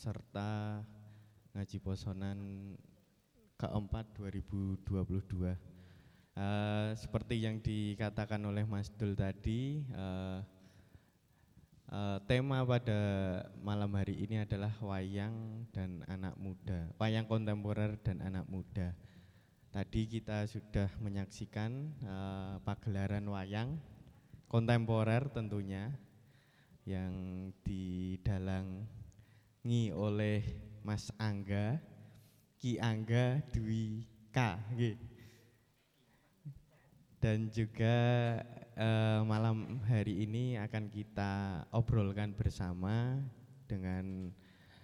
peserta ngaji posonan keempat 2022. Seperti yang dikatakan oleh Mas Dul tadi, tema pada malam hari ini adalah wayang dan anak muda, wayang kontemporer dan anak muda. Tadi kita sudah menyaksikan pagelaran wayang kontemporer tentunya yang didalangi oleh Mas Angga, Ki Angga Dwi K. Dan juga malam hari ini akan kita obrolkan bersama dengan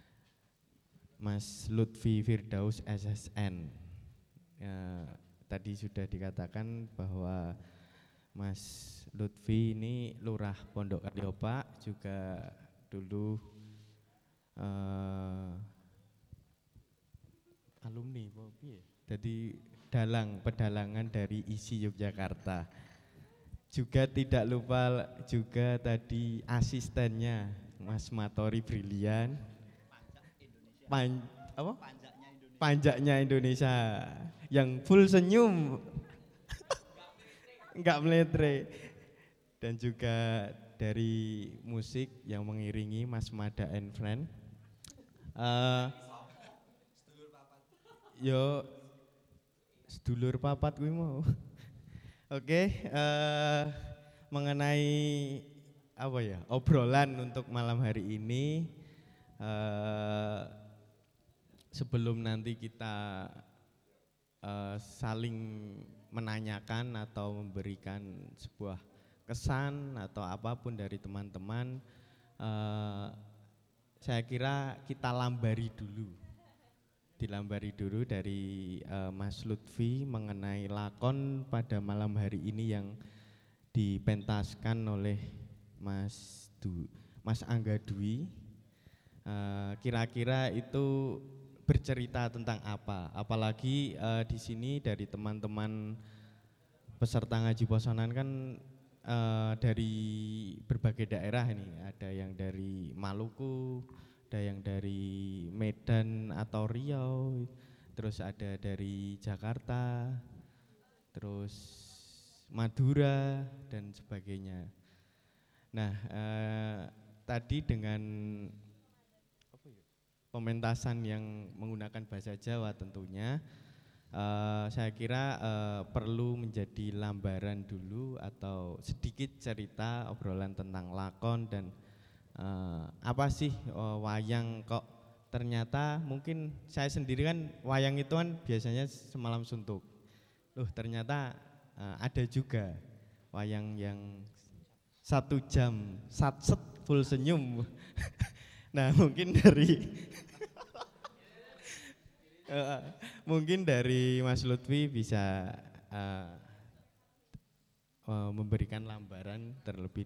Mas Lutfi Firdaus SSN. Tadi sudah dikatakan bahwa Mas Lutfi ini Lurah Pondok Kaliopak, juga dulu alumni, jadi pedalangan dari ISI Yogyakarta. Juga tidak lupa juga tadi asistennya Mas Matori Brilian, Panjaknya Indonesia yang full senyum, enggak meletre. Dan juga dari musik yang mengiringi Mas Mada and Friend. Yo sedulur papat gue mau. Oke, mengenai apa ya, obrolan untuk malam hari ini, sebelum nanti kita saling menanyakan atau memberikan sebuah kesan atau apapun dari teman-teman, saya kira kita dilambari dulu dari Mas Lutfi mengenai lakon pada malam hari ini yang dipentaskan oleh Mas Angga Dwi. Kira-kira itu bercerita tentang apa? Apalagi di sini dari teman-teman peserta ngaji posonan kan dari berbagai daerah ini, ada yang dari Maluku, ada yang dari Medan atau Riau, terus ada dari Jakarta, terus Madura dan sebagainya. Nah, tadi dengan pementasan yang menggunakan bahasa Jawa tentunya, saya kira perlu menjadi lambaran dulu atau sedikit cerita obrolan tentang lakon dan apa sih wayang, kok ternyata mungkin saya sendiri kan wayang itu kan biasanya semalam suntuk. Ternyata ada juga wayang yang 1 jam satset full senyum. Nah, mungkin dari Mas Lutfi bisa memberikan lambaran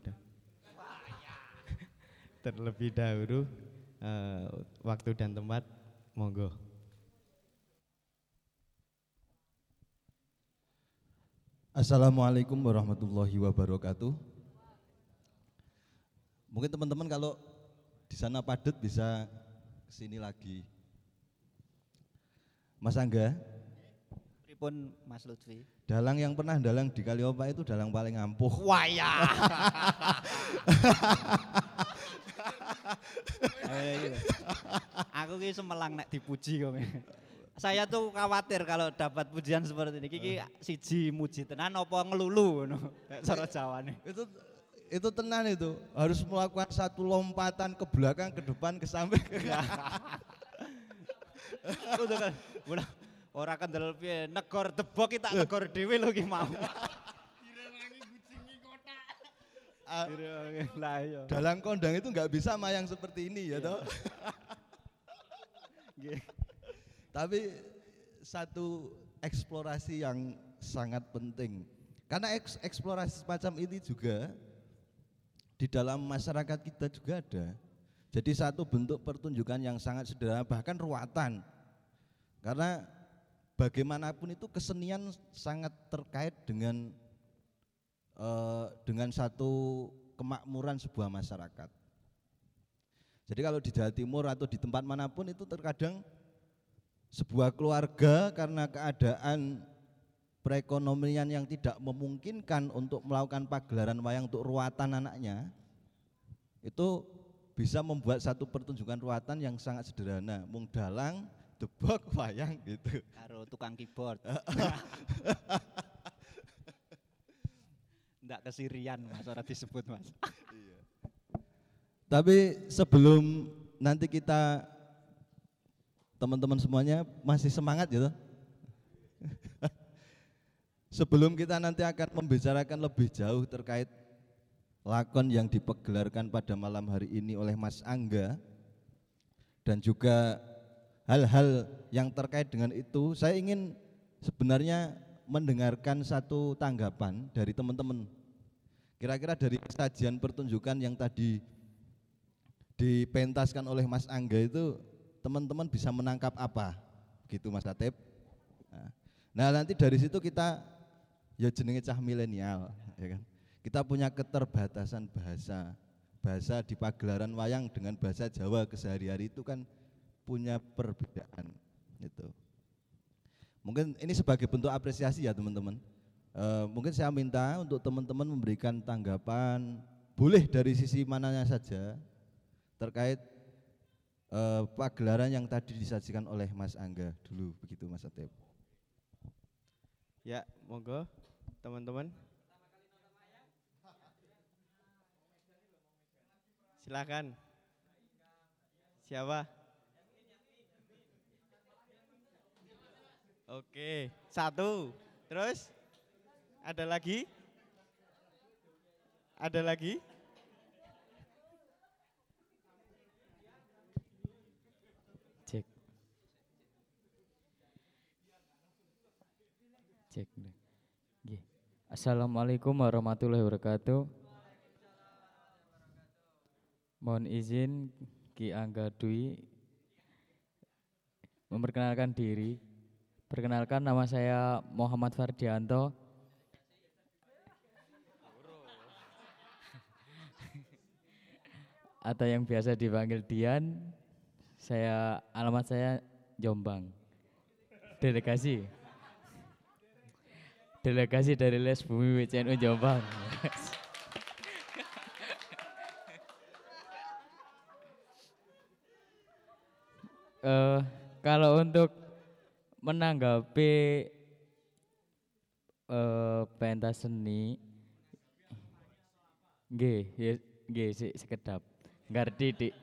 terlebih dahulu, waktu dan tempat, monggo. Assalamualaikum warahmatullahi wabarakatuh. Mungkin teman-teman kalau di sana padat bisa kesini lagi. Mas Angga, pripun Mas Lutfi? Dalang yang pernah dalang di Kaliopak itu dalang paling ampuh. Waya. Aku ki semelang nek dipuji kok. Saya tuh khawatir kalau dapat pujian seperti ini. Kiki siji muji tenan apa ngelulu ngono. Cara Jawane. Itu tenan itu. Harus melakukan satu lompatan ke belakang, ke depan, ke samping. Udah kan. Ora kendel piye, negor debok kita negor dhewe lho ki mau. Direwangi gucingi kotak. Lah iya. Dalang kondang itu enggak bisa mayang seperti ini ya toh. Tapi satu eksplorasi yang sangat penting. Karena eksplorasi semacam ini juga di dalam masyarakat kita juga ada. Jadi satu bentuk pertunjukan yang sangat sederhana, bahkan ruatan. Karena bagaimanapun itu kesenian sangat terkait dengan satu kemakmuran sebuah masyarakat. Jadi kalau di Jawa Timur atau di tempat manapun itu terkadang sebuah keluarga karena keadaan perekonomian yang tidak memungkinkan untuk melakukan pagelaran wayang untuk ruatan anaknya, itu bisa membuat satu pertunjukan ruatan yang sangat sederhana, mung dalang, debok, wayang gitu. Karo tukang keyboard. Ndak kesirian Mas, ora disebut Mas. Tapi sebelum nanti kita teman-teman semuanya masih semangat gitu. Sebelum kita nanti akan membicarakan lebih jauh terkait lakon yang dipegelarkan pada malam hari ini oleh Mas Angga dan juga hal-hal yang terkait dengan itu, saya ingin sebenarnya mendengarkan satu tanggapan dari teman-teman. Kira-kira dari sajian pertunjukan yang tadi dipentaskan oleh Mas Angga itu teman-teman bisa menangkap apa gitu Mas Atep. Nah nanti dari situ kita ya jenenge cah milenial ya kan, kita punya keterbatasan bahasa di pagelaran wayang dengan bahasa Jawa kesehari-hari itu kan punya perbedaan gitu. Mungkin ini sebagai bentuk apresiasi ya teman-teman. Mungkin saya minta untuk teman-teman memberikan tanggapan, boleh dari sisi mananya saja terkait pagelaran yang tadi disajikan oleh Mas Angga dulu, begitu Mas Atep. Ya, monggo teman-teman. Silakan. Siapa? Oke, satu. Terus ada lagi? Ada lagi? Cek. Cek. Nggih. Assalamualaikum warahmatullahi wabarakatuh. Mohon izin Ki Angga Dwi memperkenalkan diri. Perkenalkan, nama saya Muhammad Fardianto. Atau yang biasa dipanggil Dian. Alamat saya Jombang. Delegasi dari Les Bumi WCNU Jombang. Kalau untuk menanggapi pentas seni, nggih sekedap ngerti Dik.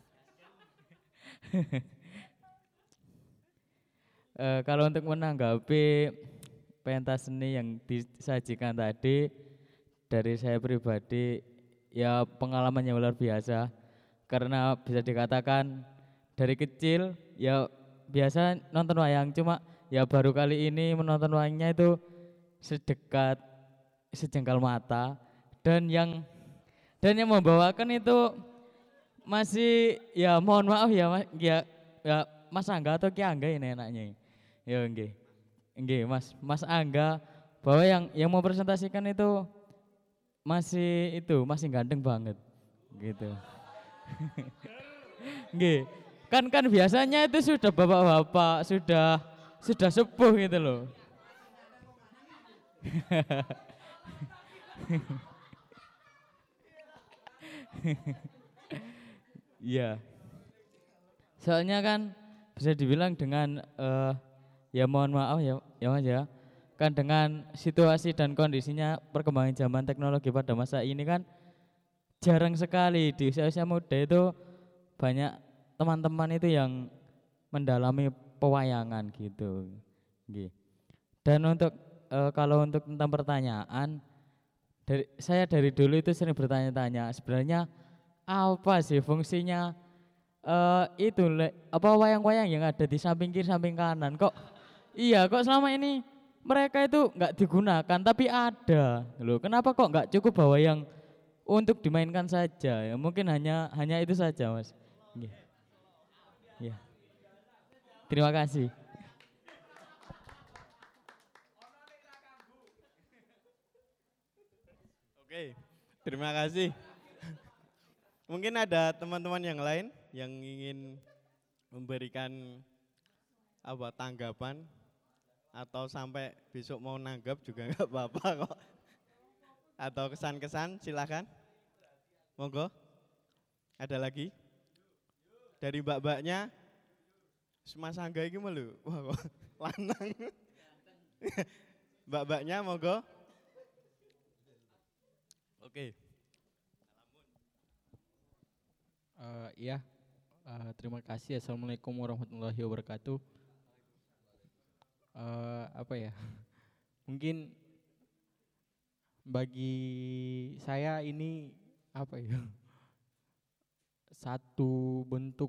Kalau untuk menanggapi pentas seni yang disajikan tadi, dari saya pribadi ya pengalaman yang luar biasa, karena bisa dikatakan dari kecil ya biasa nonton wayang, cuma ya baru kali ini menonton wayangnya itu sedekat sejengkal mata, dan yang membawakan itu masih ya mohon maaf ya Mas Angga atau Ki Angga ini enaknya. Ya nggih Mas Angga, bahwa yang mau presentasikan itu masih ganteng banget gitu. Nggih. Kan biasanya itu sudah bapak-bapak, sudah sepuh gitu loh. Iya. Soalnya kan bisa dibilang dengan ya mohon maaf ya Mas ya. Kan dengan situasi dan kondisinya perkembangan zaman teknologi pada masa ini kan jarang sekali di usia-usia muda itu banyak teman-teman itu yang mendalami pewayangan gitu. Dan untuk kalau untuk tentang pertanyaan, saya dari dulu itu sering bertanya-tanya sebenarnya apa sih fungsinya apa wayang-wayang yang ada di samping kiri samping kanan, kok selama ini mereka itu nggak digunakan tapi ada loh, kenapa kok nggak cukup bawa yang untuk dimainkan saja, ya mungkin hanya itu saja Mas. Ya. Terima kasih. Oke, terima kasih. Mungkin ada teman-teman yang lain yang ingin memberikan tanggapan atau sampai besok mau nanggap juga nggak apa-apa kok. Atau kesan-kesan silakan. Monggo. Ada lagi? Dari mbak-mbaknya, Mas Angga ini malu. Wah kok lanang. Mbak-mbaknya monggo. Oke. Iya, terima kasih. Assalamualaikum warahmatullahi wabarakatuh. Apa ya? Mungkin bagi saya ini apa ya? Satu bentuk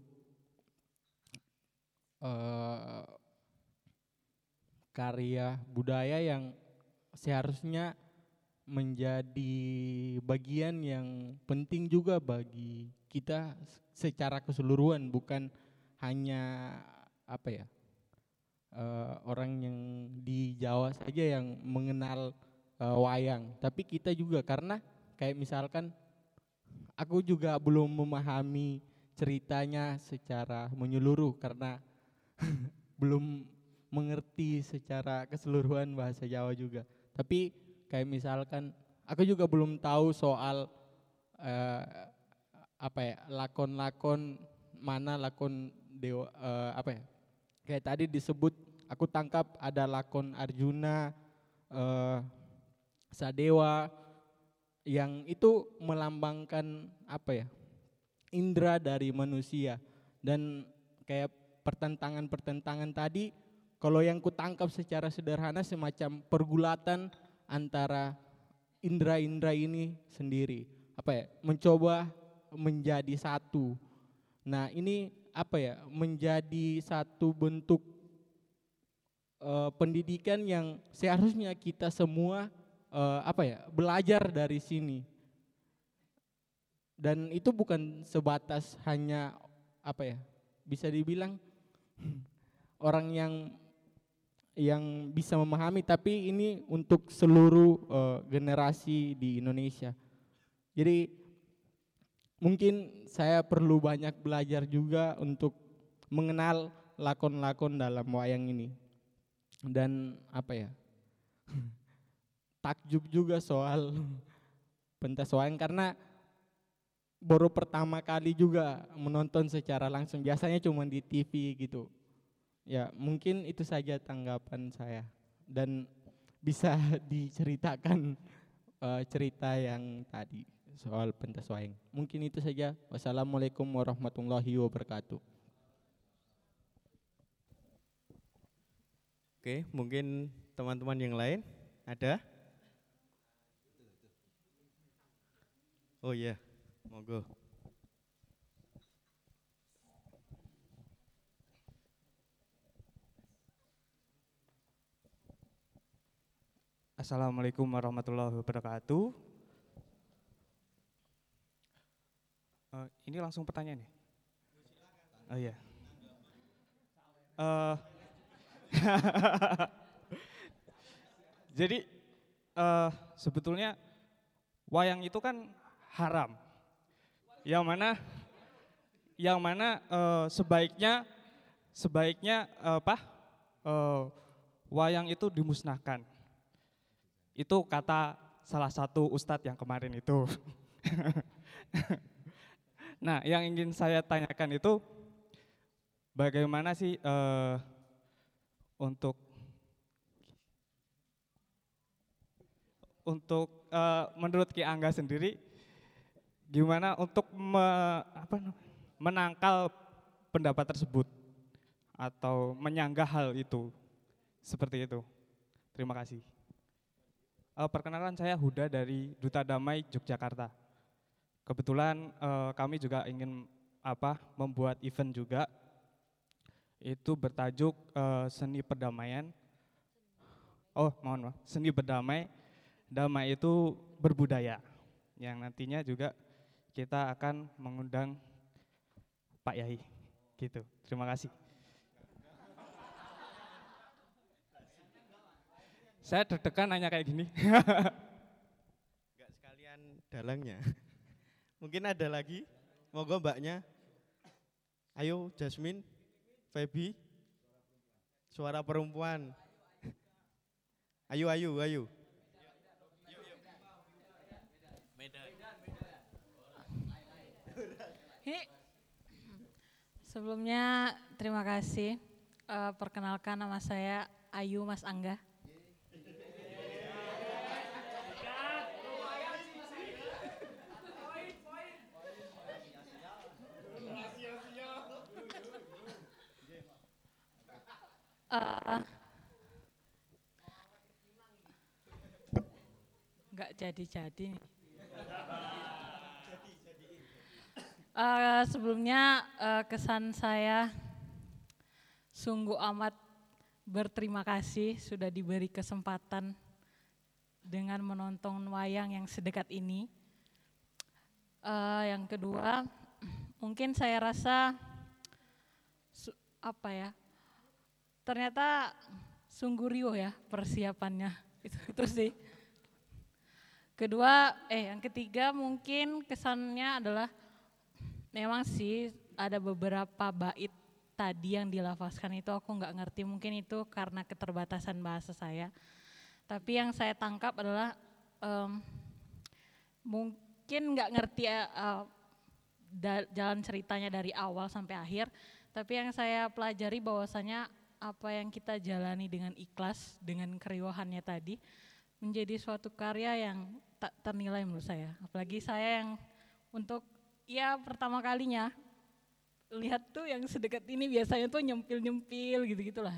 karya budaya yang seharusnya menjadi bagian yang penting juga bagi kita secara keseluruhan, bukan hanya apa ya, orang yang di Jawa saja yang mengenal wayang, tapi kita juga, karena kayak misalkan aku juga belum memahami ceritanya secara menyeluruh karena belum mengerti secara keseluruhan bahasa Jawa juga. Tapi kayak misalkan aku juga belum tahu soal lakon-lakon mana lakon dewa, kayak tadi disebut, aku tangkap ada lakon Arjuna, Sadewa, yang itu melambangkan indera dari manusia. Dan kayak pertentangan tadi, kalau yang kutangkap secara sederhana semacam pergulatan antara indera-indera ini sendiri, mencoba menjadi satu. Nah ini menjadi satu bentuk pendidikan yang seharusnya kita semua belajar dari sini. Dan itu bukan sebatas hanya bisa dibilang orang yang bisa memahami, tapi ini untuk seluruh generasi di Indonesia. Jadi mungkin saya perlu banyak belajar juga untuk mengenal lakon-lakon dalam wayang ini. Dan takjub juga soal pentas wayang, karena baru pertama kali juga menonton secara langsung, biasanya cuma di TV gitu. Ya mungkin itu saja tanggapan saya, dan bisa diceritakan cerita yang tadi soal pentas wayang. Mungkin itu saja. Wassalamualaikum warahmatullahi wabarakatuh. Oke, mungkin teman-teman yang lain ada? Oh iya, monggo. Assalamualaikum warahmatullahi wabarakatuh. Ini langsung pertanyaan nih. Oh iya. Jadi sebetulnya wayang itu kan haram. Yang mana sebaiknya wayang itu dimusnahkan. Itu kata salah satu ustadz yang kemarin itu. Nah, yang ingin saya tanyakan itu bagaimana sih untuk menurut Ki Angga sendiri, gimana untuk menangkal pendapat tersebut atau menyanggah hal itu, seperti itu. Terima kasih. Perkenalkan, saya Huda dari Duta Damai Yogyakarta. Kebetulan kami juga ingin membuat event juga. Itu bertajuk seni perdamaian. Oh, mohon maaf. Seni berdamai, damai itu berbudaya. Yang nantinya juga kita akan mengundang Pak Yai. Gitu. Terima kasih. Saya deg-degan nanya kayak gini. Enggak sekalian dalangnya. Mungkin ada lagi Monggo mbaknya. Ayo Jasmine, Feby. Suara perempuan. Ayo. Sebelumnya terima kasih. Perkenalkan nama saya Ayu Mas Angga. Nggak jadi nih. Sebelumnya kesan saya sungguh amat berterima kasih sudah diberi kesempatan dengan menonton wayang yang sedekat ini. Yang kedua, mungkin saya rasa ternyata sungguh riuh ya persiapannya itu sih. Yang ketiga mungkin kesannya adalah memang sih ada beberapa bait tadi yang dilafazkan itu aku nggak ngerti, mungkin itu karena keterbatasan bahasa saya. Tapi yang saya tangkap adalah mungkin nggak ngerti jalan ceritanya dari awal sampai akhir, tapi yang saya pelajari bahwasanya apa yang kita jalani dengan ikhlas, dengan keriuhannya tadi, menjadi suatu karya yang tak ternilai menurut saya. Apalagi saya yang untuk pertama kalinya lihat tuh yang sedekat ini, biasanya tuh nyempil-nyempil gitu-gitulah.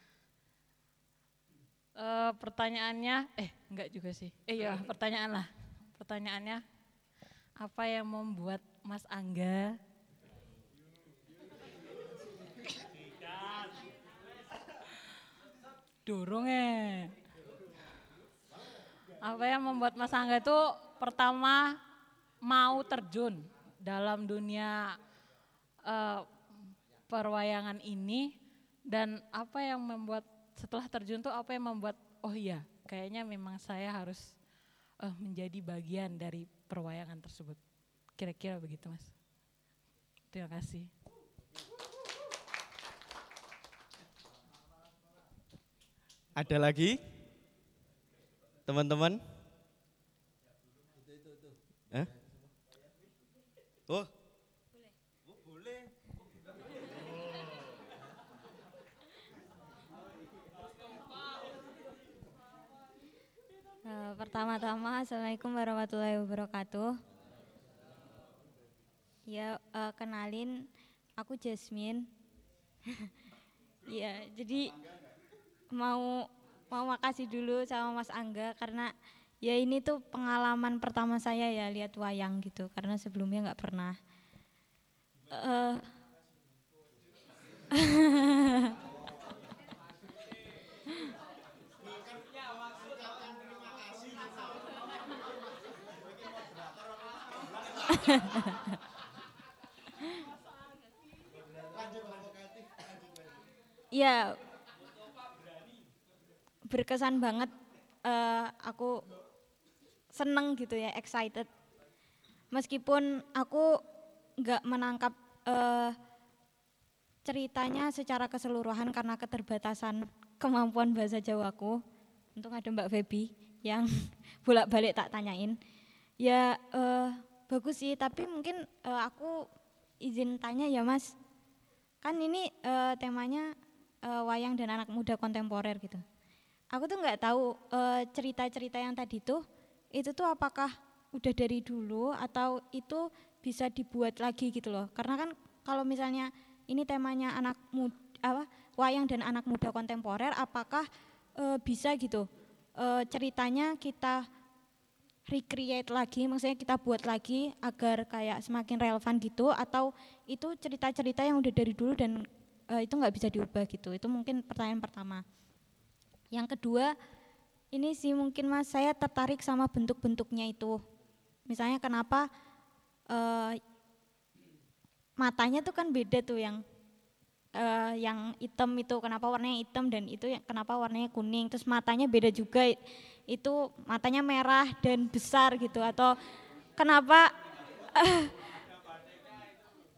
Pertanyaannya, enggak juga sih. Pertanyaannya, apa yang membuat Mas Angga apa yang membuat Mas Angga itu pertama mau terjun dalam dunia perwayangan ini, dan apa yang membuat setelah terjun tuh apa yang membuat kayaknya memang saya harus menjadi bagian dari perwayangan tersebut. Kira-kira begitu Mas. Terima kasih. Ada lagi? Teman-teman? Oh. Boleh. Pertama-tama, Assalamualaikum warahmatullahi wabarakatuh. Ya, kenalin, aku Jasmine. Ya, jadi mau makasih dulu sama Mas Angga karena ya ini tuh pengalaman pertama saya ya lihat wayang gitu, karena sebelumnya nggak pernah. Ya, berkesan banget. Aku seneng gitu ya, excited. Meskipun aku nggak menangkap ceritanya secara keseluruhan karena keterbatasan kemampuan bahasa Jawaku. Untung ada Mbak Feby yang bolak-balik tak tanyain. Ya bagus sih, tapi mungkin aku izin tanya ya Mas. Kan ini temanya wayang dan anak muda kontemporer gitu. Aku tuh nggak tahu cerita-cerita yang tadi itu tuh apakah udah dari dulu atau itu bisa dibuat lagi gitu loh. Karena kan kalau misalnya ini temanya anak muda, wayang dan anak muda kontemporer, apakah bisa gitu ceritanya kita recreate lagi, maksudnya kita buat lagi agar kayak semakin relevan gitu, atau itu cerita-cerita yang udah dari dulu dan itu nggak bisa diubah gitu. Itu mungkin pertanyaan pertama. Yang kedua, ini sih mungkin Mas, saya tertarik sama bentuk-bentuknya itu. Misalnya kenapa matanya tuh kan beda tuh, yang hitam itu kenapa warnanya hitam dan itu kenapa warnanya kuning, terus matanya beda juga, itu matanya merah dan besar gitu, atau kenapa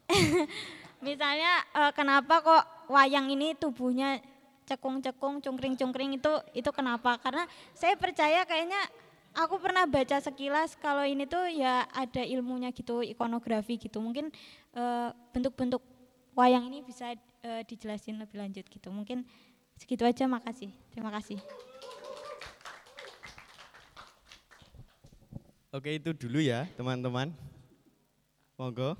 Misalnya kenapa kok wayang ini tubuhnya cekung-cekung, cungkring-cungkring itu kenapa? Karena saya percaya kayaknya aku pernah baca sekilas kalau ini tuh ya ada ilmunya gitu, ikonografi gitu. Mungkin bentuk-bentuk wayang ini bisa dijelasin lebih lanjut gitu. Mungkin segitu aja, makasih. Terima kasih. Oke, itu dulu ya teman-teman. Monggo.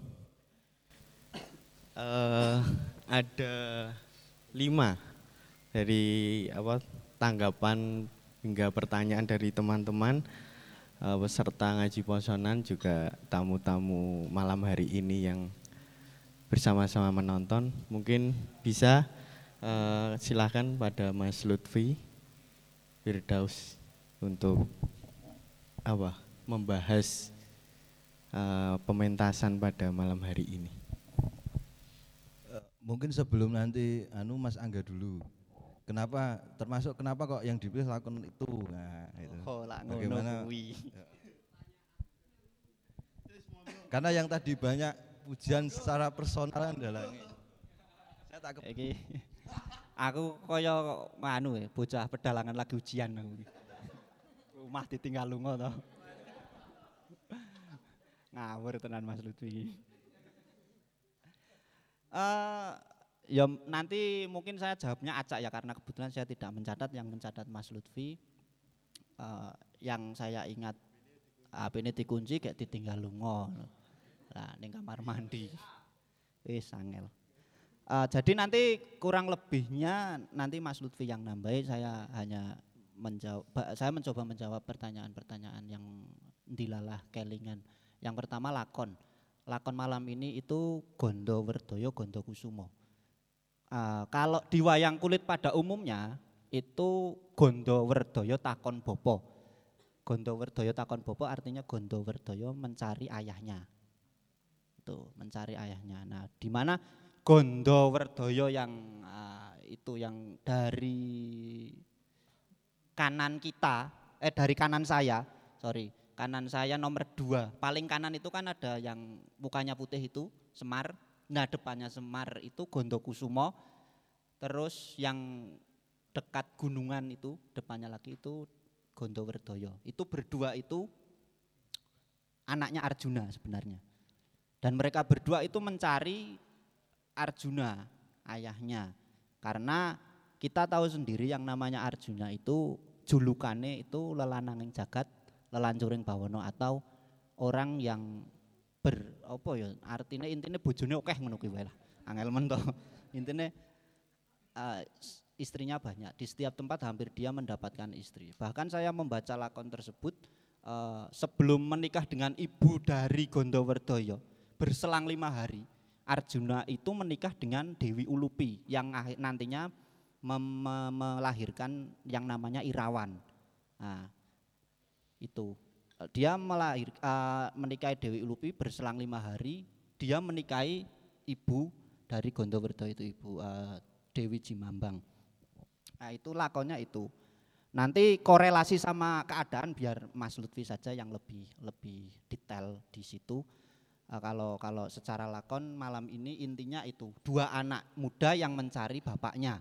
Ada 5 dari tanggapan hingga pertanyaan dari teman-teman peserta ngaji posonan, juga tamu-tamu malam hari ini yang bersama-sama menonton. Mungkin bisa silakan pada Mas Lutfi Firdaus untuk membahas pementasan pada malam hari ini. Mungkin sebelum nanti Mas Angga dulu. Kenapa kok yang dipilih lakon itu? Nah, itu. Bagaimana? Karena yang tadi banyak pujian secara personal adalah ini. Saya tak Aku kaya bocah pedalangan lagi ujian aku. Rumah ditinggal lunga to. Ngawur tenan Mas Lutfi. Ya nanti mungkin saya jawabnya acak ya, karena kebetulan saya tidak mencatat, yang mencatat Mas Lutfi. Yang saya ingat HP-ne dikunci kayak ditinggal lunga. Lah ning kamar mandi. Wis angel. Jadi nanti kurang lebihnya nanti Mas Lutfi yang nambahi, saya hanya mencoba menjawab pertanyaan-pertanyaan yang dilalah kelingan. Yang pertama lakon malam ini itu Gondo Werdoyo Gondo Kusumo. Kalau di wayang kulit pada umumnya itu Gondo Werdoyo takon bopo. Gondo Werdoyo takon bopo artinya Gondo Werdoyo mencari ayahnya. Itu mencari ayahnya. Nah, di mana Gondo Werdoyo yang itu yang dari kanan kita, dari kanan saya, kanan saya nomor 2, paling kanan itu kan ada yang mukanya putih itu Semar, nah depannya Semar itu Gondo Kusumo, terus yang dekat gunungan itu depannya lagi itu Gondo Werdoyo. Itu berdua itu anaknya Arjuna sebenarnya, dan mereka berdua itu mencari Arjuna ayahnya, karena kita tahu sendiri yang namanya Arjuna itu julukannya itu lelananging jagat lelancuring bawono, atau orang yang artinya intinya bojone akeh ngono kuwi wae lah. Angel men to. Intine istrinya banyak, di setiap tempat hampir dia mendapatkan istri. Bahkan saya membaca lakon tersebut sebelum menikah dengan ibu dari Gondowerdoyo, berselang 5 hari Arjuna itu menikah dengan Dewi Ulupi yang nantinya melahirkan yang namanya Irawan. Nah, itu dia menikahi Dewi Ulupi, berselang 5 hari dia menikahi ibu dari Gondowerdoyo itu, ibu Dewi Jimambang. Nah, itu lakonnya itu. Nanti korelasi sama keadaan biar Mas Lutfi saja yang lebih detail di situ. Kalau secara lakon malam ini intinya itu 2 anak muda yang mencari bapaknya.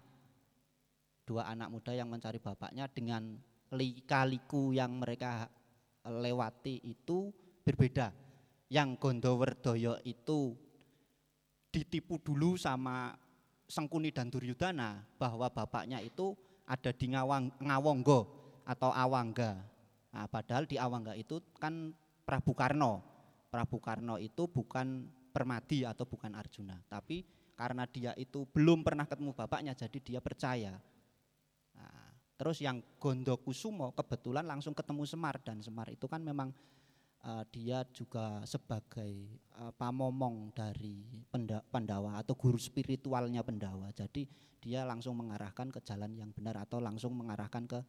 2 anak muda yang mencari bapaknya dengan lika-liku yang mereka lewati itu berbeda. Yang Gondowerdoyo itu ditipu dulu sama Sengkuni dan Duryudana bahwa bapaknya itu ada di Ngawonggo atau Awangga. Nah, padahal di Awangga itu kan Prabu Karno. Prabu Karno itu bukan Permadi atau bukan Arjuna, tapi karena dia itu belum pernah ketemu bapaknya jadi dia percaya. Nah, terus yang Gondo Kusumo kebetulan langsung ketemu Semar, dan Semar itu kan memang dia juga sebagai pamomong dari Pandawa atau guru spiritualnya Pandawa. Jadi dia langsung mengarahkan ke jalan yang benar atau langsung mengarahkan ke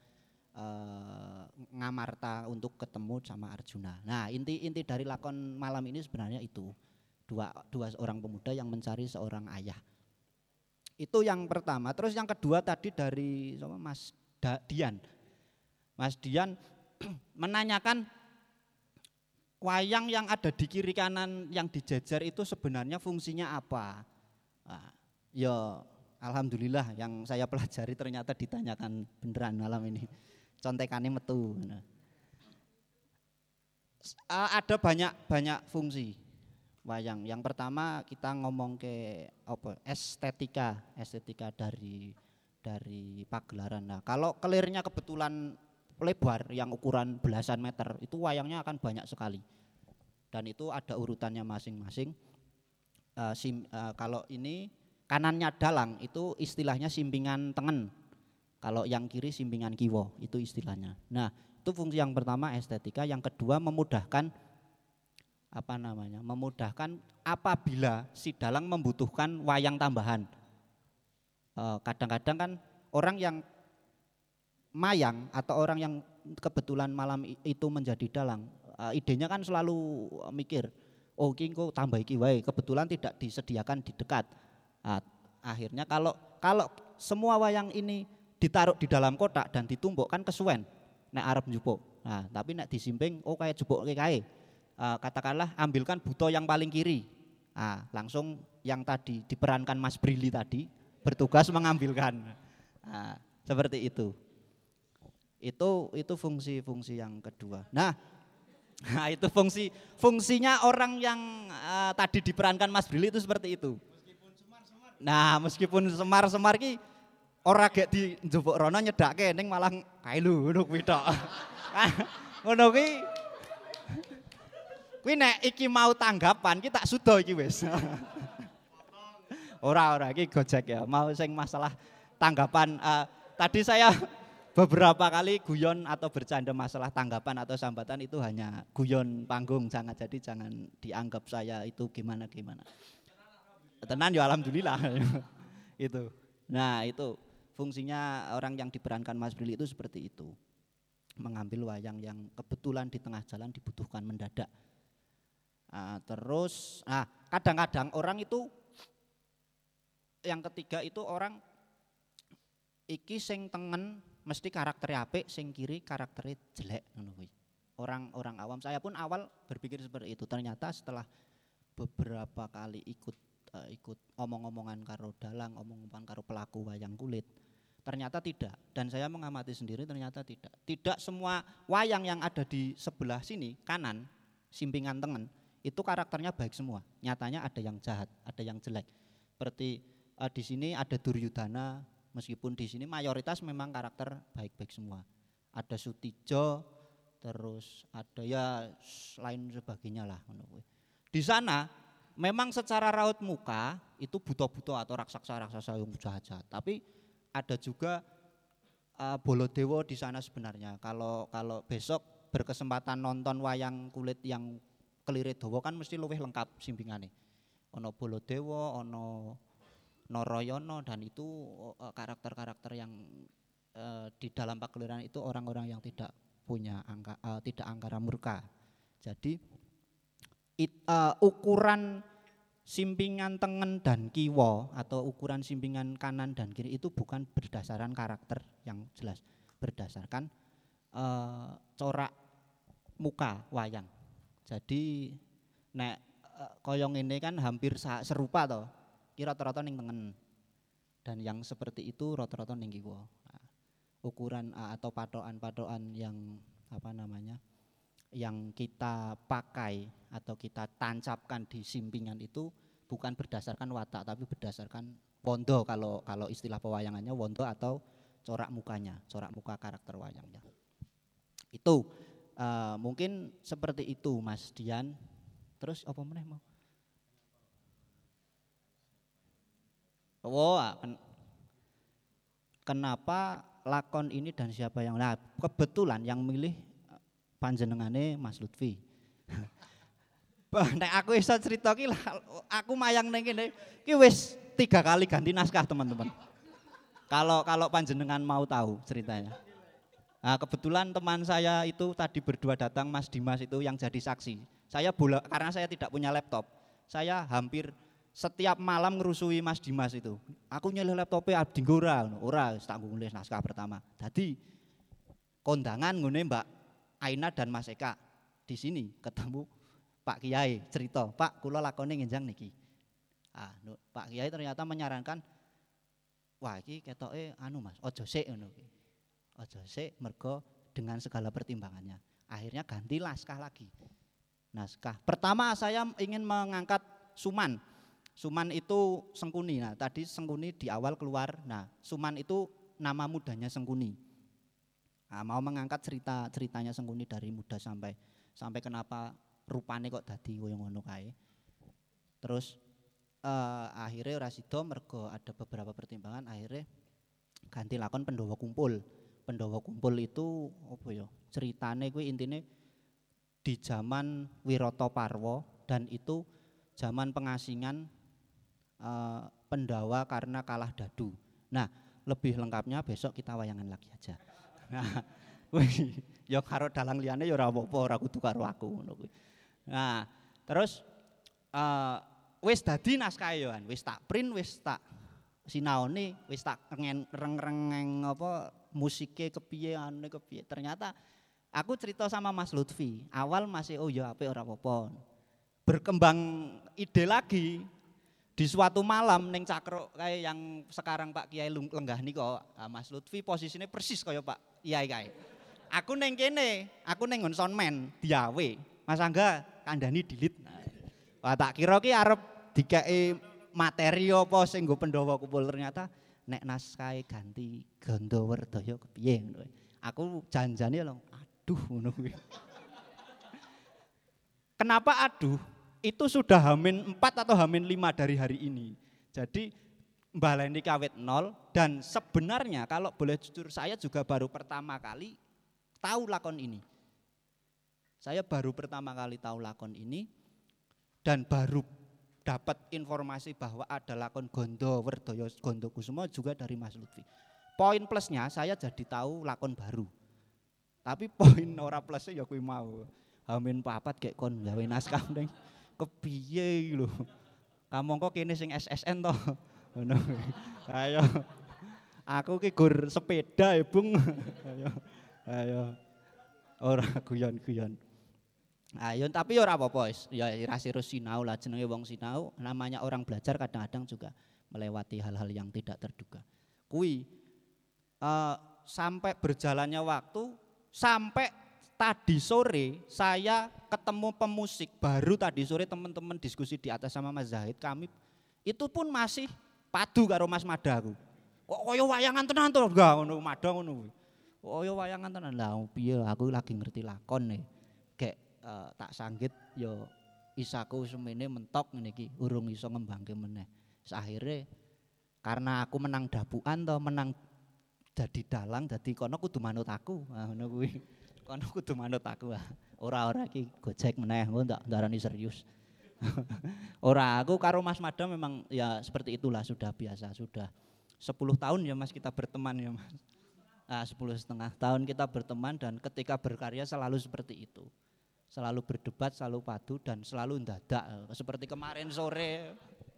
Ngamarta untuk ketemu sama Arjuna. Nah, inti dari lakon malam ini sebenarnya itu dua orang pemuda yang mencari seorang ayah. Itu yang pertama. Terus yang kedua tadi dari Mas Dian. Mas Dian menanyakan wayang yang ada di kiri kanan yang dijejer itu sebenarnya fungsinya apa? Nah, ya alhamdulillah yang saya pelajari ternyata ditanyakan beneran malam ini. Contekannya metu. Nah. Ada banyak fungsi wayang. Yang pertama kita ngomong ke apa? Estetika dari pagelaran. Nah, kalau kelirnya kebetulan lebar yang ukuran belasan meter itu wayangnya akan banyak sekali dan itu ada urutannya masing-masing. Kalau ini kanannya dalang itu istilahnya simpingan tengen, kalau yang kiri simpingan kiwo itu istilahnya. Nah itu fungsi yang pertama estetika, yang kedua memudahkan memudahkan apabila si dalang membutuhkan wayang tambahan. Kadang-kadang kan orang yang mayang atau orang yang kebetulan malam itu menjadi dalang, idenya kan selalu mikir, oh iki engko tambah iki wae, kebetulan tidak disediakan di dekat. Akhirnya kalau semua wayang ini ditaruh di dalam kotak dan ditumpuk kan kesuwen nek arep njupuk. Nah, tapi nek disimping oh kayak jupuke kae. Katakanlah ambilkan buto yang paling kiri. Langsung yang tadi diperankan Mas Brili tadi bertugas mengambilkan. Seperti itu. Itu fungsi yang kedua. Nah itu fungsinya orang yang tadi diperankan Mas Brili itu seperti itu. Nah meskipun semar ki ora gek di njupuk rono nyedake ning malah kae lho ngono kuwi tok. Ngono kuwi nek iki mau tanggapan ki tak sudo iki wis. Ora iki Gojek ya, mau sing masalah tanggapan. Tadi saya beberapa kali guyon atau bercanda masalah tanggapan atau sambatan itu hanya guyon panggung, jangan dianggap saya itu gimana. Tenan ya alhamdulillah. Itu. Nah, itu fungsinya orang yang diperankan Mas Brili itu seperti itu. Mengambil wayang yang kebetulan di tengah jalan dibutuhkan mendadak. Terus kadang-kadang orang itu yang ketiga itu orang iki sing tengen mesti karakternya apik, sing kiri karakternya jelek ngono kuwi. Orang awam, saya pun awal berpikir seperti itu. Ternyata setelah beberapa kali ikut omong-omongan karo dalang, omong-omongan karo pelaku wayang kulit, ternyata tidak. Dan saya mengamati sendiri ternyata tidak. Tidak semua wayang yang ada di sebelah sini kanan, simpingan tengen, itu karakternya baik semua. Nyatanya ada yang jahat, ada yang jelek. Seperti di sini ada Duryudana, meskipun di sini mayoritas memang karakter baik-baik semua. Ada Sutijo, terus ada ya lain sebagainya lah. Di sana memang secara raut muka itu buto-buto atau raksasa-raksasa yang jahat-jahat. Tapi ada juga Bolodewo di sana sebenarnya. Kalau besok berkesempatan nonton wayang kulit yang kelire dawa kan mesti luwih lengkap simpingane. Ono Bolodewo, ono Noroyono, dan itu karakter-karakter yang di dalam pagelaran itu orang-orang yang tidak punya tidak angkara murka. Jadi ukuran simpingan tengen dan kiwo atau ukuran simpingan kanan dan kiri itu bukan berdasarkan karakter yang jelas, berdasarkan corak muka wayang. Jadi nek koyong ini kan hampir serupa toh. Ki rata-rata ning tengen. Dan yang seperti itu rata-rata ning kiwa. Ukuran atau patokan yang yang kita pakai atau kita tancapkan di simpingan itu bukan berdasarkan watak tapi berdasarkan wondo, kalau istilah pewayangannya wondo atau corak mukanya, corak muka karakter wayangnya. Itu mungkin seperti itu Mas Dian. Terus apa meneh mau? Kenapa lakon ini dan siapa yang kebetulan yang milih panjenengane Mas Lutfi. Nek aku iso cerita ki aku mayang ning kene ki wis 3 kali ganti naskah teman-teman. Kalau panjenengan mau tahu ceritanya. Kebetulan teman saya itu tadi berdua datang, Mas Dimas itu yang jadi saksi. Karena saya tidak punya laptop. Saya hampir setiap malam ngerusui Mas Dimas itu. Aku nyelih laptopnya dinggo ora tak nulis naskah pertama. Dadi kondangan ngene Mbak Aina dan Mas Eka di sini ketemu Pak Kiai cerita, Pak kula lakone ngenjang niki. Pak Kiai ternyata menyarankan, wah iki ketoke anu Mas, ojo sik ngono iki. Ojo sik mergo dengan segala pertimbangannya. Akhirnya ganti naskah lagi. Naskah. Pertama saya ingin mengangkat Suman. Suman itu Sengkuni. Nah, tadi Sengkuni di awal keluar. Nah, Suman itu nama mudanya Sengkuni. Nah, mau mengangkat ceritanya Sengkuni dari muda sampai kenapa rupane kok dadi koyo ngono kae. Terus akhirnya ora sida mergo ada beberapa pertimbangan, akhirnya ganti lakon Pandhawa Kumpul. Pandhawa Kumpul itu apa ya? Ceritane kuwi intine di zaman Wirata Parwa dan itu zaman pengasingan Pandhawa karena kalah Dadu. Nah, lebih lengkapnya besok kita wayangan lagi aja. Nah, ya karo dalang liyane ya ora apa-apa, ora kudu karo aku ngono kuwi. Nah, terus wis dadi naskah ya, wis tak print, wis tak sinaone, wis tak reng-rengeng apa musike kepiye ane kepiye. Ternyata aku cerita sama Mas Lutfi, awal masih oh ya apik ora apa-apa. Berkembang ide lagi di suatu malam ning Cakruk kayak yang sekarang Pak Kiai lenggah niko, Mas Lutfi posisinya persis kaya Pak Kiai kae. Aku ning kene, aku ning nggon soundman diawe. Mas Angga kandhani delete. Wah tak kira ki arep dikeki materi apa sing nggo Pandhawa Kumpul, ternyata nek naskahe ganti Gandawardaya kepiye ngono. Aku janjane lho, aduh ngono kuwi. Kenapa aduh? Itu sudah H-4 atau H-5 dari hari ini. Jadi mbaleni kawit nol dan sebenarnya kalau boleh jujur saya juga baru pertama kali tahu lakon ini. Saya baru pertama kali tahu lakon ini dan baru dapat informasi bahwa ada lakon Gandawardaya Gandakusuma juga dari Mas Lutfi. Poin plusnya saya jadi tahu lakon baru. Tapi poin ora plusnya ya kuwi mau. H-4 gek kon gawe naskah ning kepiye lho. Kamangka kene sing SSN to. Ngono. Ayo. Aku ki gur sepeda ya, Bung. Ayo. Ora guyon-guyon. Ayo tapi ora apa-apa wis. Ya rasirus sinau lah jenenge wong sinau, namanya orang belajar kadang-kadang juga melewati hal-hal yang tidak terduga. Kui sampai berjalannya waktu sampai tadi sore saya ketemu pemusik baru tadi sore teman-teman diskusi di atas sama Mas Zahid, kami itu pun masih padu karo Mas Mada aku. Kok kaya wayangan tenan to enggak ngono Mada ngono. Kaya wayangan tenan lah piye aku lagi ngerti lakon nih. Kayak tak sanggit yo isaku semene mentok ngene iki urung iso ngembangke meneh. Akhirnya karena aku menang dapukan to, menang dadi dalang, dadi kono kudu manut aku. Ngono kuwi. Kono kudu manut aku. Ora iki gojek meneh, engko ndak ndarani serius. Ora, aku karo Mas Mada memang ya seperti itulah, sudah biasa, sudah 10 tahun ya Mas kita berteman ya Mas. 10,5 tahun kita berteman dan ketika berkarya selalu seperti itu. Selalu berdebat, selalu padu dan selalu ndadak. Seperti kemarin sore.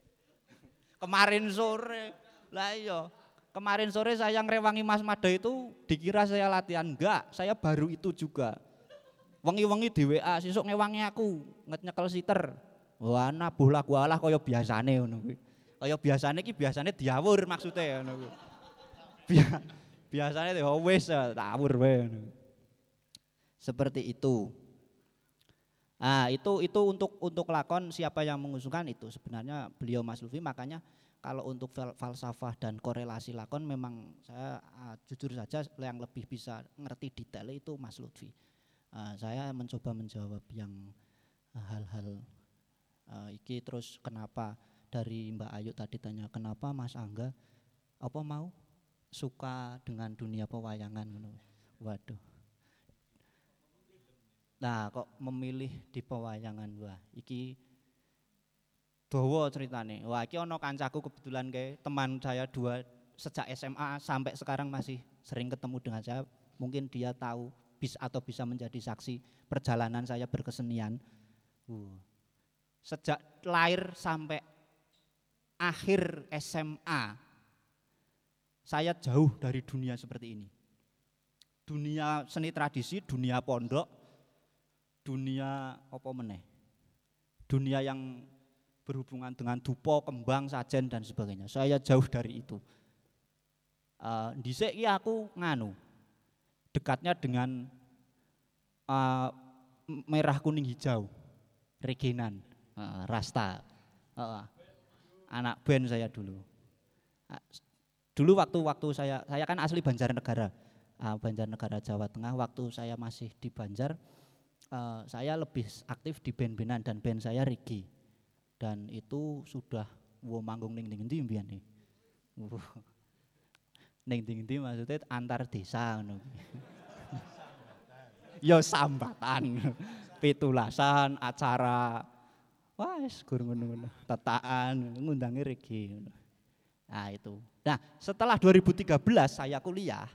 Lah iya. Kemarin sore saya ngrewangi Mas Mada itu dikira saya latihan, enggak, saya baru itu juga. Wengi-wengi di WA, sesuk ngewangi aku, nyekel siter. Wah, nabuh lagu Allah kaya biasane ngono kuwi. Kaya biasane iki biasane diawur maksudnya ngono kuwi. Biasane wis tawur wae ngono. Seperti itu. Nah, itu untuk lakon siapa yang mengusulkan itu sebenarnya beliau Mas Lutfi, makanya kalau untuk falsafah dan korelasi lakon memang saya jujur saja yang lebih bisa ngerti detail itu Mas Lutfi. Saya mencoba menjawab yang hal-hal iki. Terus kenapa dari Mbak Ayu tadi tanya kenapa Mas Angga apa mau suka dengan dunia pewayangan. Waduh. Nah kok memilih di pewayangan, wah iki dawa ceritane. Wah iki ana kancaku kebetulan kayak teman saya dua sejak SMA sampai sekarang masih sering ketemu dengan saya. Mungkin dia tahu bisa menjadi saksi perjalanan saya berkesenian. Sejak lahir sampai akhir SMA saya jauh dari dunia seperti ini. Dunia seni tradisi, dunia pondok, dunia apa meneh? dunia yang berhubungan dengan dupo, kembang, sajen dan sebagainya. Saya jauh dari itu. Dhisik iki aku nganu, dekatnya dengan merah kuning hijau, Regenan, Rasta, anak band saya dulu. Dulu waktu saya kan asli Banjarnegara, Banjarnegara Jawa Tengah. Waktu saya masih di Banjar, saya lebih aktif di band-bandan dan band saya reggae. Dan itu sudah manggung ning ndi mbiyen nih. Ning ndi maksudnya antar desa ngono. Ya sambatan, pitulasan, acara, wes gur ngono-ngono, tetakan, ngundangi reggae. Nah itu. Nah setelah 2013 saya kuliah,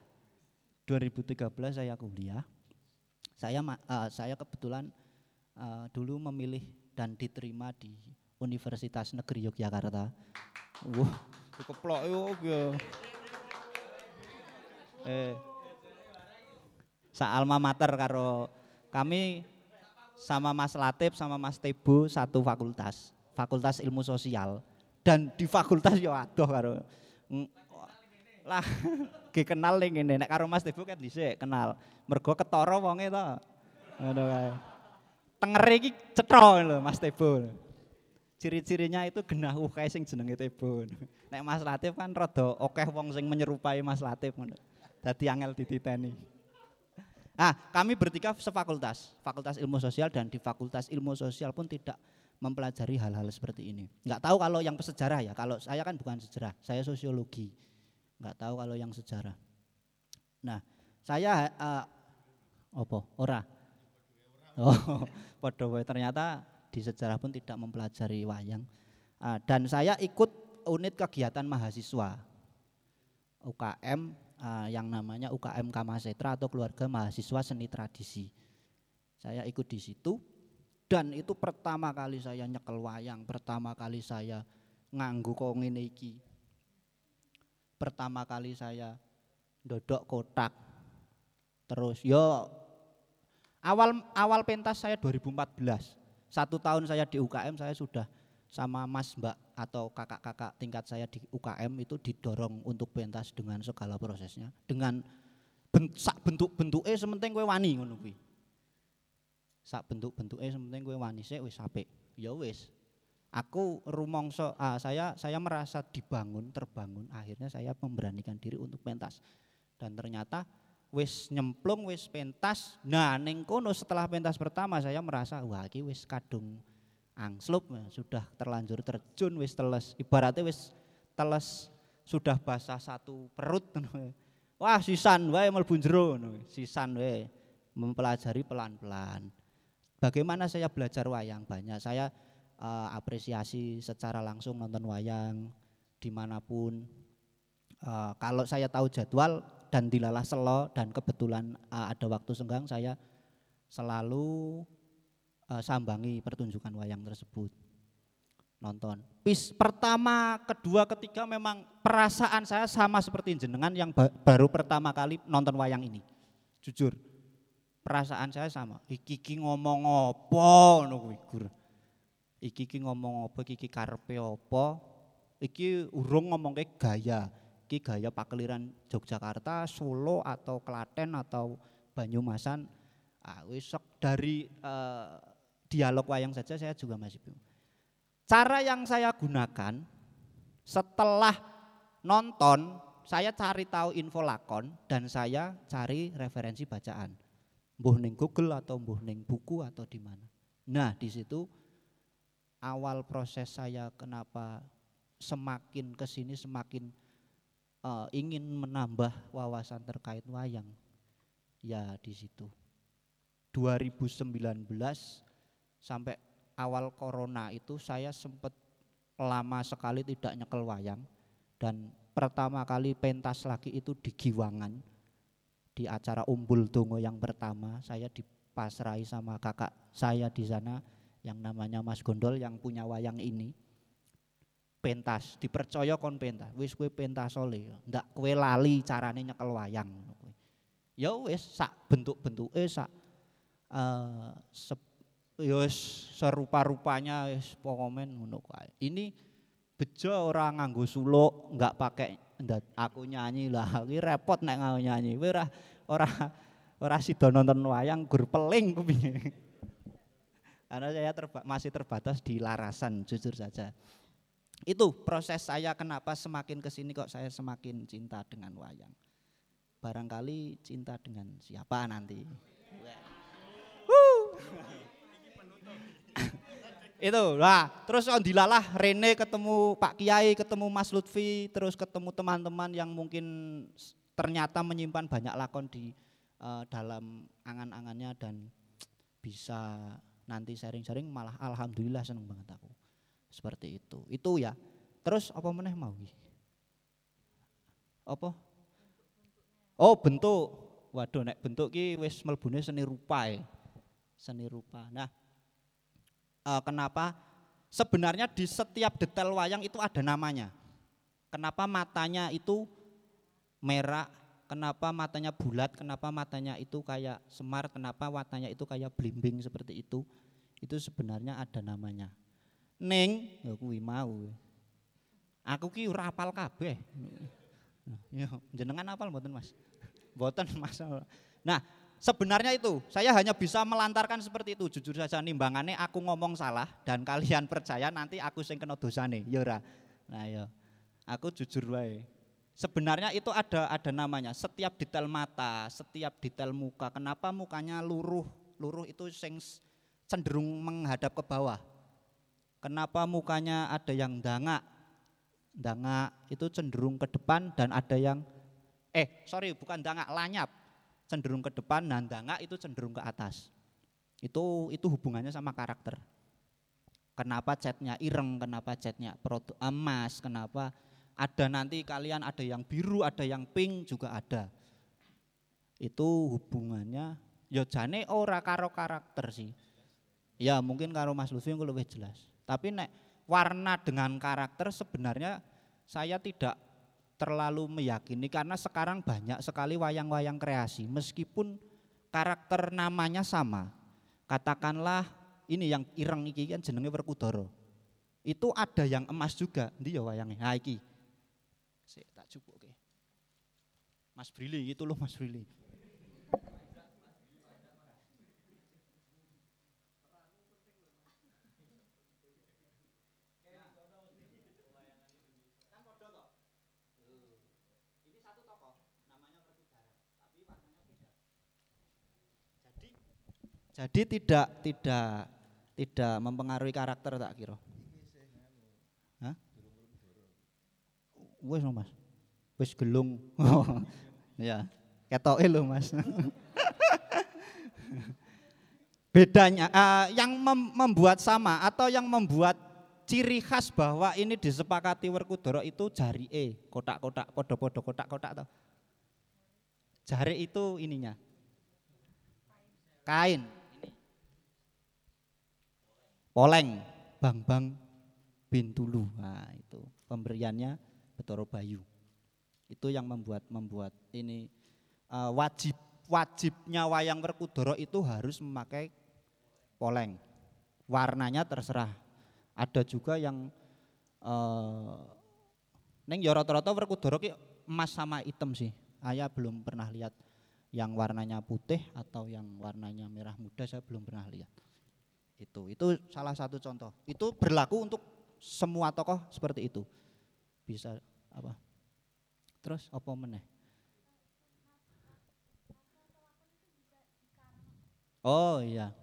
saya kebetulan dulu memilih dan diterima di Universitas Negeri Yogyakarta. Keplok yo. Alma mater karo kami sama Mas Latif sama Mas Tebo satu fakultas, Fakultas Ilmu Sosial. Dan di fakultas yo adoh karo lah kenal ning ngene nek karo Mas Tebo kan dhisik kenal. Mergo ketara wonge to. Ngono kae. Tengere iki cetha lho Mas Tebo. Ciri-cirinya itu genah kae sing jenenge Tebo. Nek Mas Latif kan rada akeh wong sing menyerupai Mas Latif ngono. Dadi angel dititeni. Nah, kami bertiga sefakultas, Fakultas Ilmu Sosial, dan di Fakultas Ilmu Sosial pun tidak mempelajari hal-hal seperti ini. Enggak tahu kalau yang sejarah ya, kalau saya kan bukan sejarah, saya sosiologi. Enggak tahu kalau yang sejarah. Nah, saya ora. Oh, padha wae ternyata di sejarah pun tidak mempelajari wayang. Dan saya ikut unit kegiatan mahasiswa UKM yang namanya UKM Kamasetra atau Keluarga Mahasiswa Seni Tradisi. Saya ikut di situ dan itu pertama kali saya nyekel wayang, pertama kali saya nganggo kok ngene iki. Pertama kali saya ndodok kotak. Terus yo awal pentas saya 2014. 1 tahun saya di UKM saya sudah sama mas mbak atau kakak-kakak tingkat saya di UKM itu didorong untuk pentas dengan segala prosesnya. Dengan sak bentuk-bentuke sementing kowe wani ngono kuwi. Sak bentuk-bentuke sementing kowe wani sik wis apik. Ya wis. Aku rumangsa saya merasa terbangun akhirnya saya memberanikan diri untuk pentas. Dan ternyata wis nyemplung wis pentas. Nah ning kono setelah pentas pertama saya merasa wah iki wis kadung angslup, sudah terlanjur terjun wis teles. Ibaratnya wis teles sudah basah satu perut. Wah sisan wae mlebu njero, sisan wae mempelajari pelan-pelan. Bagaimana saya belajar wayang banyak. Saya apresiasi secara langsung nonton wayang dimanapun. Kalau saya tahu jadwal dan dilalah selo dan kebetulan ada waktu senggang, saya selalu sambangi pertunjukan wayang tersebut, nonton. Pertama, kedua, ketiga memang perasaan saya sama seperti jenengan yang baru pertama kali nonton wayang ini. Jujur, perasaan saya sama. Iki ngomong apa ngono kuwi, Gur. Iki ngomong apa, iki karepe apa? Iki urung ngomongke gaya. Iki gaya pakeliran Yogyakarta, Solo atau Klaten atau Banyumasan. Wis dari dialog wayang saja saya juga masih bingung. Cara yang saya gunakan setelah nonton, saya cari tahu info lakon dan saya cari referensi bacaan. Mbuh ning Google atau mbuh ning buku atau di mana. Nah, di situ awal proses saya kenapa semakin kesini semakin ingin menambah wawasan terkait wayang. Ya di situ. 2019 sampai awal corona itu saya sempat lama sekali tidak nyekel wayang dan pertama kali pentas lagi itu di Giwangan di acara Umbul Dongo yang pertama. Saya dipasrai sama kakak saya di sana yang namanya Mas Gondol yang punya wayang ini. Pentas, dipercaya kon pentas. Wis kowe pentas oleh, ndak kowe lali carane nyekel wayang. Ya wis sak bentuk-bentuke sak ya wis serupa-rupanya wis pokomen ngono kae. Ini bejo ora nganggo suluk, enggak pakai aku nyanyi lah, iki repot nek nganggo nyanyi. Kowe ora ora sida nonton wayang gur peling kepiye. Karena saya masih terbatas di Larasan jujur saja. Itu proses saya kenapa semakin kesini kok saya semakin cinta dengan wayang. Barangkali cinta dengan siapa nanti. Itu lah, terus dilalah Rene ketemu Pak Kiai, ketemu Mas Lutfi, terus ketemu teman-teman yang mungkin ternyata menyimpan banyak lakon di dalam angan-angannya dan bisa nanti sharing-sharing, malah alhamdulillah seneng banget aku. Seperti itu. Itu ya. Terus apa meneh mau? Apa? Oh, bentuk. Waduh nek bentuk ki wis mlebune seni rupa ya. Seni rupa. Nah, kenapa sebenarnya di setiap detail wayang itu ada namanya. Kenapa matanya itu merah, kenapa matanya bulat, kenapa matanya itu kayak semar, kenapa matanya itu kayak blimbing seperti itu. Itu sebenarnya ada namanya. Ning, ya kuwi mau. Aku ki ora apal kabeh. Ya, jenengan apal mboten Mas? Mboten masalah. Nah, sebenarnya itu saya hanya bisa melantarkan seperti itu. Jujur saja nimbangane aku ngomong salah dan kalian percaya nanti aku sing kena dosane. Ya ora. Nah ya. Aku jujur wae. Sebenarnya itu ada namanya. Setiap detail mata, setiap detail muka. Kenapa mukanya luruh? Luruh itu sing cenderung menghadap ke bawah. Kenapa mukanya ada yang dangak? Dangak itu cenderung ke depan dan ada yang bukan dangak, lanyap. Cenderung ke depan dan dangak itu cenderung ke atas. Itu hubungannya sama karakter. Kenapa catnya ireng, kenapa catnya produk emas, kenapa ada nanti kalian ada yang biru, ada yang pink juga ada. Itu hubungannya ya jane ora karo karakter sih. Ya mungkin karo Mas Lutfi yang lebih jelas. Tapi nek warna dengan karakter sebenarnya saya tidak terlalu meyakini karena sekarang banyak sekali wayang-wayang kreasi meskipun karakter namanya sama. Katakanlah ini yang ireng iki kan jenenge Werkudara. Itu ada yang emas juga, ndi ya wayange. Ha iki. Sik tak cupuke. Mas Brili itu loh Mas Brili. Jadi tidak mempengaruhi karakter tak kira. Hah? Wes Mas. Wes gelung. Ya, ketoke lho Mas. Bedanya yang membuat sama atau yang membuat ciri khas bahwa ini disepakati Werkudara itu jarike, kotak-kotak, podo-podo kotak-kotak atau jari itu ininya. Kain. Poleng, Bang Bintulu. Nah, itu pemberiannya Betara Bayu. Itu yang membuat ini wajibnya wayang Werkudara itu harus memakai poleng. Warnanya terserah. Ada juga yang neng ya rata-rata Werkudara ki emas sama hitam sih. Saya belum pernah lihat yang warnanya putih atau yang warnanya merah muda, saya belum pernah lihat. Itu salah satu contoh. Itu berlaku untuk semua tokoh seperti itu. Bisa apa? Terus apa meneh? Oh iya.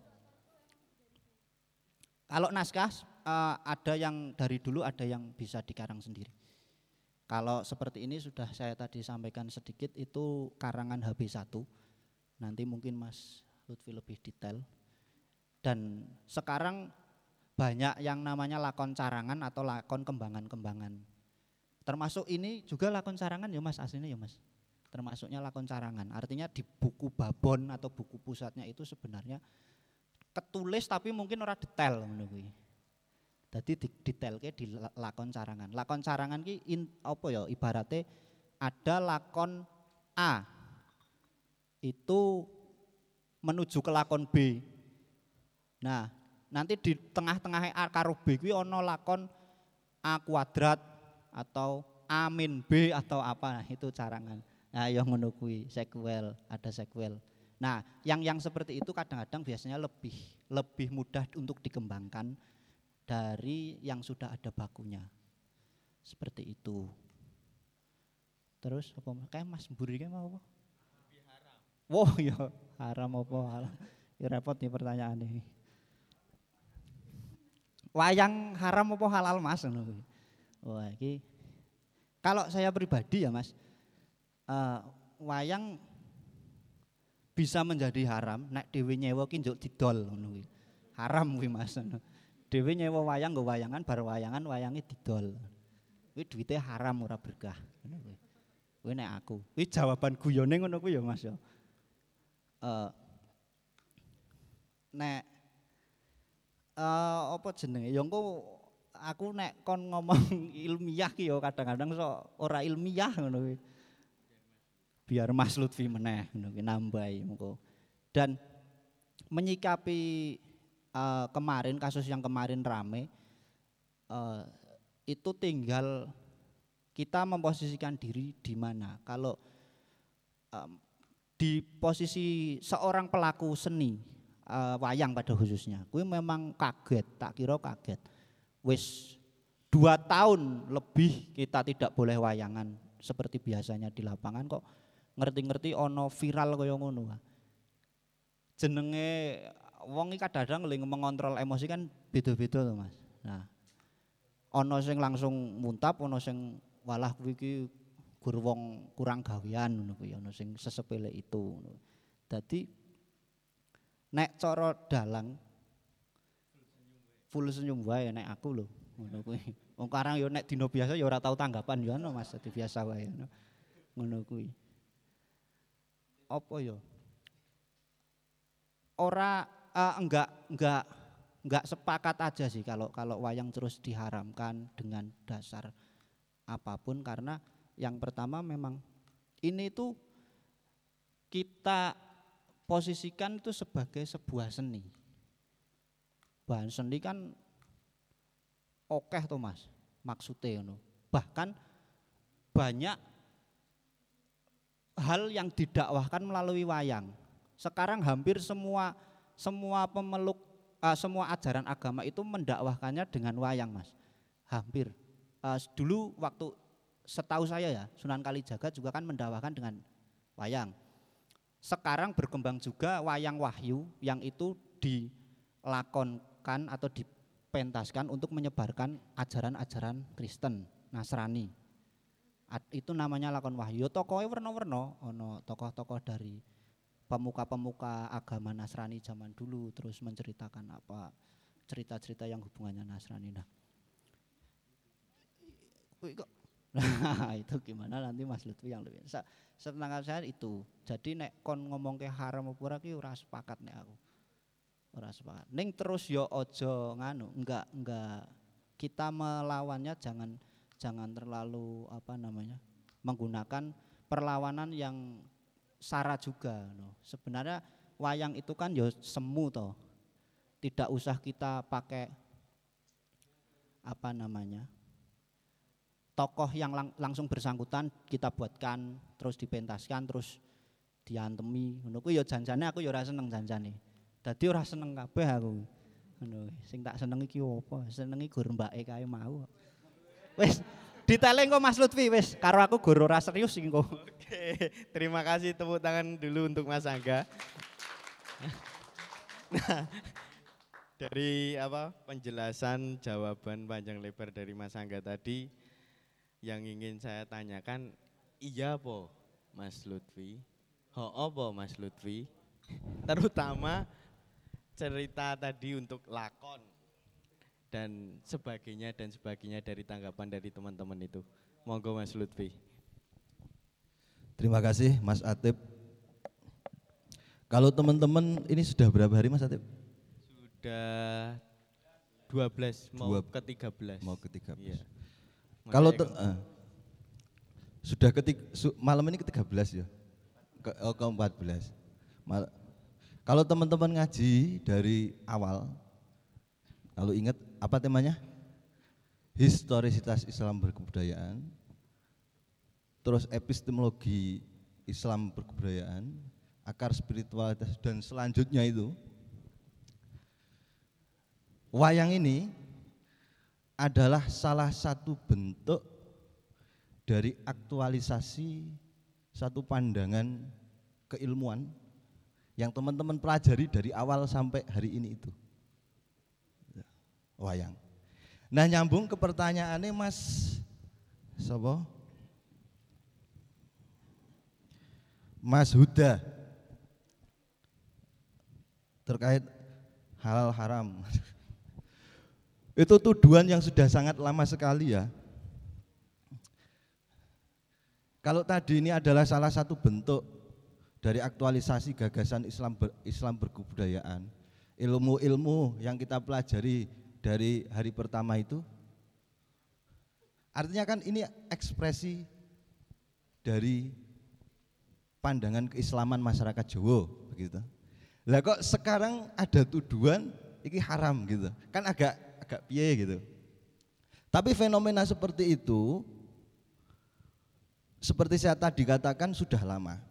Kalau naskah ada yang dari dulu ada yang bisa dikarang sendiri. Kalau seperti ini sudah saya tadi sampaikan sedikit itu karangan HB1. Nanti mungkin Mas Lutfi lebih detail. Dan sekarang banyak yang namanya lakon carangan atau lakon kembangan-kembangan. Termasuk ini juga lakon carangan ya Mas, aslinya ya Mas. Termasuknya lakon carangan. Artinya di buku babon atau buku pusatnya itu sebenarnya ketulis tapi mungkin ora detail ngono kuwi. Dadi detailke di lakon carangan. Lakon carangan ki apa ya ibaratnya ada lakon A. Itu menuju ke lakon B. Nah, nanti di tengah-tengah A karo B kuwi ana lakon A kuadrat atau A min B atau apa, nah, itu carangan. Nah, yang ngono kuwi sequel, ada sequel. Nah, yang seperti itu kadang-kadang biasanya lebih mudah untuk dikembangkan dari yang sudah ada bakunya. Seperti itu. Terus apa kayak Mas Mburi kayak mau apa? Wah, ya haram apa halal? Ya repot nih pertanyaan ini. Wayang haram apa halal Mas? Wah, iki kalau saya pribadi ya Mas, wayang bisa menjadi haram nek dhewe nyewa ki njuk didol ngono kuwi. Haram kuwi Mas. Dhewe nyewa wayang nggo wayangan bar wayangan wayange didol. Kuwi duwite haram ora berkah ngono kuwi. Kuwi nek aku. Kuwi jawaban guyone ngono kuwi ya Mas ya. Nek apa jenenge? Ya engko aku nek kon ngomong ilmiah ki ya kadang-kadang sok ora ilmiah ngono kuwi. Biar Mas Lutfi meneh ngono kuwi nambahi mengko. Dan menyikapi kemarin kasus yang kemarin rame itu tinggal kita memposisikan diri di mana. Kalau di posisi seorang pelaku seni wayang pada khususnya, kuwi memang kaget, tak kira kaget. Wis 2 tahun lebih kita tidak boleh wayangan seperti biasanya di lapangan, kok ngerti-ngerti ono viral kaya ngono. Jenenge wong iki kadang mengontrol emosi kan beda-beda to Mas. Nah, ono sing langsung muntap, ono sing walah kuwi iki gur wong kurang gawean ngono kuwi, ono sing sesepele itu. Dadi nek cara dalang full senyum wae nek aku lho ngono kuwi. Wong karang yo nek dina biasa ya ora tau tanggapan yo ono Mas, dadi biasa wae ngono kuwi. Apa yo? Ora enggak sepakat aja sih kalau wayang terus diharamkan dengan dasar apapun, karena yang pertama memang ini tuh kita posisikan itu sebagai sebuah seni. Bahan seni kan okeh tuh Mas, maksudnya ngono. Bahkan banyak hal yang didakwahkan melalui wayang. Sekarang hampir semua pemeluk semua ajaran agama itu mendakwahkannya dengan wayang Mas. Hampir. Dulu waktu setahu saya ya, Sunan Kalijaga juga kan mendakwahkan dengan wayang. Sekarang berkembang juga wayang wahyu yang itu dilakonkan atau dipentaskan untuk menyebarkan ajaran-ajaran Kristen, Nasrani. Itu namanya lakon wahyu. Tokohnya werna-werna, ono tokoh-tokoh dari pemuka-pemuka agama Nasrani zaman dulu, terus menceritakan apa cerita-cerita yang hubungannya Nasrani. Nah, itu gimana nanti Mas Lutfi yang lebih. Setengah saya itu. Jadi nek kon ngomong ke haram apa ora ki ora sepakat nek aku. Ora sepakat. Ning terus yo ojo nganu, enggak kita melawannya jangan terlalu menggunakan perlawanan yang sara juga no. Sebenarnya wayang itu kan yo semu toh. Tidak usah kita pakai tokoh yang langsung bersangkutan kita buatkan terus dipentaskan terus diantemi ngono kuwi ya janjane aku ya ora seneng janjane. Dadi ora seneng kabeh aku. Ngono sing tak seneng iki apa? Senengi gur mbake kae mau. Wis ditele engko Mas Lutfi wis karo aku gur ora serius iki engko. Oke, terima kasih, tepuk tangan dulu untuk Mas Angga. Nah, dari penjelasan jawaban panjang lebar dari Mas Angga tadi, yang ingin saya tanyakan, iya po Mas Lutfi, apa Mas Lutfi, terutama cerita tadi untuk lakon dan sebagainya dari tanggapan dari teman-teman itu. Monggo Mas Lutfi. Terima kasih Mas Atib. Kalau teman-teman ini sudah berapa hari Mas Atib? Sudah 12 mau ke 13. Mau ke 13. Iya. Kalau sudah malam ini ke-13 ya? Ke-14. Kalau teman-teman ngaji dari awal Kalau ingat apa temanya? Historisitas Islam berkebudayaan, terus epistemologi Islam berkebudayaan, akar spiritualitas, dan selanjutnya itu wayang ini adalah salah satu bentuk dari aktualisasi satu pandangan keilmuan yang teman-teman pelajari dari awal sampai hari ini itu wayang. Nah, nyambung ke pertanyaannya Mas Sopo? Mas Huda terkait halal haram. Itu tuduhan yang sudah sangat lama sekali ya. Kalau tadi ini adalah salah satu bentuk dari aktualisasi gagasan Islam berkebudayaan, ilmu-ilmu yang kita pelajari dari hari pertama itu, artinya kan ini ekspresi dari pandangan keislaman masyarakat Jawa begitu. Lah kok sekarang ada tuduhan ini haram gitu, kan agak piye gitu. Tapi fenomena seperti itu, seperti saya tadi katakan, sudah lama.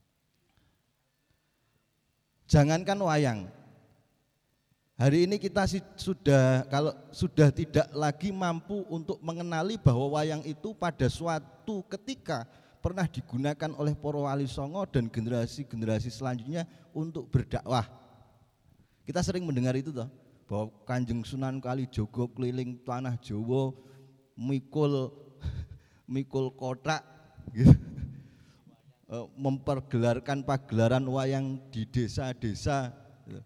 Jangankan wayang, hari ini kita kalau sudah tidak lagi mampu untuk mengenali bahwa wayang itu pada suatu ketika pernah digunakan oleh para wali songo dan generasi-generasi selanjutnya untuk berdakwah. Kita sering mendengar itu toh, bahwa Kanjeng Sunan Kalijaga keliling tanah Jawa mikul kotak gitu. Mempergelarkan pagelaran wayang di desa-desa gitu.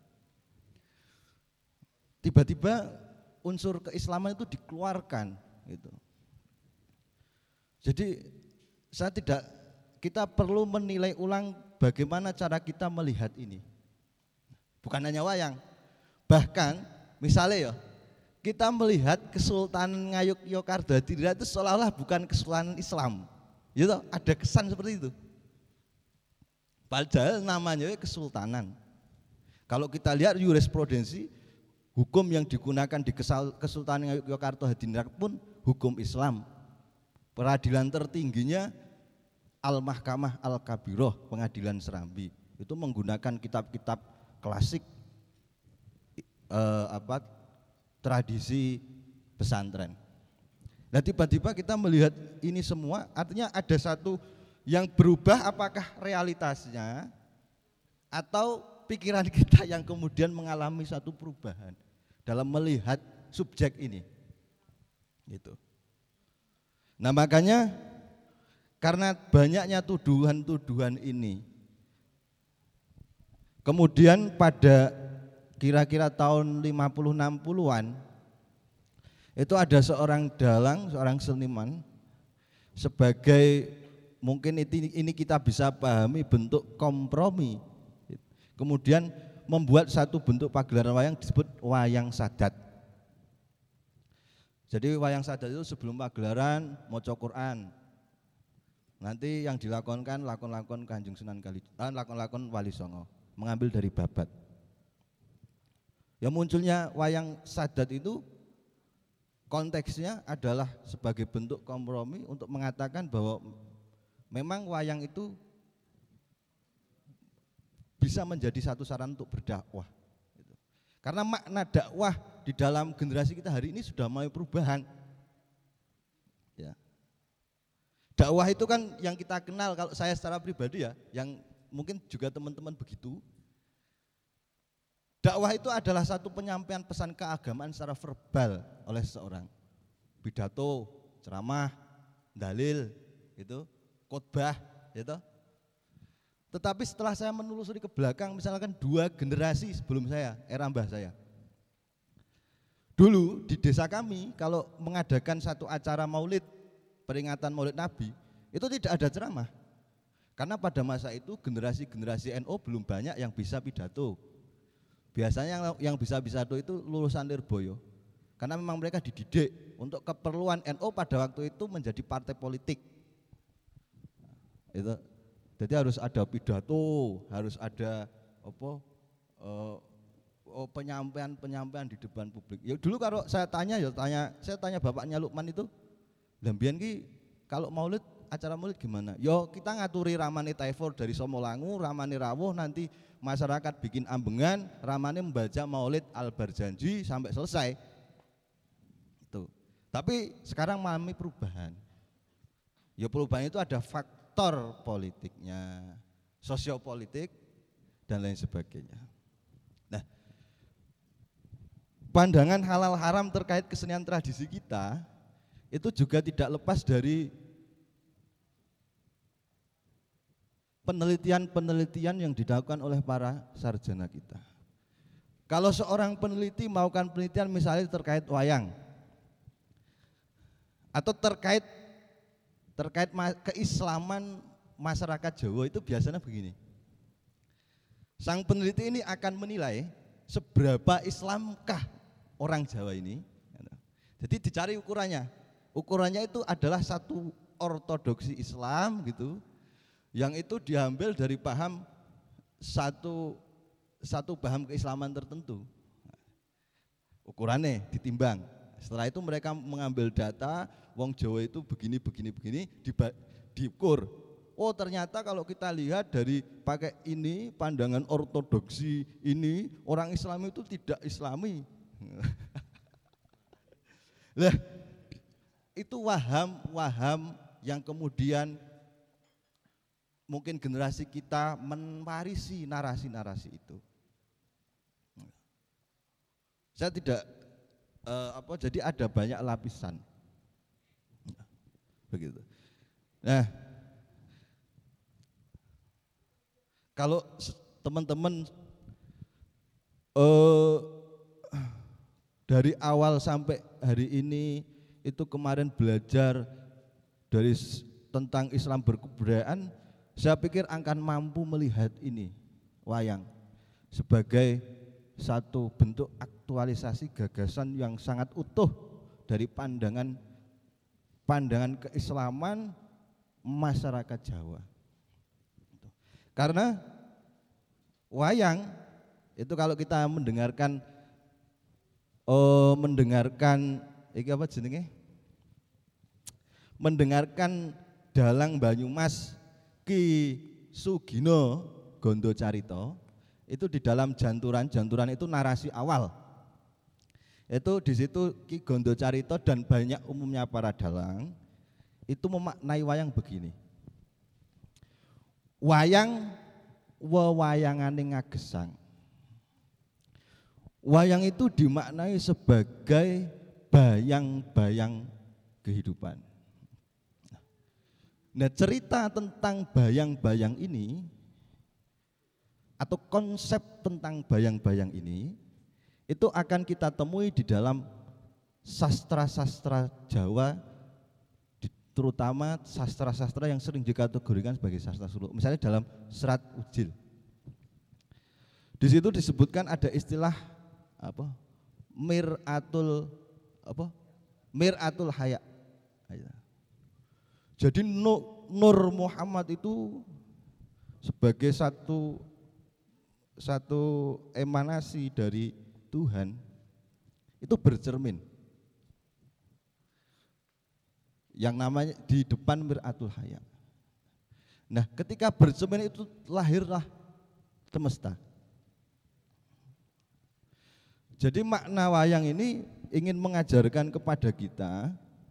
Tiba-tiba unsur keislaman itu dikeluarkan gitu. Jadi kita perlu menilai ulang bagaimana cara kita melihat ini. Bukan hanya wayang. Bahkan misalnya ya, kita melihat Kesultanan Ngayogyakarta itu seolah-olah bukan kesultanan Islam. Gitu, ada kesan seperti itu. Padahal namanya kesultanan. Kalau kita lihat jurisprudensi, hukum yang digunakan di Kesultanan Ngayogyakarta Hadiningrat pun hukum Islam. Peradilan tertingginya Al-Mahkamah Al-Kabiroh, Pengadilan Serambi. Itu menggunakan kitab-kitab klasik tradisi pesantren. Nah, tiba-tiba kita melihat ini semua, artinya ada satu yang berubah, apakah realitasnya atau pikiran kita yang kemudian mengalami satu perubahan dalam melihat subjek ini. Gitu. Nah, makanya karena banyaknya tuduhan-tuduhan ini, kemudian pada kira-kira tahun 50-60-an itu ada seorang dalang, seorang seniman, sebagai mungkin ini kita bisa pahami bentuk kompromi, kemudian membuat satu bentuk pagelaran wayang disebut wayang sadat. Jadi wayang sadat itu sebelum pagelaran maca Quran, nanti yang dilakonkan lakon-lakon Kanjeng Sunan Kalijaga, lakon-lakon Wali Songo, mengambil dari babat. Yang munculnya wayang sadat itu konteksnya adalah sebagai bentuk kompromi untuk mengatakan bahwa memang wayang itu bisa menjadi satu saran untuk berdakwah. Karena makna dakwah di dalam generasi kita hari ini sudah mulai perubahan. Ya. Dakwah itu kan yang kita kenal, kalau saya secara pribadi ya, yang mungkin juga teman-teman begitu. Dakwah itu adalah satu penyampaian pesan keagamaan secara verbal oleh seseorang. Pidato, ceramah, dalil, itu, khotbah, itu. Tetapi setelah saya menelusuri ke belakang, misalkan 2 generasi sebelum saya, era mbah saya. Dulu di desa kami kalau mengadakan satu acara maulid, peringatan maulid Nabi, itu tidak ada ceramah. Karena pada masa itu generasi-generasi NU belum banyak yang bisa pidato. Biasanya yang bisa pidato itu lulusan Lirboyo. Karena memang mereka dididik untuk keperluan NU pada waktu itu menjadi partai politik. Itu. Jadi harus ada pidato, harus ada penyampaian di depan publik. Ya dulu kalau saya tanya bapaknya Lukman itu, "Lambian ki kalau maulid, acara maulid gimana?" Yo kita ngaturi ramane Taifor dari Somolangu, ramane rawuh, nanti masyarakat bikin ambengan, ramane membaca maulid Al-Barzanji sampai selesai. Itu. Tapi sekarang mengalami perubahan. Ya perubahan itu ada faktor politiknya, sosiopolitik dan lain sebagainya. Nah, pandangan halal haram terkait kesenian tradisi kita itu juga tidak lepas dari penelitian-penelitian yang dilakukan oleh para sarjana kita. Kalau seorang peneliti melakukan penelitian misalnya terkait wayang atau terkait keislaman masyarakat Jawa, itu biasanya begini. Sang peneliti ini akan menilai seberapa Islamkah orang Jawa ini. Jadi dicari ukurannya. Ukurannya itu adalah satu ortodoksi Islam gitu, yang itu diambil dari paham satu paham keislaman tertentu. Ukurannya ditimbang. Setelah itu mereka mengambil data, wong Jawa itu begini diukur. Oh ternyata kalau kita lihat dari pakai ini pandangan ortodoksi ini, orang Islam itu tidak Islami. Lah itu waham yang kemudian mungkin generasi kita mewarisi narasi-narasi itu. Saya tidak jadi ada banyak lapisan. Begitu. Nah, kalau teman-teman dari awal sampai hari ini itu kemarin belajar tentang Islam berkebudayaan, saya pikir akan mampu melihat ini wayang sebagai satu bentuk aktualisasi gagasan yang sangat utuh dari pandangan keislaman masyarakat Jawa. Karena wayang itu kalau kita mendengarkan mendengarkan dalang Banyumas Ki Sugino Gondo Carito, itu di dalam janturan itu narasi awal. Itu di situ Ki Gondo Carito dan banyak umumnya para dalang itu memaknai wayang begini. Wayang wewayangane ngagesang. Wayang itu dimaknai sebagai bayang-bayang kehidupan. Nah, cerita tentang bayang-bayang ini atau konsep tentang bayang-bayang ini itu akan kita temui di dalam sastra-sastra Jawa, terutama sastra-sastra yang sering dikategorikan sebagai sastra suluk. Misalnya dalam Serat Ujil. Di situ disebutkan ada istilah Miratul Haya. Jadi Nur Muhammad itu sebagai satu emanasi dari Tuhan itu bercermin. Yang namanya di depan Miratul Haya. Nah, ketika bercermin itu lahirlah semesta. Jadi makna wayang ini ingin mengajarkan kepada kita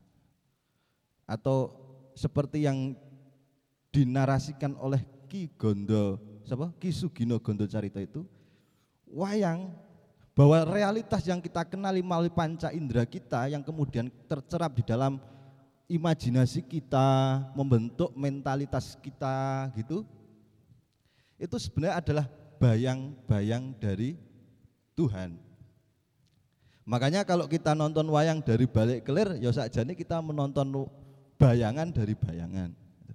atau seperti yang dinarasikan oleh Ki Sugino Gondo Carito itu, wayang bahwa realitas yang kita kenali melalui panca indera kita yang kemudian tercerap di dalam imajinasi kita, membentuk mentalitas kita gitu, itu sebenarnya adalah bayang-bayang dari Tuhan. Makanya kalau kita nonton wayang dari balik kelir, ya sakjane kita menonton bayangan dari bayangan.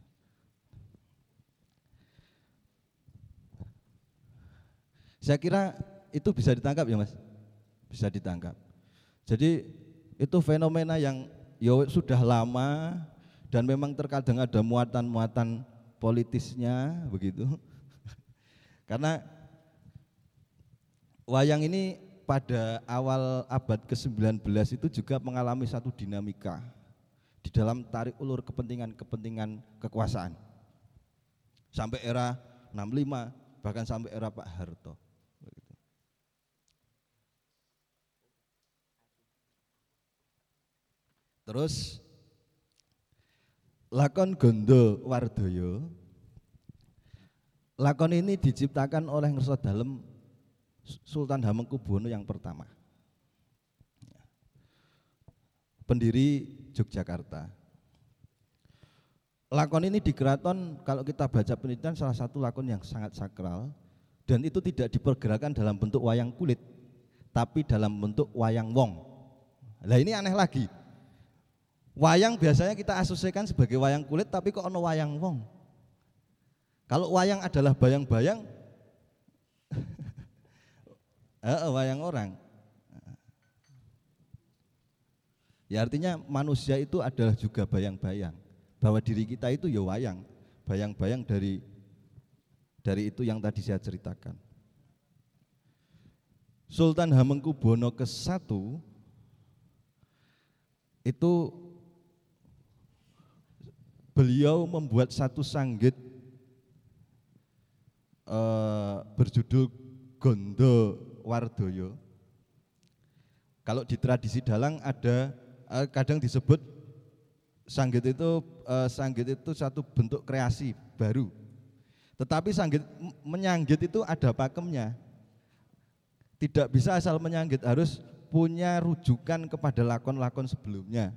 Saya kira itu bisa ditangkap ya Mas? Bisa ditangkap. Jadi itu fenomena yang sudah lama dan memang terkadang ada muatan-muatan politisnya begitu. Karena wayang ini pada awal abad ke-19 itu juga mengalami satu dinamika di dalam tarik ulur kepentingan-kepentingan kekuasaan. Sampai era 65, bahkan sampai era Pak Harto. Terus lakon Gondo Wardoyo, lakon ini diciptakan oleh Ngerso Dalem Sultan Hamengkubuwono yang pertama, pendiri Yogyakarta. Lakon ini di keraton, kalau kita baca penelitian, salah satu lakon yang sangat sakral, dan itu tidak dipergerakkan dalam bentuk wayang kulit, tapi dalam bentuk wayang wong. Nah ini aneh lagi. Wayang biasanya kita asosiasikan sebagai wayang kulit, tapi kok ono wayang wong. Kalau wayang adalah bayang-bayang, wayang orang. Ya artinya manusia itu adalah juga bayang-bayang, bahwa diri kita itu ya wayang, bayang-bayang dari itu yang tadi saya ceritakan. Sultan Hamengkubuwono ke-1 itu beliau membuat satu sanggit berjudul Gondo Wardoyo. Kalau di tradisi dalang ada kadang disebut sanggit itu satu bentuk kreasi baru. Tetapi sanggit menyanggit itu ada pakemnya. Tidak bisa asal menyanggit, harus punya rujukan kepada lakon-lakon sebelumnya.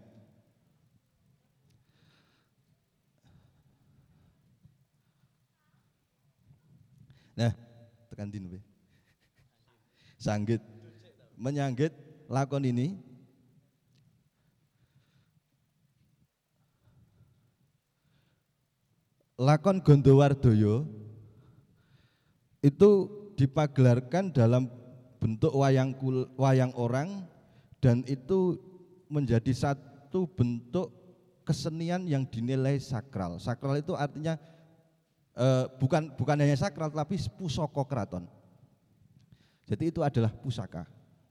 Nah, tekan dinu. Sanggit menyanggit lakon ini lakon Gondo Wardoyo itu dipagelarkan dalam bentuk wayang orang, dan itu menjadi satu bentuk kesenian yang dinilai sakral. Sakral itu artinya bukan hanya sakral, tapi pusaka keraton. Jadi itu adalah pusaka.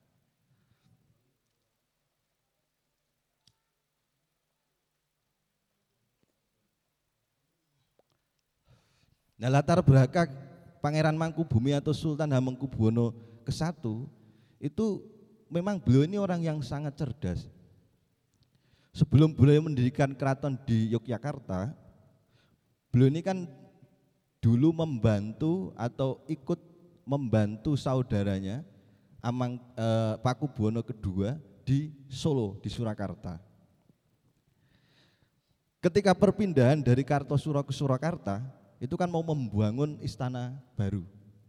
Nah, latar belakang Pangeran Mangkubumi atau Sultan Hamengkubuwono ke-1 itu memang beliau ini orang yang sangat cerdas. Sebelum beliau mendirikan keraton di Yogyakarta, beliau ini kan dulu membantu atau ikut membantu saudaranya Pakubuwono II di Solo, di Surakarta. Ketika perpindahan dari Kartosuro ke Surakarta, itu kan mau membangun istana baru.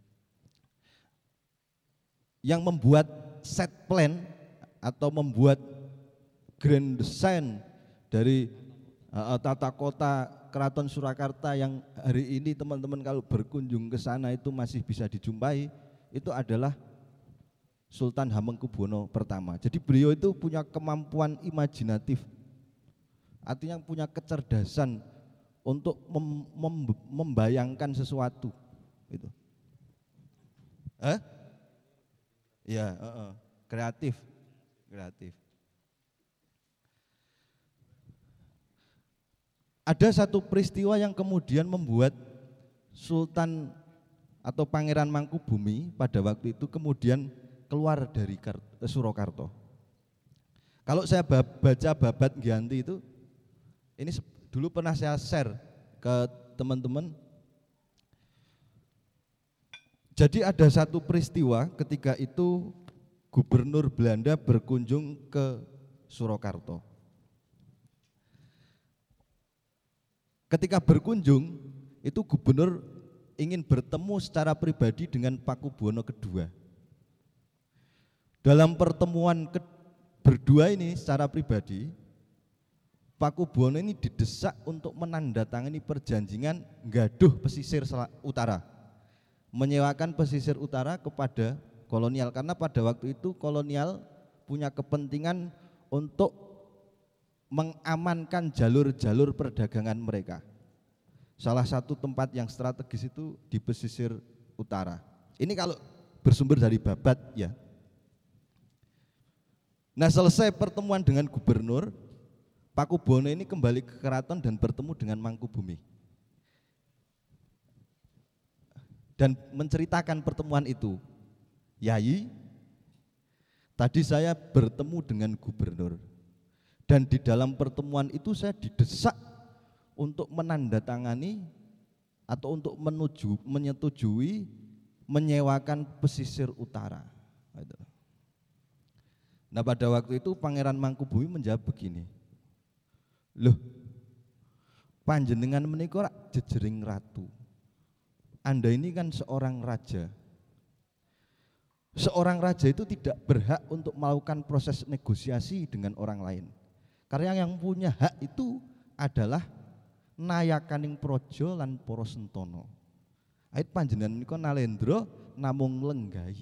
Yang membuat set plan atau membuat grand design dari tata kota Keraton Surakarta yang hari ini teman-teman kalau berkunjung ke sana itu masih bisa dijumpai, itu adalah Sultan Hamengkubuwono pertama. Jadi beliau itu punya kemampuan imajinatif, artinya punya kecerdasan untuk membayangkan sesuatu itu. Ya, kreatif. Ada satu peristiwa yang kemudian membuat Sultan atau Pangeran Mangkubumi pada waktu itu kemudian keluar dari Surakarta. Kalau saya baca Babad Ngganti itu, ini dulu pernah saya share ke teman-teman. Jadi ada satu peristiwa ketika itu Gubernur Belanda berkunjung ke Surakarta. Ketika berkunjung, itu gubernur ingin bertemu secara pribadi dengan Pakubuwono II. Dalam pertemuan berdua ini secara pribadi, Pakubuwono ini didesak untuk menandatangani perjanjian nggaduh pesisir utara, menyewakan pesisir utara kepada kolonial, karena pada waktu itu kolonial punya kepentingan untuk mengamankan jalur-jalur perdagangan mereka. Salah satu tempat yang strategis itu di pesisir utara. Ini kalau bersumber dari Babat ya. Nah, selesai pertemuan dengan gubernur, Pakubono ini kembali ke keraton dan bertemu dengan Mangkubumi. Dan menceritakan pertemuan itu, Yai, tadi saya bertemu dengan gubernur dan di dalam pertemuan itu saya didesak untuk menandatangani atau untuk menyetujui menyewakan pesisir utara. Nah, pada waktu itu Pangeran Mangkubumi menjawab begini, loh, panjenengan menika jejering ratu. Anda ini kan seorang raja. Seorang raja itu tidak berhak untuk melakukan proses negosiasi dengan orang lain. Karena yang punya hak itu adalah nayakaning projo lan para sentono. Ait panjenengan menika nalendra namung lenggahi.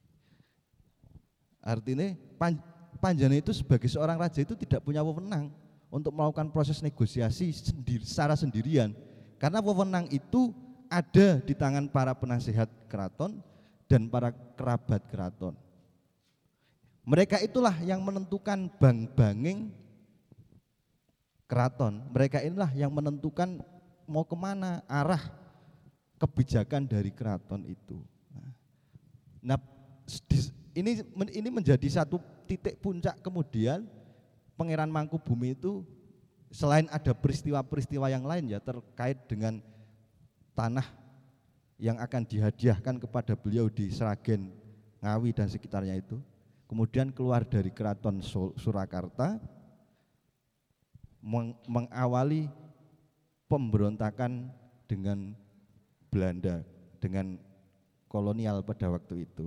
Artinya panjenengan itu sebagai seorang raja itu tidak punya wewenang untuk melakukan proses negosiasi secara sendirian. Karena wewenang itu ada di tangan para penasihat keraton dan para kerabat keraton. Mereka itulah yang menentukan bang-banging keraton. Mereka inilah yang menentukan mau kemana arah kebijakan dari keraton itu. Nah, ini menjadi satu titik puncak kemudian Pangeran Mangkubumi itu selain ada peristiwa-peristiwa yang lain ya terkait dengan tanah yang akan dihadiahkan kepada beliau di Sragen, Ngawi dan sekitarnya itu. Kemudian keluar dari keraton Surakarta mengawali pemberontakan dengan Belanda, dengan kolonial pada waktu itu.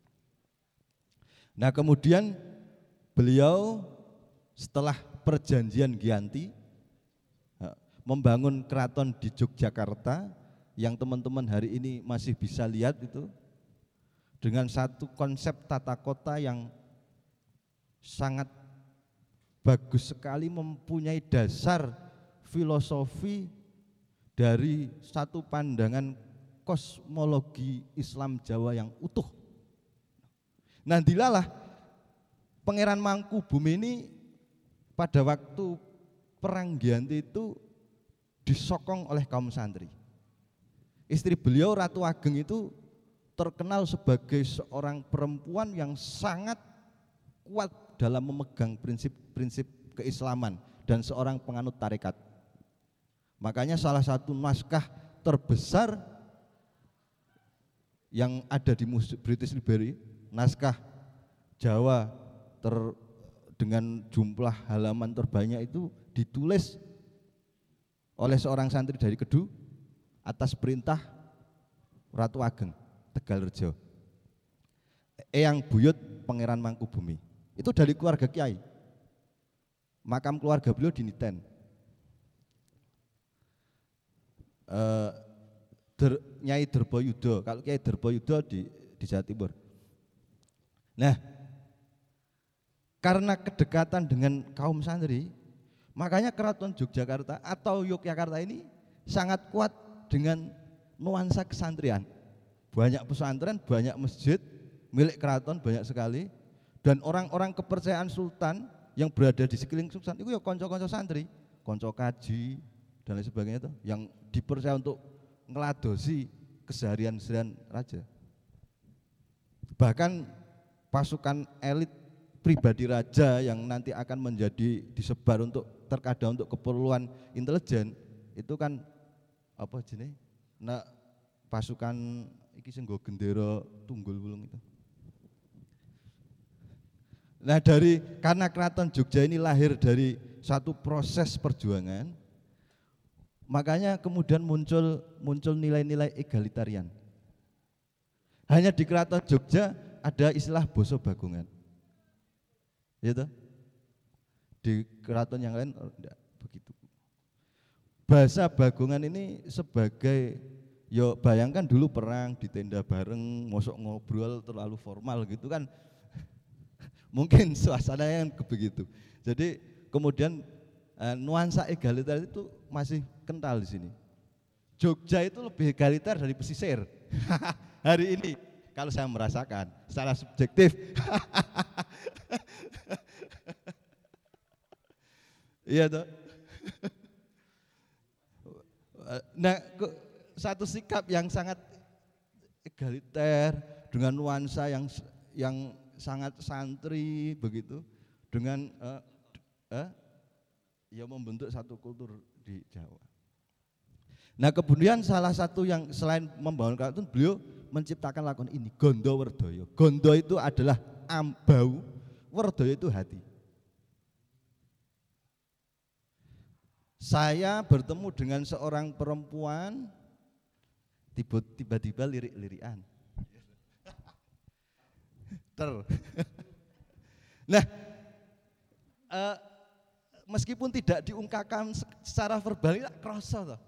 Nah, kemudian beliau setelah perjanjian Giyanti membangun keraton di Yogyakarta yang teman-teman hari ini masih bisa lihat itu dengan satu konsep tata kota yang sangat bagus sekali, mempunyai dasar filosofi dari satu pandangan kosmologi Islam Jawa yang utuh. Nah, dilalah Pangeran Mangkubumi ini pada waktu perang Giyanti itu disokong oleh kaum santri. Istri beliau Ratu Ageng itu terkenal sebagai seorang perempuan yang sangat kuat dalam memegang prinsip-prinsip keislaman dan seorang penganut tarekat. Makanya salah satu naskah terbesar yang ada di British Library, naskah Jawa dengan jumlah halaman terbanyak itu ditulis oleh seorang santri dari Kedu atas perintah Ratu Ageng Tegalrejo, Eyang Buyut Pangeran Mangkubumi. Itu dari keluarga kiai. Makam keluarga beliau di Niten. Nyai Derboyudo, kalau Kiai Derboyudo di Jawa Timur. Nah, karena kedekatan dengan kaum santri, makanya Keraton Yogyakarta atau Yogyakarta ini sangat kuat dengan nuansa kesantrian. Banyak pesantren, banyak masjid, milik keraton banyak sekali, dan orang-orang kepercayaan sultan yang berada di sekeliling sultan itu ya konco-konco santri, konco kaji dan lain sebagainya itu yang dipercaya untuk ngeladosi keseharian-keseharian raja. Bahkan pasukan elit pribadi raja yang nanti akan menjadi disebar untuk terkadang untuk keperluan intelijen itu kan apa jenis? Nah, pasukan iki sing nggo gendera tunggul wulung itu. Nah, karena Keraton Jogja ini lahir dari satu proses perjuangan, makanya kemudian muncul nilai-nilai egalitarian. Hanya di Keraton Jogja ada istilah boso bagongan. Gitu. Di keraton yang lain enggak begitu. Bahasa bagongan ini sebagai yo bayangkan dulu perang di tenda bareng, mosok ngobrol terlalu formal gitu kan. Mungkin suasana yang begitu. Jadi kemudian nuansa egaliter itu masih kental di sini. Jogja itu lebih egaliter dari pesisir hari ini. kalau saya merasakan secara subjektif. Iya toh. Nah, satu sikap yang sangat egaliter dengan nuansa yang sangat santri begitu, dengan ya membentuk satu kultur di Jawa. Nah, kemudian salah satu yang selain membangun kartun, beliau menciptakan lakon ini, Gondo Werdoyo. Gondo itu adalah bau, Werdoyo itu hati. Saya bertemu dengan seorang perempuan, tiba-tiba lirik-lirikan. Nah, meskipun tidak diungkapkan secara verbal, ya kroso toh.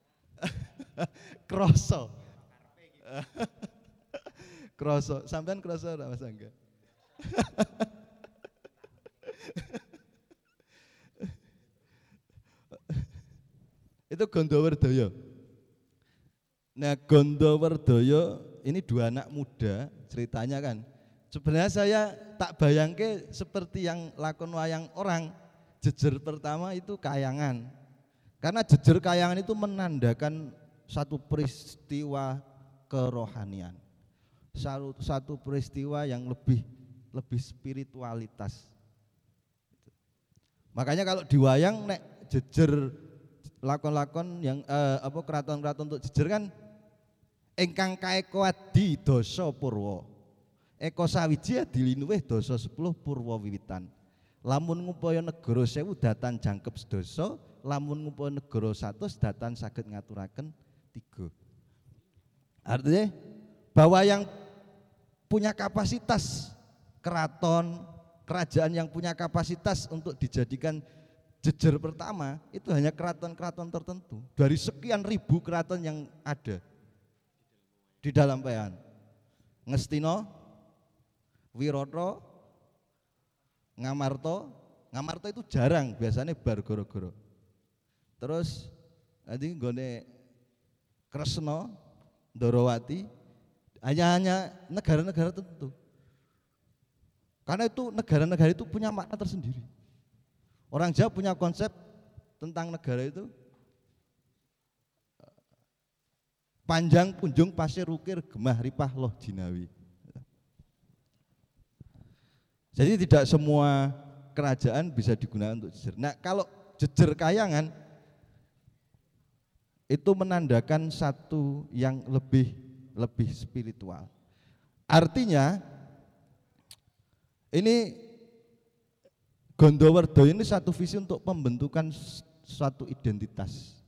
Kroso. Kroso, sampean kroso ora Mas Angga? Itu Gondowerdoyo. Nah, Gondowerdoyo ini dua anak muda ceritanya kan. Sebenarnya saya tak bayangke seperti yang lakon wayang orang. Jejer pertama itu kayangan. Karena jejer kayangan itu menandakan satu peristiwa kerohanian. Satu peristiwa yang lebih spiritualitas. Makanya kalau di wayang nek jejer lakon-lakon yang keraton-keraton untuk jejer kan ingkang kaeko adi dosa purwa. Eko sawiji adilinuwih dosa 10 purwa wiwitan. Lamun ngupaya negara 1000 datan jangkep sedoso, lamun ngupaya negara 100 datan saged ngaturaken 3. Artinya bahwa yang punya kapasitas keraton, kerajaan yang punya kapasitas untuk dijadikan jejer pertama itu hanya keraton-keraton tertentu dari sekian ribu keraton yang ada di dalam wayang. Ngastina, Wirata, Ngamarta itu jarang, biasanya bar goro-goro. Terus nanti nggone Kresna, Ndorowati hanya negara-negara tertentu. Karena itu negara-negara itu punya makna tersendiri. Orang Jawa punya konsep tentang negara itu panjang kunjung pasir ukir gemah ripah loh jinawi. Jadi tidak semua kerajaan bisa digunakan untuk jejer. Nah, kalau jejer kayangan itu menandakan satu yang lebih spiritual. Artinya ini Gondowerdoyo ini satu visi untuk pembentukan suatu identitas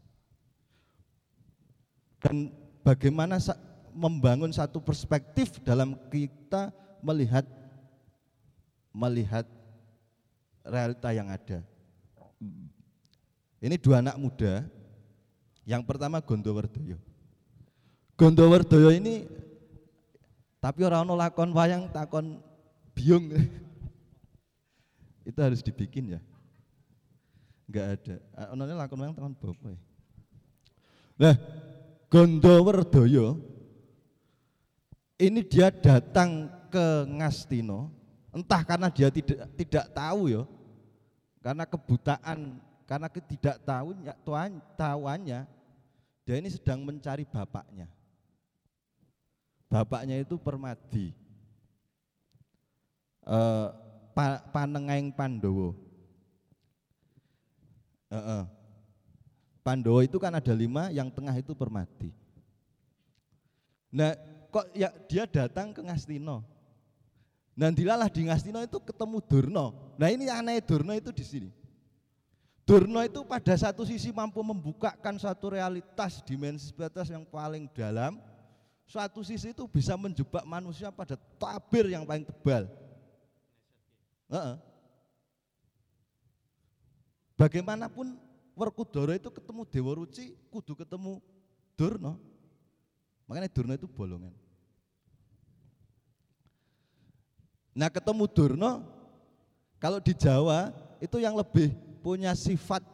dan bagaimana membangun satu perspektif dalam kita melihat realita yang ada. Ini dua anak muda. Yang pertama Gondowerdoyo. Gondowerdoyo ini tapi orang ono lakon wayang takon biung. Itu harus dibikin ya. Enggak ada. Onone lakon wayang takon bopo. Nah, Gondowerdoyo ini dia datang ke Ngastina. Entah karena dia tidak tahu ya, karena kebutaan, karena ketidaktahuannya, dia ini sedang mencari bapaknya. Bapaknya itu Permadi, Panengaing Pandowo. Pandowo itu kan ada 5, yang tengah itu Permadi. Nah, kok ya dia datang ke Ngastina. Nandilalah di Ngastina itu ketemu Durna. Nah, ini aneh Durna itu di sini. Durna itu pada satu sisi mampu membukakan suatu realitas dimensi spiritualitas yang paling dalam. Suatu sisi itu bisa menjebak manusia pada tabir yang paling tebal. Bagaimanapun Werkudara itu ketemu Dewa Ruci, kudu ketemu Durna. Makanya Durna itu bolongan. Nah, ketemu Durna kalau di Jawa itu yang lebih punya sifat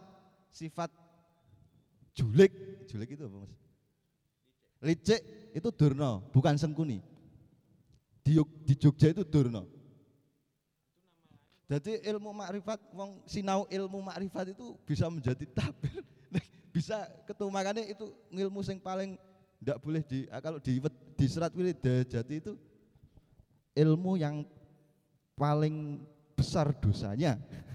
julik itu apa Mas? Licik itu Durna, bukan Sengkuni. di Jogja itu Durna. Jadi ilmu makrifat, wong sinau ilmu makrifat itu bisa menjadi tabir, bisa ketemu. Makanya itu ilmu yang paling tidak boleh kalau di serat Wiridajati itu ilmu yang paling besar dosanya.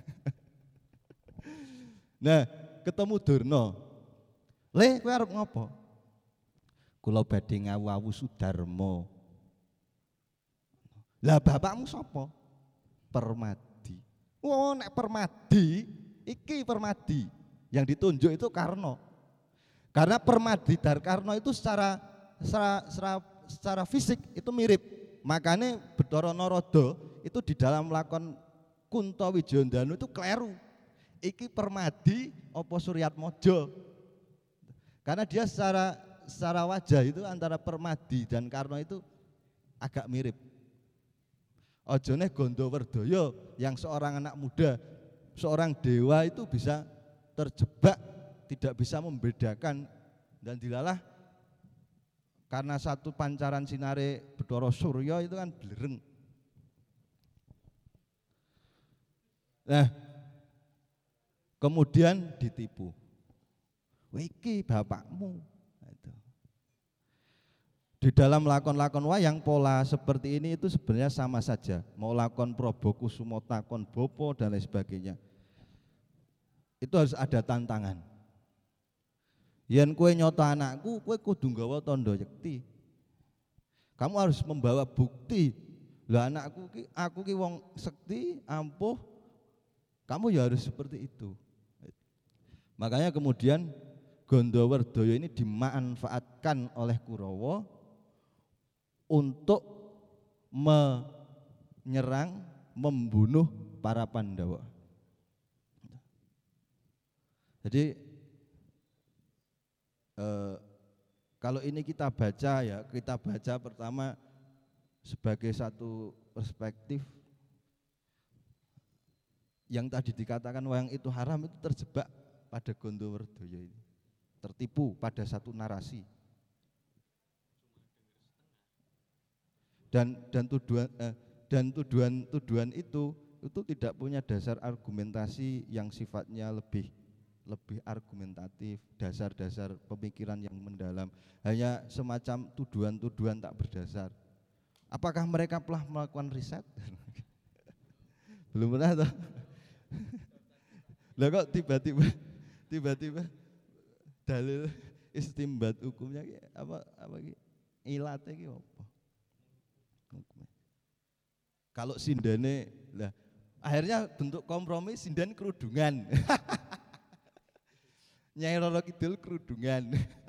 Nah, ketemu Durna. Le, kowe arep ngopo? Kula badhe ngawu-awu Sudarma. Lah bapakmu sapa? Permadi. Oh, nek Permadi, iki Permadi. Yang ditunjuk itu Karna. Karena Permadi Darkarno itu secara fisik itu mirip. Makanya Bathara Narada itu di dalam lakon Kunto Wijayandanu itu kleru. Iki Permadi apa Suryatmaja. Karena dia secara wajah itu antara Permadi dan Karno itu agak mirip. Ojone Gondowerdaya yang seorang anak muda, seorang dewa itu bisa terjebak, tidak bisa membedakan, dan dilalah karena satu pancaran sinare Bathara Surya itu kan blereng. Nah, kemudian ditipu. Wiki bapakmu. Di dalam lakon-lakon wayang pola seperti ini itu sebenarnya sama saja. Mau lakon Prabakusuma takon Bapa dan lain sebagainya. Itu harus ada tantangan. Yen kowe nyoto anakku, kowe kudu nggawa tandha yekti. Kamu harus membawa bukti. Lah anakku ki, aku ki wong sekti, ampuh. Kamu ya harus seperti itu. Makanya kemudian Gondowerdaya ini dimanfaatkan oleh Kurawa untuk menyerang, membunuh para Pandawa. Jadi kalau ini kita baca pertama sebagai satu perspektif yang tadi dikatakan wayang itu haram, itu terjebak pada Gondowerdaya ini, tertipu pada satu narasi. Dan tuduhan itu tidak punya dasar argumentasi yang sifatnya lebih argumentatif, dasar-dasar pemikiran yang mendalam, hanya semacam tuduhan-tuduhan tak berdasar. Apakah mereka telah melakukan riset? Belum pernah toh. Lah kok tiba-tiba dalil istimbat hukumnya apa ilate ki apa? Kalau sindane lah akhirnya bentuk kompromi sindan kerudungan. Nyai Roro Kidul kerudungan.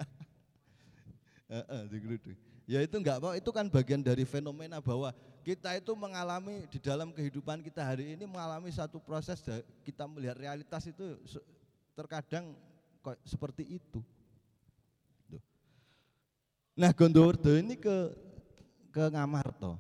Dikerudung. Ya itu enggak apa, itu kan bagian dari fenomena bahwa kita itu mengalami di dalam kehidupan kita hari ini mengalami satu proses, kita melihat realitas itu terkadang kok seperti itu. Nah, Gondowerdaya ini ke Ngamarta.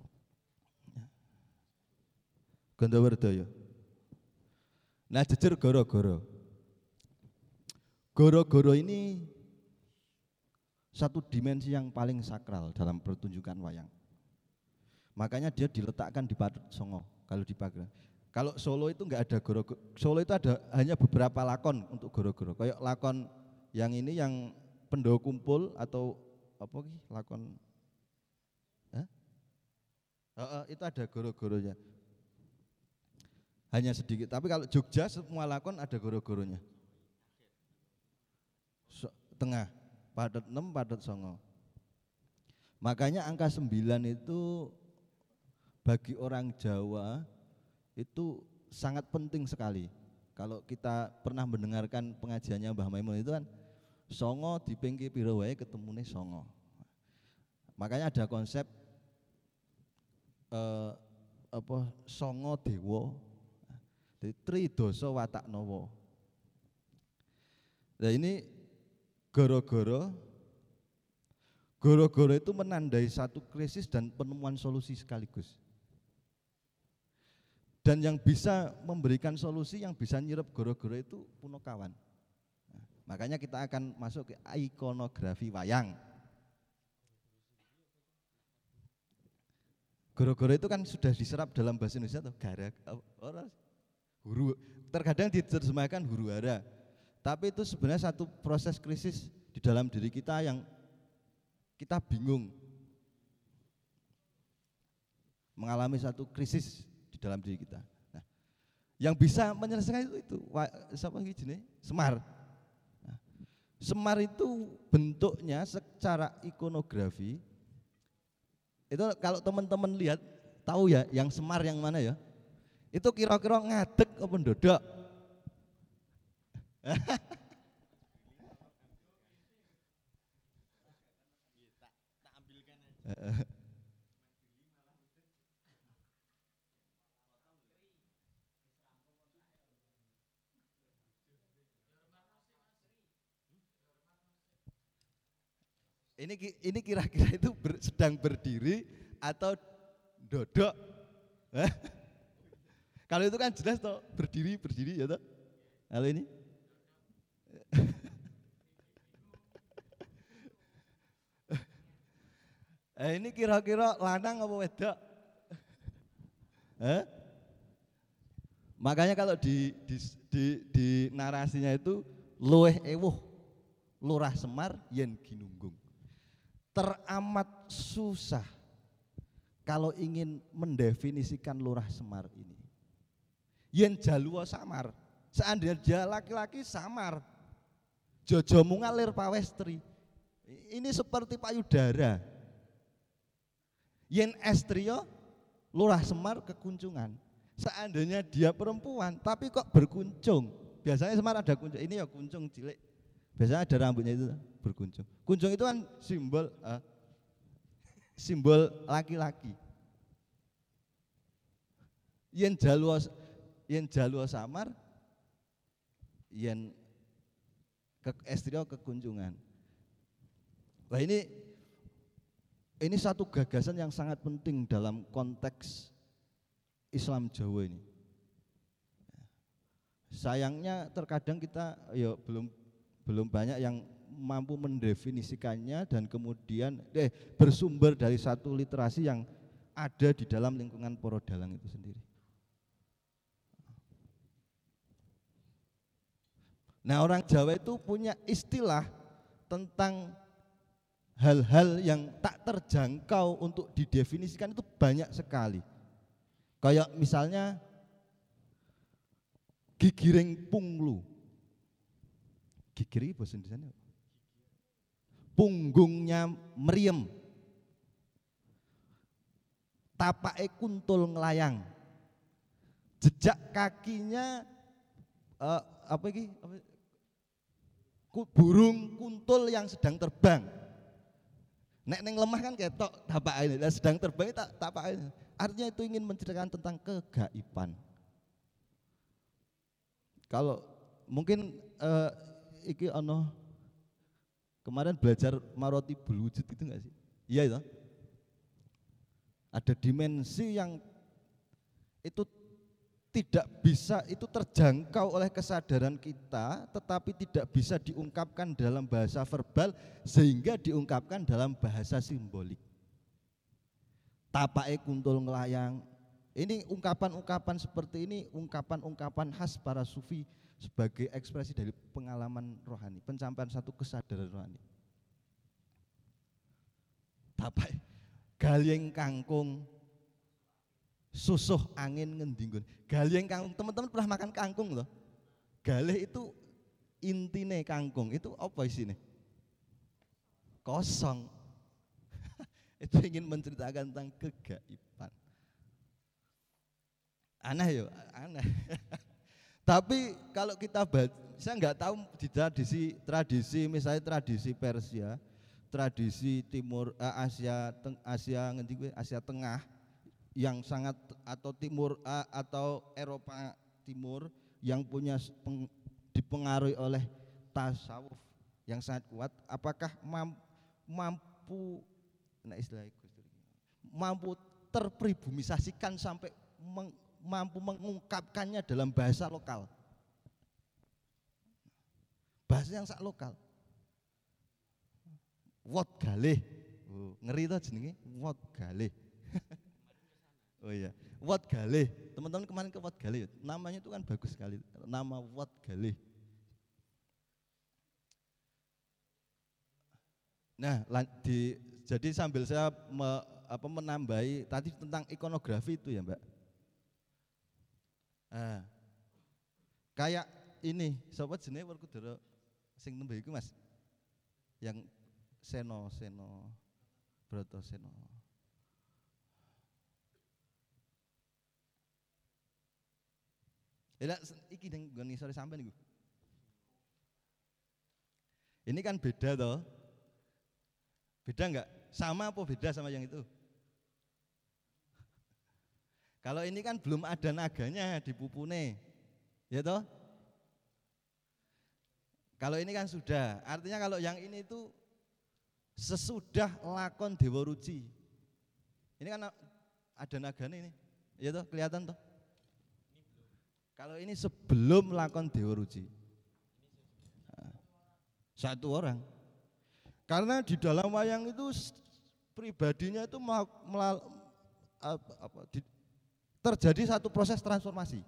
Gondowerdaya. Nah, jejer Goro-Goro. Goro-Goro ini satu dimensi yang paling sakral dalam pertunjukan wayang. Makanya dia diletakkan di Patut Songo kalau di Pageran. Kalau Solo itu enggak ada Goro-Goro. Solo itu ada hanya beberapa lakon untuk Goro-Goro. Kayak lakon yang ini yang Pendowo Kumpul atau apa ki lakon itu ada Goro-Goronya. Hanya sedikit, tapi kalau Jogja semua lakon ada Goro-Goronya. Tengah, Patut 6, Patut 9. Makanya angka 9 itu bagi orang Jawa itu sangat penting sekali. Kalau kita pernah mendengarkan pengajiannya Mbah Maimun itu kan songo dipingki piro wae ketemune songo. Makanya ada konsep songo dewa, Tridasa Wataknawa. Nah ini Goro-Goro itu menandai satu krisis dan penemuan solusi sekaligus. Dan yang bisa memberikan solusi, yang bisa nyirep Goro-Goro itu Punokawan. Nah, makanya kita akan masuk ke ikonografi wayang. Goro-goro itu kan sudah diserap dalam bahasa Indonesia tuh, gara orang huru, terkadang diterjemahkan huru hara. Tapi itu sebenarnya satu proses krisis di dalam diri kita yang kita bingung, mengalami satu krisis di dalam diri kita. Nah, yang bisa menyelesaikan itu siapa jenis? Semar. Nah, Semar itu bentuknya secara ikonografi itu kalau teman-teman lihat tahu ya yang Semar yang mana ya? Itu kira-kira ngadeg apa ndodok? Ini kira-kira itu sedang berdiri atau dodok? Kalau itu kan jelas toh berdiri ya toh. Kalau ini ini kira-kira lanang apa wedok? Makanya kalau di narasinya itu luweh ewuh lurah Semar yen ginunggung. Teramat susah kalau ingin mendefinisikan lurah Semar ini. Yen jaluwa samar, seandainya dia laki-laki samar, jojomu ngalir pawestri. Ini seperti payudara. Yen estriyo lurah Semar kekuncingan. Seandainya dia perempuan tapi kok berkuncung. Biasanya Semar ada kuncung, ini ya kuncung cilik. Biasanya ada rambutnya itu berkuncung. Kuncung itu kan simbol laki-laki. Yen jaluwa samar, yen estrio kekunjungan. Nah ini satu gagasan yang sangat penting dalam konteks Islam Jawa ini. Sayangnya terkadang kita ya belum banyak yang mampu mendefinisikannya dan kemudian bersumber dari satu literasi yang ada di dalam lingkungan Poro Dalang itu sendiri. Nah, orang Jawa itu punya istilah tentang hal-hal yang tak terjangkau untuk didefinisikan itu banyak sekali. Kayak misalnya gigiring punglu. Gigiri bahasa Indonesia apa? Punggungnya meriem, tapake kuntul ngelayang, jejak kakinya burung kuntul yang sedang terbang. Nek neng lemah kan ketok tapak ini, sedang terbang tapak ini. Artinya itu ingin menceritakan tentang kegaiban. Kalau mungkin iki kemarin belajar maroti bulwujud itu enggak sih? Iya itu. Ada dimensi yang itu tidak bisa, itu terjangkau oleh kesadaran kita, tetapi tidak bisa diungkapkan dalam bahasa verbal, sehingga diungkapkan dalam bahasa simbolik. Tapake kuntul ngelayang. Ini ungkapan-ungkapan seperti ini, ungkapan-ungkapan khas para sufi sebagai ekspresi dari pengalaman rohani, pencapaian satu kesadaran rohani. Tapake galyeng kangkung, susuh angin ngendinggun. Galyeng kangkung, teman-teman pernah makan kangkung loh. Galih itu intine kangkung, itu apa isinya? Kosong. Itu ingin menceritakan tentang kegaiban. Aneh ya, aneh. Tapi kalau kita baca, saya nggak tahu di tradisi misalnya tradisi Persia, tradisi Timur Asia Tengah yang sangat, atau Timur atau Eropa Timur yang punya dipengaruhi oleh tasawuf yang sangat kuat, apakah mampu mampu terpribumisasikan sampai mampu mengungkapkannya dalam bahasa lokal, bahasa yang sangat lokal. Wot galih, ngeri tuh jenenge wot galih. Oh iya, Wat Galih. Teman-teman kemarin ke Wat Galih, namanya itu kan bagus sekali. Nama Wat Galih. Nah, jadi sambil saya menambahi tadi tentang ikonografi itu ya, Mbak. Nah, kayak ini, sobat jenenge Werkudara sing nembe iku Mas. Yang Seno Brotoseno. Iki ning nggone sore sampean niku. Ini kan beda toh. Beda enggak? Sama apa beda sama yang itu? Kalau ini kan belum ada naganya di pupune. Ya toh? Kalau ini kan sudah. Artinya kalau yang ini itu sesudah lakon Dewa Ruci. Ini kan ada naganya ini. Ya toh, kelihatan toh? Kalau ini sebelum lakon Dewa Ruci. Satu orang. Karena di dalam wayang itu pribadinya itu terjadi satu proses transformasi.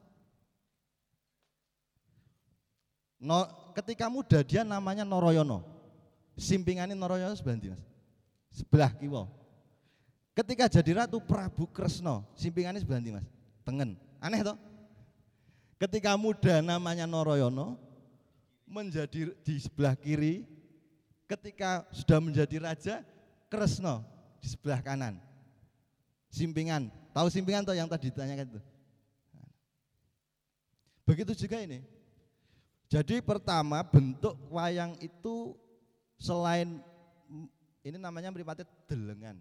Ketika muda dia namanya Noroyono. Simpingannya Noroyono sebelah ndi, Mas? Sebelah kiwa. Ketika jadi ratu Prabu Kresna, simpingannya sebelah ndi, Mas? Tengen. Aneh toh? Ketika muda namanya Noroyono, menjadi di sebelah kiri. Ketika sudah menjadi raja, Kresna di sebelah kanan. Simpingan. Tahu simpingan toh yang tadi ditanyakan itu? Begitu juga ini. Jadi pertama bentuk wayang itu selain ini namanya mripate delengan.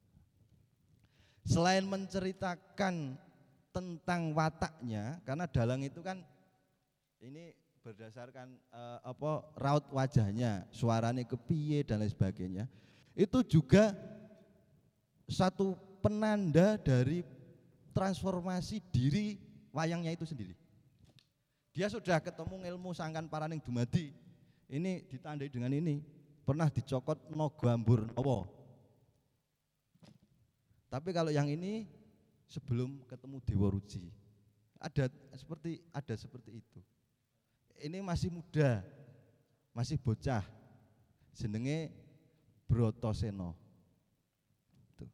Selain menceritakan tentang wataknya, karena dalang itu kan ini berdasarkan raut wajahnya, suaranya kepiye dan lain sebagainya. Itu juga satu penanda dari transformasi diri wayangnya itu sendiri. Dia sudah ketemu ilmu sangkan paraning dumadi. Ini ditandai dengan ini. Pernah dicokot naga Amburnawa. Tapi kalau yang ini sebelum ketemu Dewa Ruci. Ada seperti itu. Ini masih muda. Masih bocah. Jenenge Brotoseno. Tuh.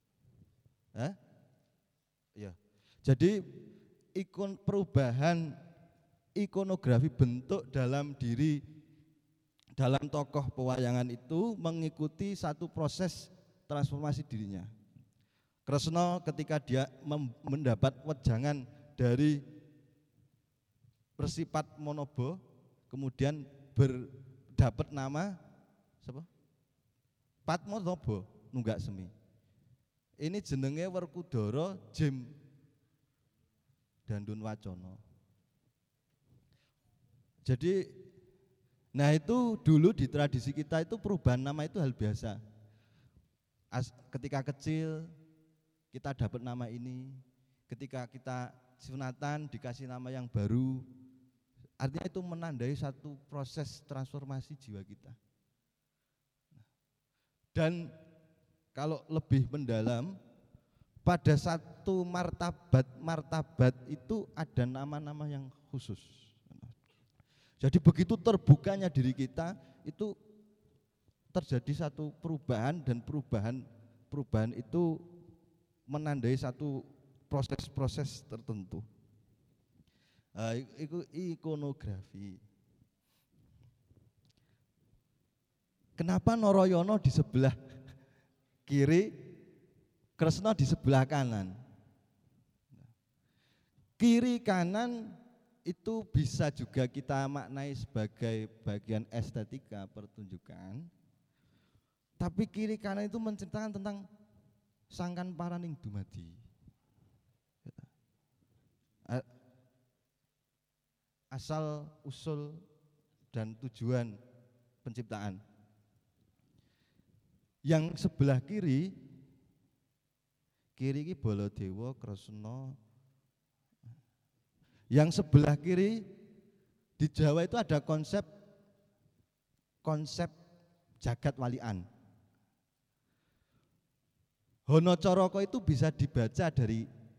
Ya. Jadi perubahan ikonografi bentuk dalam tokoh pewayangan itu mengikuti satu proses transformasi dirinya. Kresna ketika dia mendapat wejangan dari bersifat monobo, kemudian berdapat nama siapa? Padmanaba Nunggak Semi. Ini jenenge Werkudara Jim Dandun Wacana. Jadi, nah itu dulu di tradisi kita itu perubahan nama itu hal biasa. Ketika kecil kita dapat nama ini, ketika kita sunatan dikasih nama yang baru, artinya itu menandai satu proses transformasi jiwa kita. Dan kalau lebih mendalam, pada satu martabat itu ada nama-nama yang khusus. Jadi begitu terbukanya diri kita itu terjadi satu perubahan dan perubahan itu menandai satu proses-proses tertentu. Itu ikonografi. Kenapa Noroyono di sebelah kiri, Kresna di sebelah kanan? Kiri kanan itu bisa juga kita maknai sebagai bagian estetika pertunjukan. Tapi kiri kanan itu menceritakan tentang sangkan paraning dumadi. Asal usul dan tujuan penciptaan. Yang sebelah kiri ini Baladewa, Kresna. Yang sebelah kiri di Jawa itu ada konsep jagat walian. Honocoroko itu bisa dibaca dari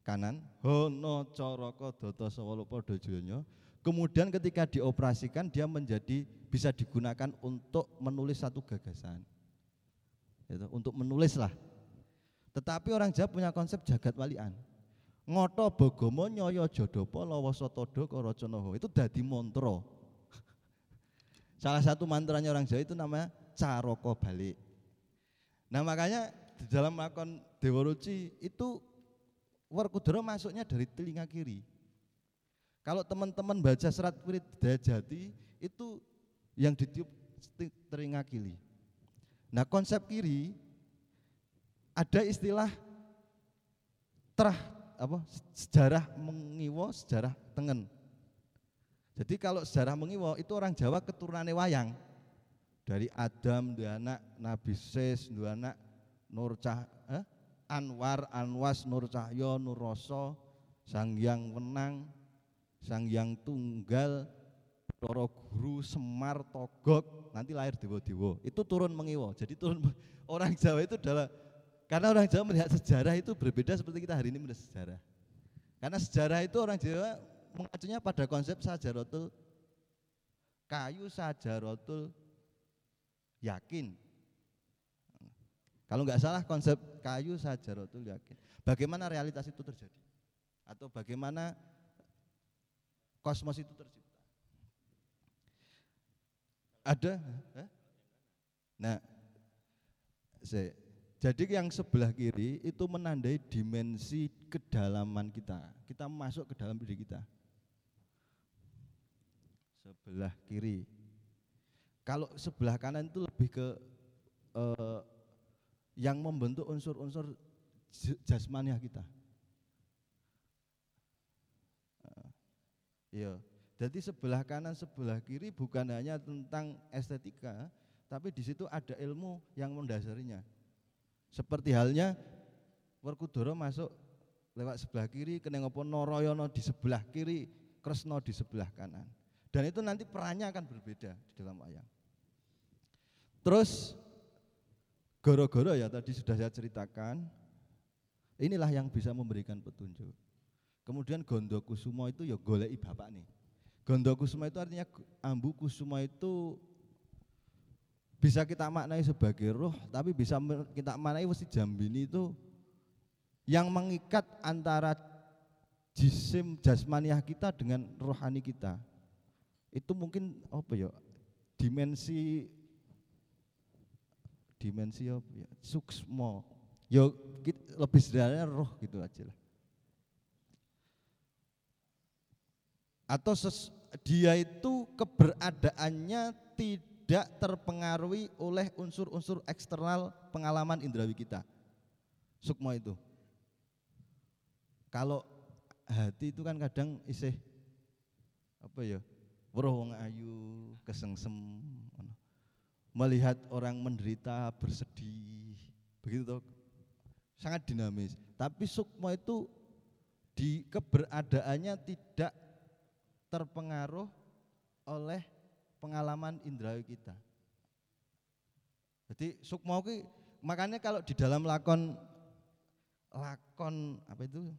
kanan, hono coroko doto sawolo podo joyo. Kemudian ketika dioperasikan dia menjadi bisa digunakan untuk menulis satu gagasan. Itu, untuk menulis lah. Tetapi orang Jawa punya konsep jagat walian. Ngoto bogomo nyoyo jodopo lawoso todo koroconoho. Itu dadi montro. Salah satu mantranya orang Jawa itu namanya caroko balik. Nah makanya di dalam lakon Dewa Ruci itu Werkudara masuknya dari telinga kiri. Kalau teman-teman baca serat wirid Dayajati itu yang ditiup telinga kiri. Nah konsep kiri ada istilah sejarah mengiwo, sejarah tengen. Jadi kalau sejarah mengiwo itu orang Jawa keturunannya wayang. Dari Adam, dua anak Nabi Ses, dua anak Anwar, Anwas, Nur Cahyo, Nur Roso, Sang Hyang Wenang, Sang Hyang Tunggal, Roro Guru, Semar, Togog, nanti lahir Dewa-dewa. Itu turun mengiwo. Jadi turun orang Jawa itu adalah karena orang Jawa melihat sejarah itu berbeda seperti kita hari ini melihat sejarah. Karena sejarah itu orang Jawa mengacunya pada konsep sajarotul kayu, sajarotul yakin. Kalau nggak salah konsep kayu sajarotul yakin. Bagaimana realitas itu terjadi? Atau bagaimana kosmos itu tercipta? Ada? Nah, jadi yang sebelah kiri itu menandai dimensi kedalaman kita. Kita masuk ke dalam diri kita. Sebelah kiri. Kalau sebelah kanan itu lebih ke yang membentuk unsur-unsur jasmaniah kita. Iya. Jadi sebelah kanan, sebelah kiri bukan hanya tentang estetika, tapi di situ ada ilmu yang mendasarinya. Seperti halnya Werkudara masuk lewat sebelah kiri, Kenengopo Narayan di sebelah kiri, Kresna di sebelah kanan. Dan itu nanti perannya akan berbeda di dalam wayang. Terus goro-goro ya tadi sudah saya ceritakan, inilah yang bisa memberikan petunjuk. Kemudian Gondo Kusumo itu ya goleki bapak nih. Gondo Kusumo itu artinya ambu kusumo itu bisa kita maknai sebagai roh, tapi bisa kita maknai Wesi Jambini itu yang mengikat antara jisim jasmaniah kita dengan rohani kita. Itu mungkin apa ya? Dimensi apa ya? Suksmo. Ya lebih sederhana roh gitu aja lah. Atau dia itu keberadaannya tidak terpengaruhi oleh unsur-unsur eksternal pengalaman indrawi kita. Sukma itu. Kalau hati itu kan kadang isih apa ya? Weruh wong ayu, kesengsem, melihat orang menderita, bersedih, begitu toh. Sangat dinamis. Tapi sukma itu di keberadaannya tidak terpengaruh oleh pengalaman indrawi kita. Jadi sukma itu makanya kalau di dalam lakon apa itu?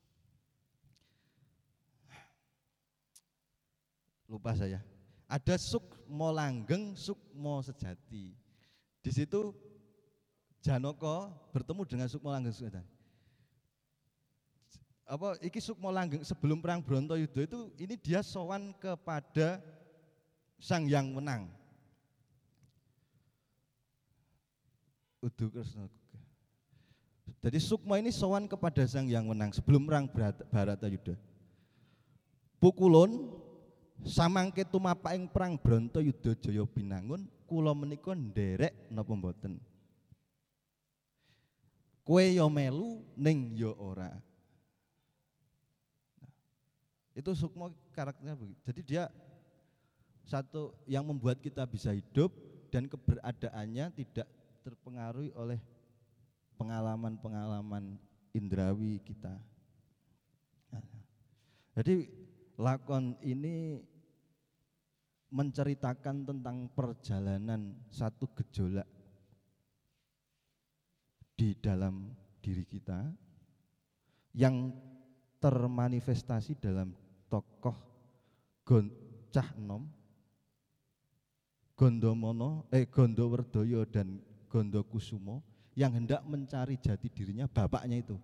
Lupa saya. Ada sukmo langgeng, sukmo sejati. Di situ Janaka bertemu dengan sukmo langgeng sejati. Apa iki sukmo langgeng sebelum perang Brontoyuda itu ini dia sowan kepada Sang Hyang Wenang. Udu Kresna. Jadi sukmo ini sowan kepada Sang Hyang Wenang sebelum perang Bharatayuda. Pukulun samangke tumapaking perang Brontoyuda Jaya Binangun kula menika nderek napa mboten. Kowe ya melu ning ya ora. Itu sukma karakternya begitu. Jadi dia satu yang membuat kita bisa hidup dan keberadaannya tidak terpengaruhi oleh pengalaman-pengalaman indrawi kita. Jadi lakon ini menceritakan tentang perjalanan satu gejolak di dalam diri kita yang termanifestasi dalam tokoh Cah Enom, Gondowerdoyo dan Gondokusumo yang hendak mencari jati dirinya bapaknya itu.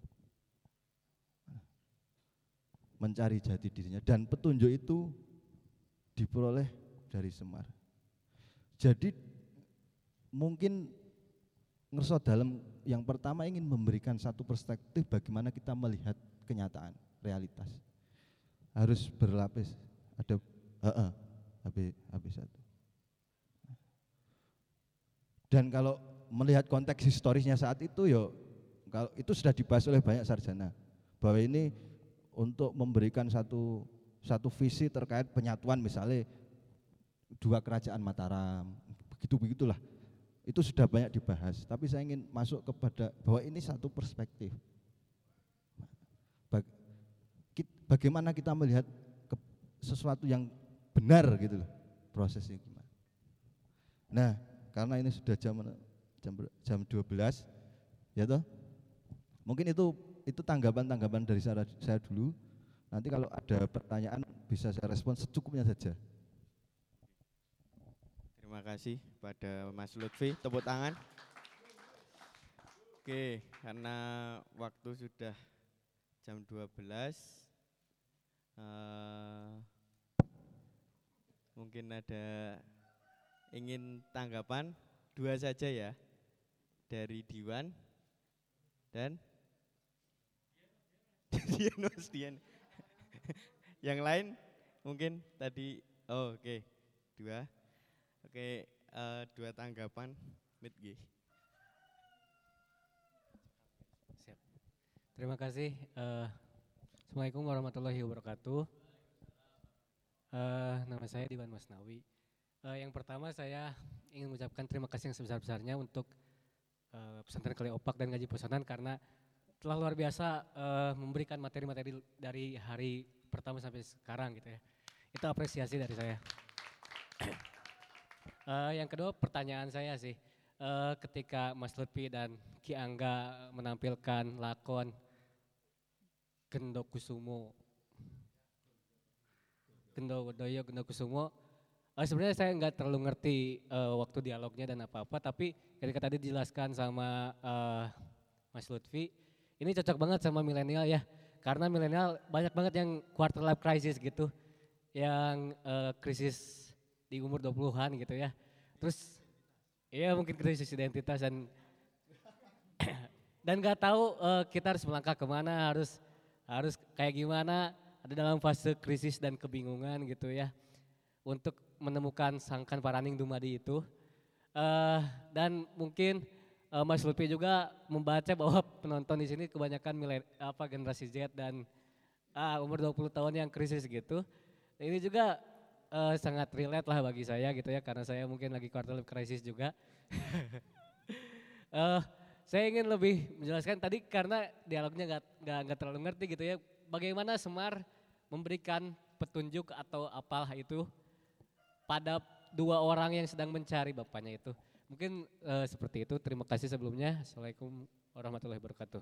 Mencari jati dirinya dan petunjuk itu diperoleh dari Semar. Jadi mungkin ngerso dalam yang pertama ingin memberikan satu perspektif bagaimana kita melihat kenyataan, realitas. Harus berlapis, ada habis satu. Dan kalau melihat konteks historisnya saat itu kalau itu sudah dibahas oleh banyak sarjana bahwa ini untuk memberikan satu visi terkait penyatuan misalnya dua kerajaan Mataram, begitulah. Itu sudah banyak dibahas, tapi saya ingin masuk kepada bahwa ini satu perspektif. Bagaimana kita melihat sesuatu yang benar gitu loh, prosesnya gimana. Nah, karena ini sudah jam 12 ya toh. Mungkin itu tanggapan dari saya dulu. Nanti kalau ada pertanyaan bisa saya respon secukupnya saja. Terima kasih pada Mas Lutfi, tepuk tangan. Oke, karena waktu sudah jam 12, mungkin ada ingin tanggapan 2 saja ya, dari Diwan dan Dian. Yang lain mungkin tadi, oke, 2. Oke, 2 tanggapan, Mitgi. Siap. Terima kasih. Assalamualaikum warahmatullahi wabarakatuh. Nama saya Diwan Masnawi. Yang pertama saya ingin mengucapkan terima kasih yang sebesar-besarnya untuk pesantren Kleopak dan Ngaji Pesanan karena telah luar biasa memberikan materi-materi dari hari pertama sampai sekarang gitu ya. Itu apresiasi dari saya. Yang kedua pertanyaan saya sih, ketika Mas Lutfi dan Ki Angga menampilkan lakon Gendokusumo, sebenarnya saya nggak terlalu ngerti waktu dialognya dan apa-apa, tapi ketika tadi dijelaskan sama Mas Lutfi, ini cocok banget sama milenial ya, karena milenial banyak banget yang quarter life crisis gitu, yang krisis di umur 20-an gitu ya. Terus ya mungkin krisis identitas dan nggak tahu kita harus melangkah kemana, harus kayak gimana, ada dalam fase krisis dan kebingungan gitu ya untuk menemukan sangkan paraning dumadi itu. Dan mungkin Mas Lutfi juga membaca bahwa penonton di sini kebanyakan generasi Z dan umur 20 tahun yang krisis gitu. Ini juga sangat relate lah bagi saya gitu ya, karena saya mungkin lagi quarter life crisis juga. Saya ingin lebih menjelaskan tadi karena dialognya nggak terlalu ngerti gitu ya, bagaimana Semar memberikan petunjuk atau apalah itu pada 2 orang yang sedang mencari bapaknya itu. Mungkin seperti itu. Terima kasih sebelumnya. Assalamualaikum warahmatullahi wabarakatuh.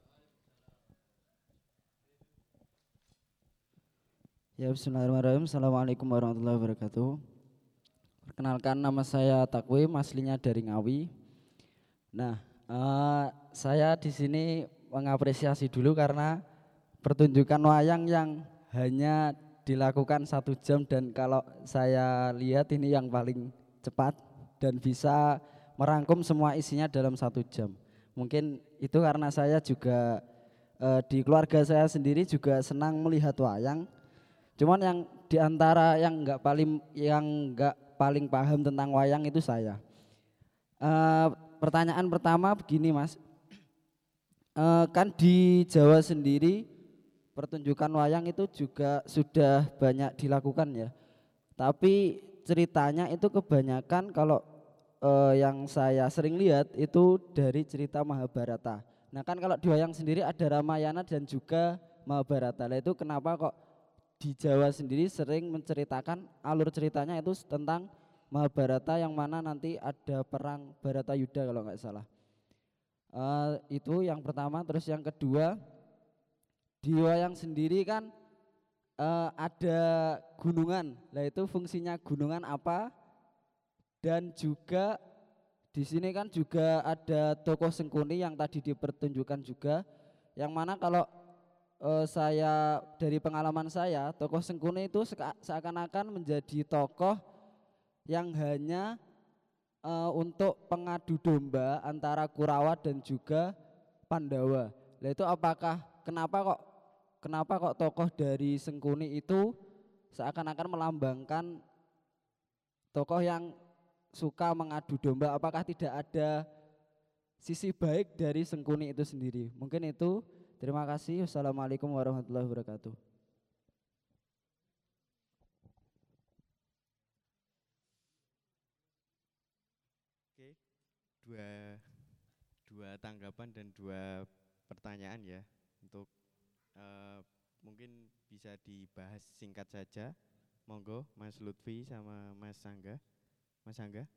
Ya, bismillahirrahmanirrahim. Assalamualaikum warahmatullahi wabarakatuh. Perkenalkan, nama saya Takwim, aslinya dari Ngawi. Nah, saya di sini mengapresiasi dulu karena pertunjukan wayang yang hanya dilakukan 1 jam, dan kalau saya lihat ini yang paling cepat dan bisa merangkum semua isinya dalam 1 jam. Mungkin itu karena saya juga di keluarga saya sendiri juga senang melihat wayang. Cuman yang diantara yang nggak paling paham tentang wayang itu saya. Pertanyaan pertama begini Mas, kan di Jawa sendiri pertunjukan wayang itu juga sudah banyak dilakukan ya. Tapi ceritanya itu kebanyakan kalau yang saya sering lihat itu dari cerita Mahabharata. Nah kan kalau di wayang sendiri ada Ramayana dan juga Mahabharata. Nah itu kenapa kok di Jawa sendiri sering menceritakan alur ceritanya itu tentang Mahabharata, yang mana nanti ada perang Baratayuda kalau nggak salah. Itu yang pertama. Terus yang kedua, di wayang sendiri kan ada gunungan. Lah itu fungsinya gunungan apa? Dan juga di sini kan juga ada tokoh Sengkuni yang tadi dipertunjukkan juga, yang mana kalau saya dari pengalaman saya, tokoh Sengkuni itu seakan-akan menjadi tokoh yang hanya untuk pengadu domba antara Kurawa dan juga Pandawa. Nah itu kenapa kok tokoh dari Sengkuni itu seakan-akan melambangkan tokoh yang suka mengadu domba? Apakah tidak ada sisi baik dari Sengkuni itu sendiri? Mungkin itu. Terima kasih. Wassalamualaikum warahmatullahi wabarakatuh. Oke, dua tanggapan dan dua pertanyaan ya. Untuk mungkin bisa dibahas singkat saja. Monggo Mas Lutfi sama Mas Angga. Mas Angga.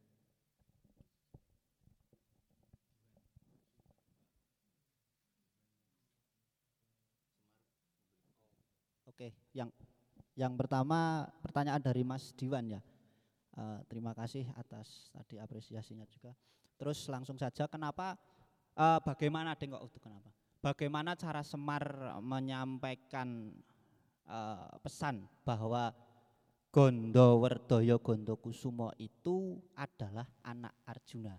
Oke, yang pertama pertanyaan dari Mas Diwan ya. Terima kasih atas tadi apresiasinya juga. Terus langsung saja, bagaimana kenapa? Bagaimana cara Semar menyampaikan pesan bahwa Gondowerdoyo Gondokusumo itu adalah anak Arjuna.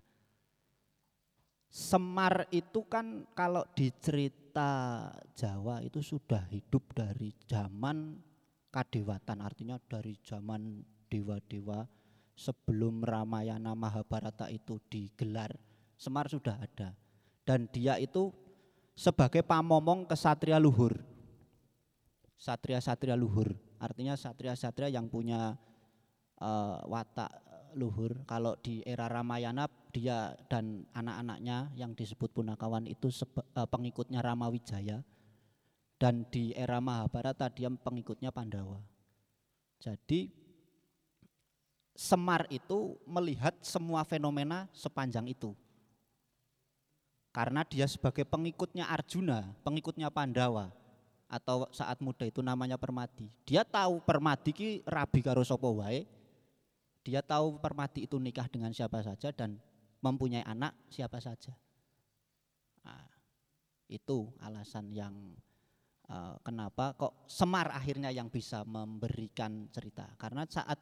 Semar itu kan kalau di cerita Jawa itu sudah hidup dari zaman kadewatan, artinya dari zaman dewa-dewa sebelum Ramayana Mahabharata itu digelar. Semar sudah ada dan dia itu sebagai pamomong kesatria luhur. Satria-satria luhur, artinya satria-satria yang punya watak luhur. Kalau di era Ramayana dia dan anak-anaknya yang disebut Punakawan itu pengikutnya Ramawijaya, dan di era Mahabharata dia pengikutnya Pandawa. Jadi Semar itu melihat semua fenomena sepanjang itu. Karena dia sebagai pengikutnya Arjuna, pengikutnya Pandawa, atau saat muda itu namanya Permadi. Dia tahu Permadi ki rabi karo sapa wae. Dia tahu Permadi itu nikah dengan siapa saja dan mempunyai anak siapa saja. Nah, itu alasan yang kenapa kok Semar akhirnya yang bisa memberikan cerita. Karena saat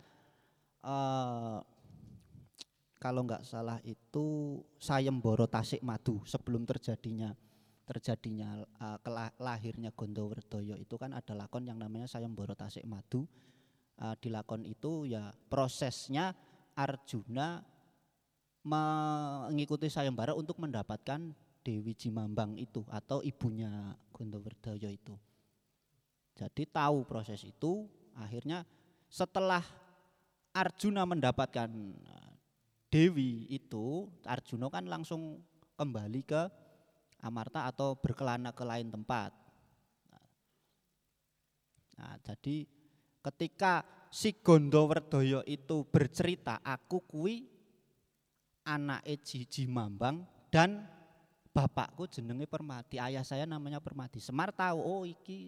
kalau nggak salah itu Sayembara Tasikmadu, sebelum terjadinya lahirnya Gondowerdoyo itu kan ada lakon yang namanya Sayembara Tasikmadu. Di lakon itu ya prosesnya Arjuna mengikuti sayembara untuk mendapatkan Dewi Jimambang itu atau ibunya Gondowerdoyo itu. Jadi tahu proses itu, akhirnya setelah Arjuna mendapatkan Dewi itu, Arjuna kan langsung kembali ke Amarta atau berkelana ke lain tempat. Nah, jadi ketika si Gondowerdoyo itu bercerita, aku kui anake Jimambang dan bapakku jenenge Permadi, ayah saya namanya Permadi. Semar tahu, oh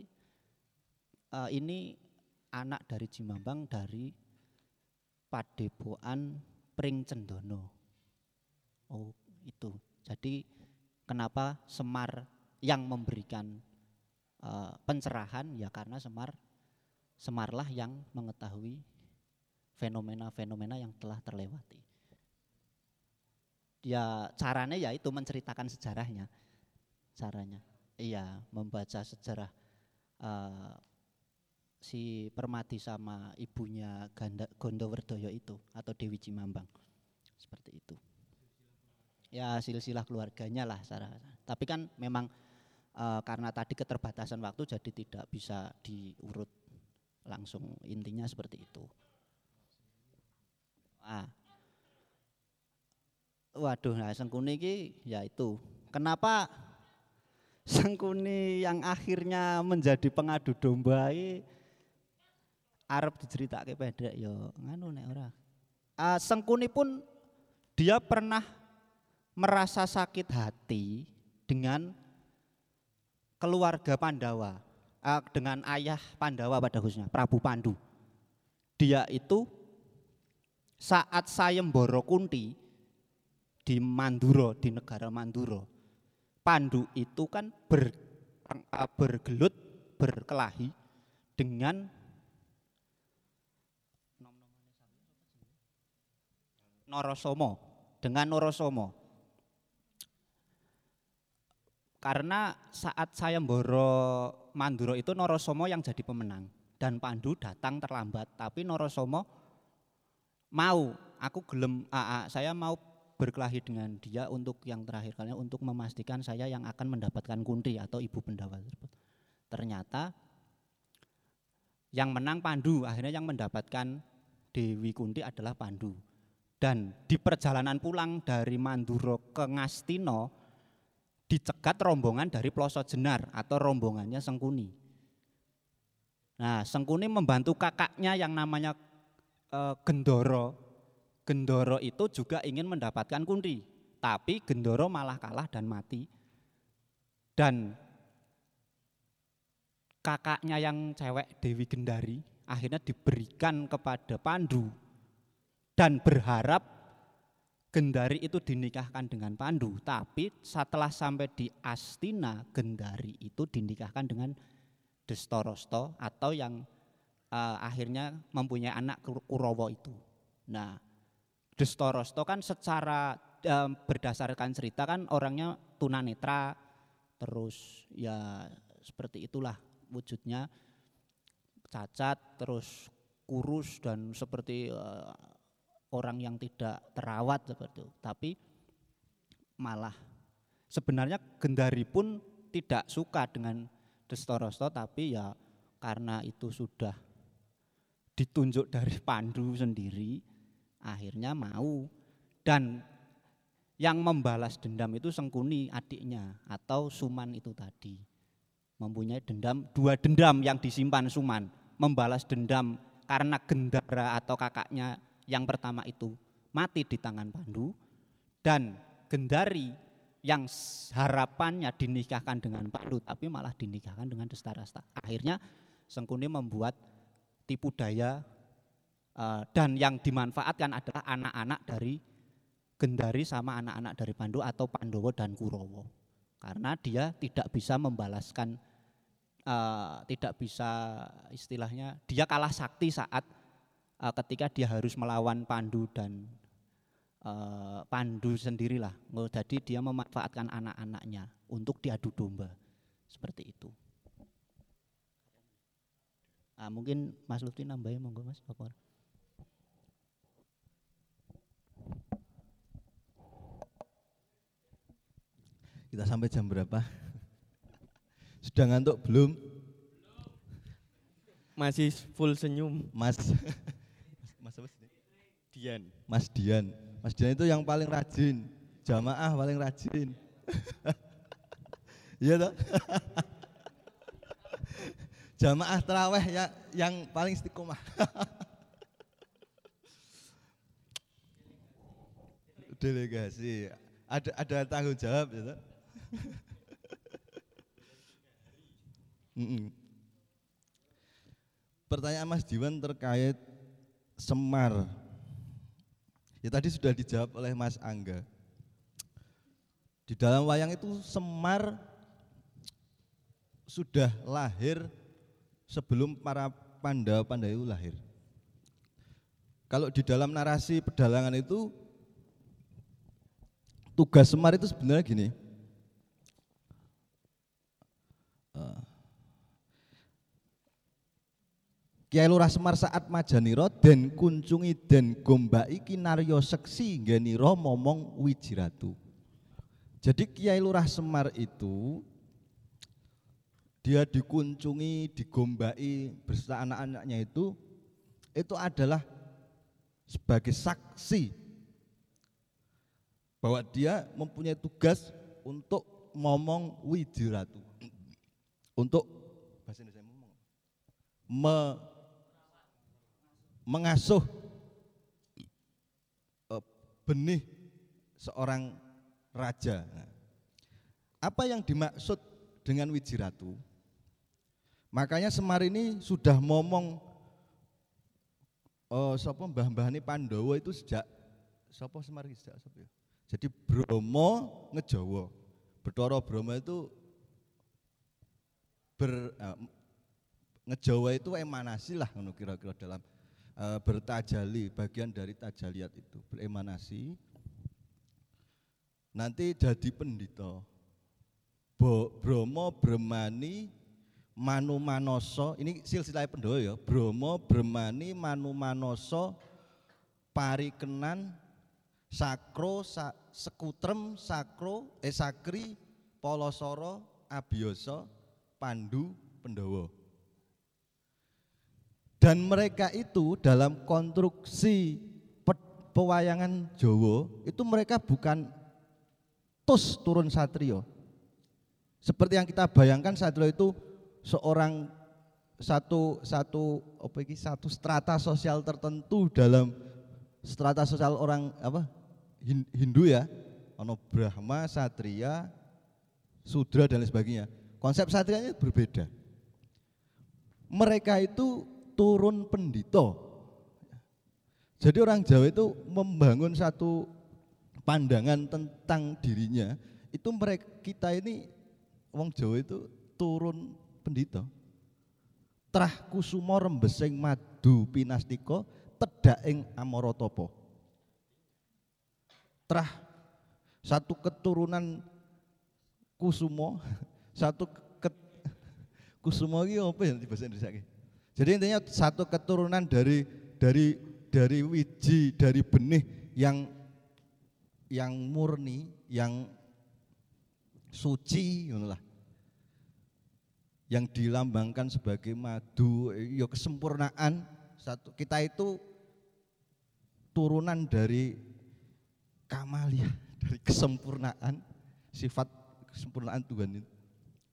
ini anak dari Jimambang dari Padepokan Pring Cendono. Oh itu. Jadi kenapa Semar yang memberikan pencerahan, ya karena Semarlah yang mengetahui fenomena-fenomena yang telah terlewati. Ya caranya ya itu menceritakan sejarahnya. Caranya iya membaca sejarah si Permadi sama ibunya Gondowerdoyo itu atau Dewi Jimambang. Seperti itu. Ya silsilah keluarganya lah. Tapi kan memang karena tadi keterbatasan waktu jadi tidak bisa diurut langsung, intinya seperti itu. Waduh, nah Sengkuni ini ya itu. Kenapa Sengkuni yang akhirnya menjadi pengadu domba ini arep diceritake pendek ya nganu nek ora. Sengkuni pun dia pernah merasa sakit hati dengan keluarga Pandawa. dengan ayah Pandawa pada khususnya, Prabu Pandu. Dia itu saat Sayembara Kunti di Mandura, di negara Mandura, Pandu itu kan bergelut, berkelahi dengan Narasoma, karena saat Sayembara Mandura itu Narasoma yang jadi pemenang dan Pandu datang terlambat, tapi Narasoma mau, aku gelem, saya mau berkelahi dengan dia untuk yang terakhir kalinya, untuk memastikan saya yang akan mendapatkan Kunti atau ibu Pendawa tersebut. Ternyata yang menang Pandu, akhirnya yang mendapatkan Dewi Kunti adalah Pandu. Dan di perjalanan pulang dari Mandura ke Ngastina dicegat rombongan dari Ploso Jenar atau rombongannya Sengkuni. Nah, Sengkuni membantu kakaknya yang namanya Gendoro. Gendoro itu juga ingin mendapatkan Kunti, tapi Gendoro malah kalah dan mati. Dan kakaknya yang cewek Dewi Gendari akhirnya diberikan kepada Pandu dan berharap Gendari itu dinikahkan dengan Pandu, tapi setelah sampai di Astina, Gendari itu dinikahkan dengan Destorosto atau yang akhirnya mempunyai anak Kurawa itu. Nah, Destorosto kan secara berdasarkan cerita kan orangnya tunanetra, terus ya seperti itulah wujudnya, cacat, terus kurus dan seperti orang yang tidak terawat seperti itu. Tapi malah sebenarnya Gendari pun tidak suka dengan Destorosto, tapi ya karena itu sudah ditunjuk dari Pandu sendiri, akhirnya mau. Dan yang membalas dendam itu Sengkuni adiknya atau Suman itu tadi. Mempunyai dendam, 2 dendam yang disimpan Suman. Membalas dendam karena Gendara atau kakaknya yang pertama itu mati di tangan Pandu, dan Gendari yang harapannya dinikahkan dengan Pandu tapi malah dinikahkan dengan Destarasta. Akhirnya Sengkuni membuat tipu daya dan yang dimanfaatkan adalah anak-anak dari Gendari sama anak-anak dari Pandu atau Pandowo dan Kurowo, karena dia tidak bisa membalaskan, tidak bisa, istilahnya dia kalah sakti saat ketika dia harus melawan Pandu dan Pandu sendirilah. Jadi dia memanfaatkan anak-anaknya untuk diadu domba seperti itu. Mungkin Mas Lutfi nambahin, monggo Mas. Kita sampai jam berapa? Sudah ngantuk belum? Masih full senyum. Mas apa sih? Dian. Mas Dian. Mas Dian itu yang paling rajin, jamaah paling rajin. Iya toh? Jamaah taraweh yang paling istiqomah. Delegasi. Ada tanggung jawab ya toh? Pertanyaan Mas Diwan terkait Semar. Ya tadi sudah dijawab oleh Mas Angga. Di dalam wayang itu Semar sudah lahir sebelum para Pandawa itu lahir. Kalau di dalam narasi pedalangan itu tugas Semar itu sebenarnya gini. Kyai Lurah Semar saat majaniro den kuncungi den gombaki kinaryo seksi nggeniro momong wijiratu. Jadi Kyai Lurah Semar itu dia dikunjungi, digombaki beserta anak-anaknya itu adalah sebagai saksi bahwa dia mempunyai tugas untuk momong wijiratu, untuk bahasa Indonesia mengasuh benih seorang raja. Apa yang dimaksud dengan wijiratu? Makanya Semar ini sudah ngomong sapa mbah-mbahane Pandhawa itu sejak sapa Semar iki sejak sapa ya. Jadi Bromo ngejawa. Bathara Brahma itu ngejawa itu emanasi lah ngono kira-kira dalam bertajali, bagian dari tajaliat itu beremanasi. Nanti jadi pendito. Bromo Brahmani Manu Manoso, ini silsilah Pandhawa ya. Bromo Brahmani Manu Manoso Parikenan Sakro Sekutrem Sakro Sakri Polosoro Abiyasa Pandu Pandhawa. Dan mereka itu dalam konstruksi pewayangan Jawa itu mereka bukan tus turun satrio. Seperti yang kita bayangkan satrio itu seorang satu strata sosial tertentu dalam strata sosial orang Hindu ya, ono Brahma, Satria, Sudra dan lain sebagainya. Konsep satrianya berbeda. Mereka itu turun pendito. Jadi orang Jawa itu membangun satu pandangan tentang dirinya. Itu kita ini wong Jawa itu turun pendito. Trah kusuma rembesing madu pinastika tedak ing Amaratopo. Trah satu keturunan Kusumo, Kusumo iki apa ya di bahasa Indonesia iki? Jadi intinya satu keturunan dari wiji, dari benih yang murni, yang suci ngono lah. Yang dilambangkan sebagai madu, ya kesempurnaan. Kita itu turunan dari kamalia, dari kesempurnaan, sifat kesempurnaan Tuhan itu.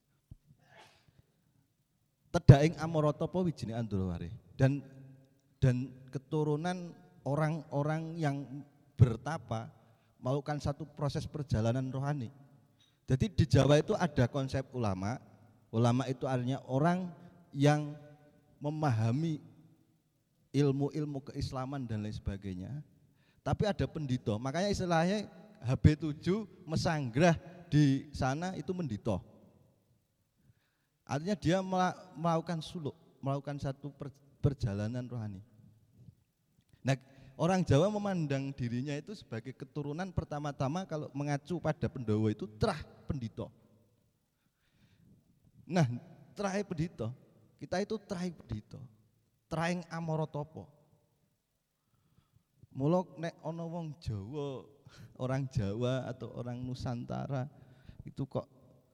Tedaing Amaratopo wijine Andrawari dan keturunan orang-orang yang bertapa melakukan satu proses perjalanan rohani. Jadi di Jawa itu ada konsep ulama. Ulama itu artinya orang yang memahami ilmu-ilmu keislaman dan lain sebagainya. Tapi ada pendito, makanya istilahnya HB7 mesanggrah di sana itu mendito. Artinya dia melakukan suluk, melakukan satu perjalanan rohani. Nah, orang Jawa memandang dirinya itu sebagai keturunan pertama-tama kalau mengacu pada Pandhawa itu trah pendito. Nah, terahe pendito, kita itu terahe pendito, teraing Amaratopo. Mula nek ana wong Jawa, orang Jawa atau orang Nusantara itu kok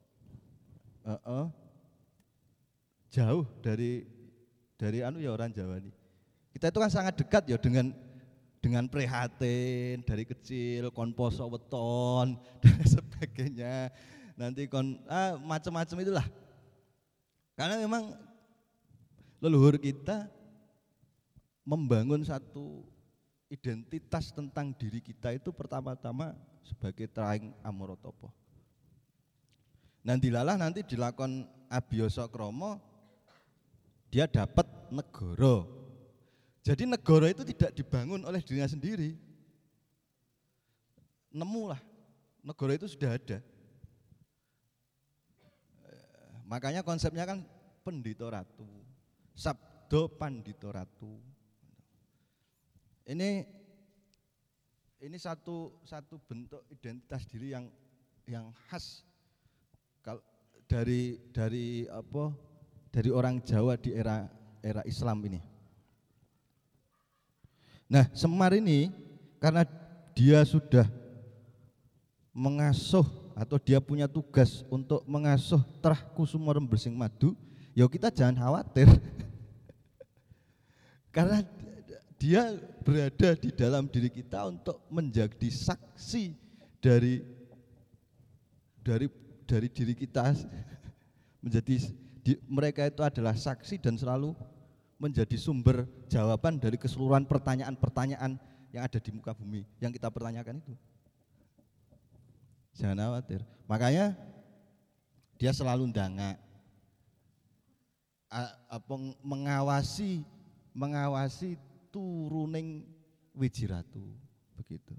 jauh dari orang Jawa nih. Kita itu kan sangat dekat ya dengan prihatin dari kecil, kon poso weton dan sebagainya. Nanti kon macam-macam itulah. Karena memang leluhur kita membangun satu identitas tentang diri kita itu pertama-tama sebagai Traing Amaratopo. Nanti dilakon Abiyasa Krama dia dapat negara. Jadi negara itu tidak dibangun oleh dirinya sendiri. Nemulah, negara itu sudah ada. Makanya konsepnya kan Pendito Ratu, Sabdo Pandito Ratu. Ini satu bentuk identitas diri yang khas dari orang Jawa di era Islam ini. Nah, Semar ini karena dia sudah mengasuh atau dia punya tugas untuk mengasuh Trah Kusuma Rembesing Madu, ya kita jangan khawatir. Karena dia berada di dalam diri kita untuk menjadi saksi dari diri kita. Mereka itu adalah saksi dan selalu menjadi sumber jawaban dari keseluruhan pertanyaan-pertanyaan yang ada di muka bumi yang kita pertanyakan itu. Jangan khawatir. Makanya dia selalu ndangak. mengawasi turuning wiji ratu begitu.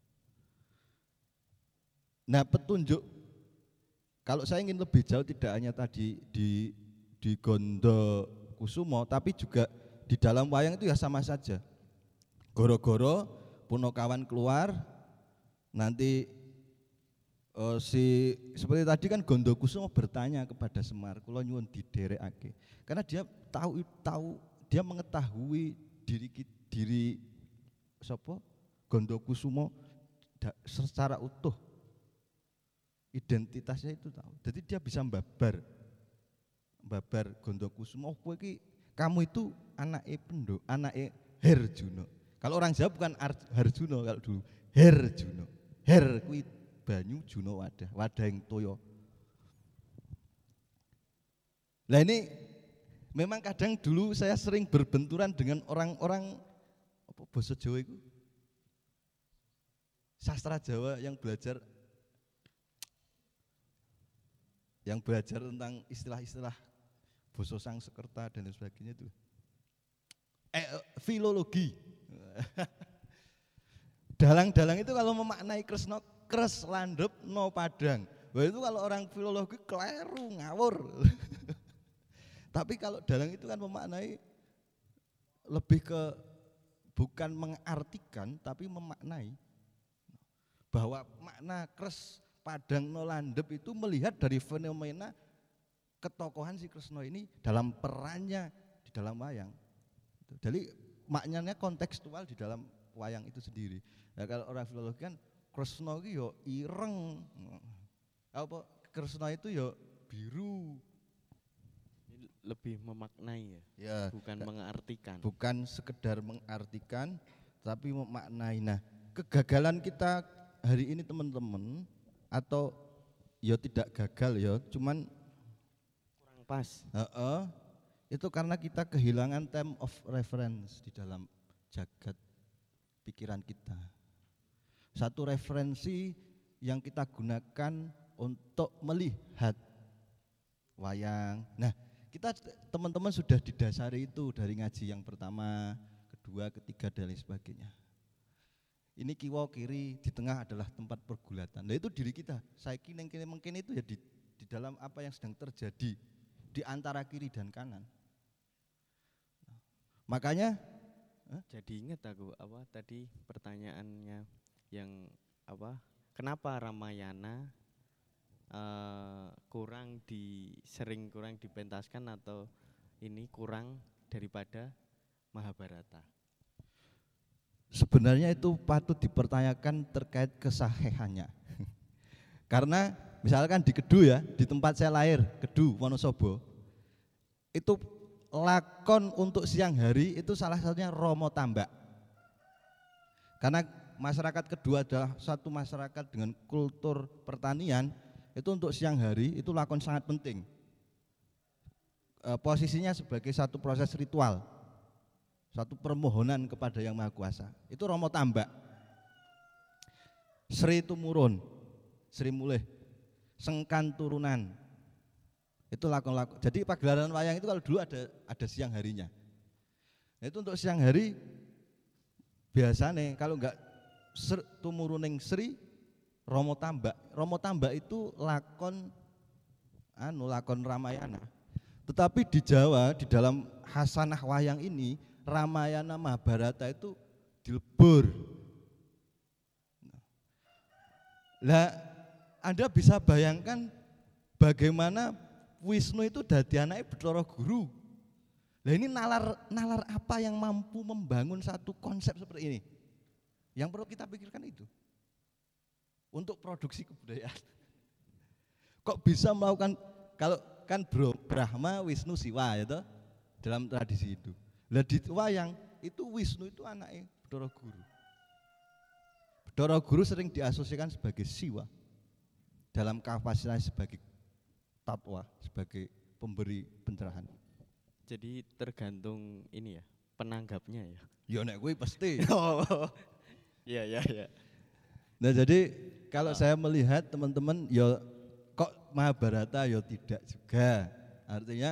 Nah, petunjuk kalau saya ingin lebih jauh tidak hanya tadi di Gondo Kusumo tapi juga di dalam wayang itu ya sama saja. Goro-goro Punokawan keluar nanti seperti tadi kan Gondo Kusumo bertanya kepada Semar, kula nyuwun diderekake. Karena dia tahu dia mengetahui diri sapa Gondo Kusumo secara utuh. Identitasnya itu tahu. Jadi dia bisa babar Gondo Kusumo, kamu itu anake Herjuno. Kalau orang Jawa bukan Harjuno kalau dulu, Herjuno. Her kuwi banyu, Juno wadah yang toyo. Nah ini memang kadang dulu saya sering berbenturan dengan orang-orang apa basa Jawa itu, sastra Jawa yang belajar tentang istilah-istilah basa Sangsekerta dan lain sebagainya itu. Filologi. Dalang-dalang itu kalau memaknai Kresna, kres landep no padang. Wah itu kalau orang filologi keliru, ngawur. Tapi kalau dalang itu kan memaknai lebih ke bukan mengartikan tapi memaknai bahwa makna kres padang no landep itu melihat dari fenomena ketokohan si Kresna ini dalam perannya di dalam wayang. Jadi maknanya kontekstual di dalam wayang itu sendiri. Nah kalau orang filologi kan Kresna itu yo ireng, apa Kresna itu yo biru. Lebih memaknai ya, bukan mengartikan. Bukan sekedar mengartikan, tapi memaknai. Nah kegagalan kita hari ini teman-teman, atau ya tidak gagal ya, cuman kurang pas. Itu karena kita kehilangan term of reference di dalam jagat pikiran kita. Satu referensi yang kita gunakan untuk melihat wayang. Nah, kita teman-teman sudah didasari itu dari ngaji yang pertama, kedua, ketiga dan lain sebagainya. Ini kiwa kiri, di tengah adalah tempat pergulatan. Nah itu diri kita. Saya kini mungkin itu ya di dalam apa yang sedang terjadi di antara kiri dan kanan. Makanya jadi ingat aku apa tadi pertanyaannya yang apa? Kenapa Ramayana sering kurang dipentaskan atau ini kurang daripada Mahabharata? Sebenarnya itu patut dipertanyakan terkait kesahihannya. Karena misalkan di Kedu ya, di tempat saya lahir, Kedu, Wonosobo, itu lakon untuk siang hari itu salah satunya Romo Tambak. Karena masyarakat Kedu adalah satu masyarakat dengan kultur pertanian, itu untuk siang hari itu lakon sangat penting. Posisinya sebagai satu proses ritual, satu permohonan kepada Yang Maha Kuasa. Itu Romo Tambak. Sri Tumurun, Sri Mulih, Sengkan Turunan. Itu lakon-lakon. Jadi pagelaran wayang itu kalau dulu ada siang harinya. Itu untuk siang hari biasanya kalau enggak Tumuruning Sri Romo Tambak. Romo Tambak itu lakon Ramayana. Tetapi di Jawa di dalam hasanah wayang ini Ramayana Mahabharata itu dilebur. Lah Anda bisa bayangkan bagaimana Wisnu itu dadi anake Bathara Guru. Lah ini nalar apa yang mampu membangun satu konsep seperti ini? Yang perlu kita pikirkan itu. Untuk produksi kebudayaan. Kok bisa melakukan, kalau kan Brahma, Wisnu, Siwa ya toh, dalam tradisi itu. Lah di wayang itu Wisnu itu anaknya Bathara Guru. Bathara Guru sering diasosiasikan sebagai Siwa dalam kapasitas sebagai tatwa, sebagai pemberi pencerahan. Jadi tergantung ini ya, penanggapnya ya. Ya nek kuwi pasti. Iya. Nah jadi kalau saya melihat teman-teman ya kok Mahabharata ya tidak juga. Artinya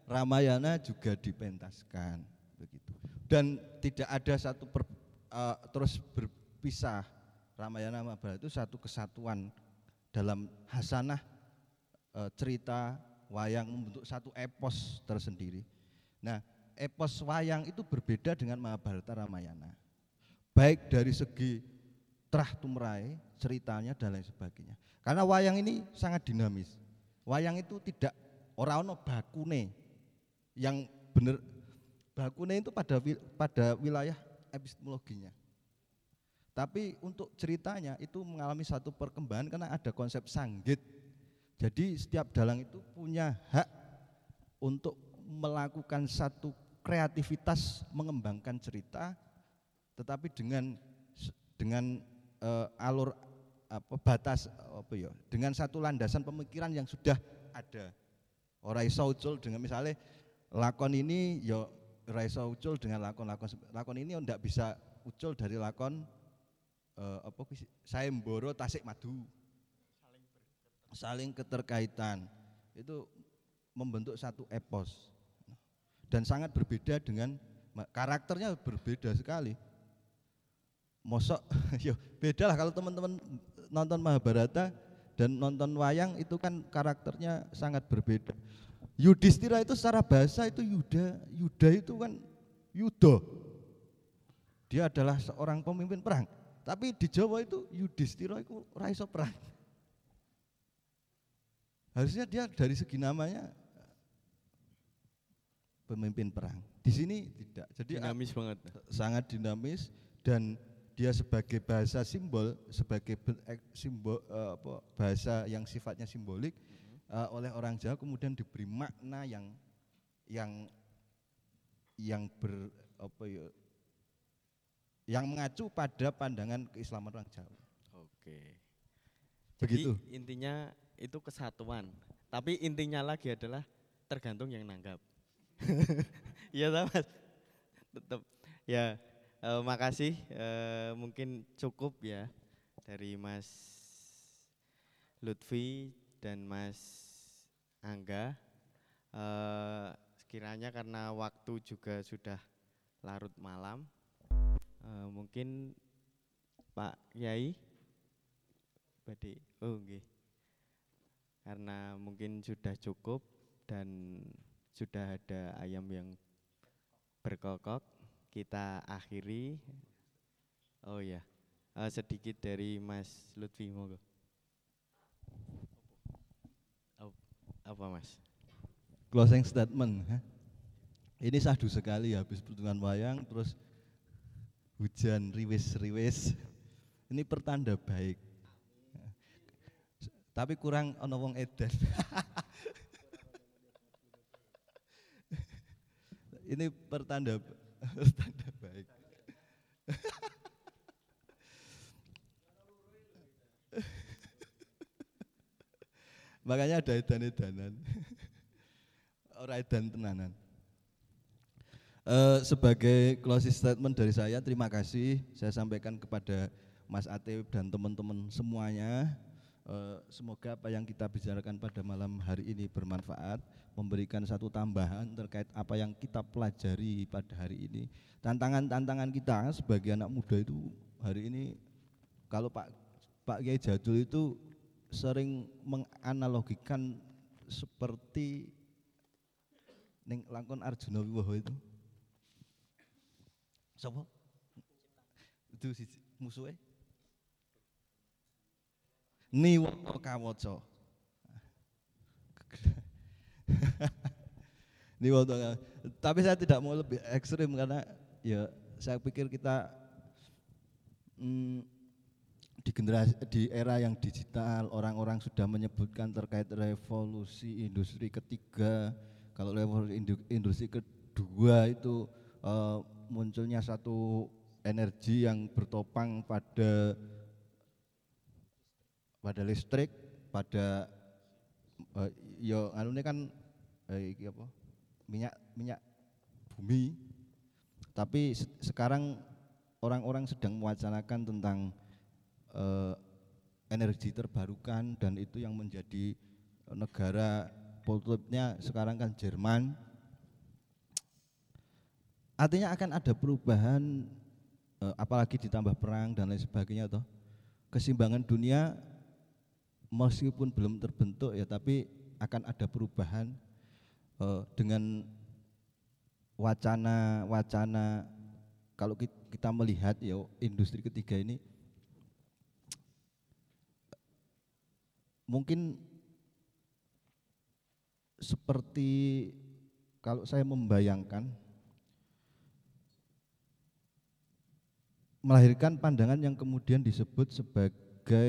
Ramayana juga dipentaskan begitu. Dan tidak ada satu terus berpisah. Ramayana Mahabharata itu satu kesatuan dalam hasanah cerita wayang membentuk satu epos tersendiri. Nah, epos wayang itu berbeda dengan Mahabharata Ramayana. Baik dari segi terah tumrai ceritanya dan lain sebagainya. Karena wayang ini sangat dinamis. Wayang itu tidak ora ono bakune yang benar. Bakune itu pada wilayah epistemologinya. Tapi untuk ceritanya itu mengalami satu perkembangan karena ada konsep sanggit. Jadi setiap dalang itu punya hak untuk melakukan satu kreativitas mengembangkan cerita, tetapi dengan alur batas dengan satu landasan pemikiran yang sudah ada. Ora iso ucul dengan misalnya lakon ini ya ora iso ucul dengan lakon ini ndak bisa ucul dari lakon Sayembara Tasik Madu. Saling keterkaitan itu membentuk satu epos dan sangat berbeda dengan karakternya berbeda sekali. Mosok yo beda lah kalau teman-teman nonton Mahabharata dan nonton wayang itu kan karakternya sangat berbeda. Yudhistira itu secara bahasa itu Yuda itu kan Yudo. Dia adalah seorang pemimpin perang. Tapi di Jawa itu Yudhistira itu ora iso perang. Harusnya dia dari segi namanya pemimpin perang. Di sini tidak. Jadi dinamis banget. Sangat dinamis dan dia sebagai bahasa simbol, sebagai simbol bahasa yang sifatnya simbolik oleh orang Jawa kemudian diberi makna yang mengacu pada pandangan keislaman orang Jawa. Oke. Begitu. Jadi intinya itu kesatuan. Tapi intinya lagi adalah tergantung yang nanggap. Iya Mas. Tetap. Ya, makasih. Mungkin cukup ya dari Mas Lutfi dan Mas Angga. Sekiranya karena waktu juga sudah larut malam. Mungkin Pak Yai Badi, karena mungkin sudah cukup dan sudah ada ayam yang berkokok, kita akhiri. Oh ya, sedikit dari Mas Lutfi, monggo. Apa Mas? Closing statement. Ini sahdu sekali habis pertunjukan wayang terus hujan riwis-riwis. Ini pertanda baik. Tapi kurang ana wong edan. Ini pertanda baik. Makanya ada edan-edanan. Ora edan tenanan. Sebagai closing statement dari saya, terima kasih saya sampaikan kepada Mas Atib dan teman-teman semuanya. Semoga apa yang kita bicarakan pada malam hari ini bermanfaat, memberikan satu tambahan terkait apa yang kita pelajari pada hari ini. Tantangan-tantangan kita sebagai anak muda itu hari ini, kalau Pak Kiai Jadul itu sering menganalogikan seperti ning langkon Arjuna Wiwaha itu. Siapa? Itu musuhnya Niwata Kawaca. Niwata. Tapi saya tidak mau lebih ekstrim karena ya saya pikir kita di era yang digital, orang-orang sudah menyebutkan terkait revolusi industri ketiga. Kalau revolusi industri kedua itu munculnya satu energi yang bertopang pada listrik, pada ini kan minyak bumi. Tapi sekarang orang-orang sedang mewacanakan tentang energi terbarukan dan itu yang menjadi negara prototipe sekarang kan Jerman. artinya akan ada perubahan, apalagi ditambah perang dan lain sebagainya toh. Keseimbangan dunia meskipun belum terbentuk ya, tapi akan ada perubahan dengan wacana kalau kita melihat ya industri ketiga ini mungkin seperti, kalau saya membayangkan, melahirkan pandangan yang kemudian disebut sebagai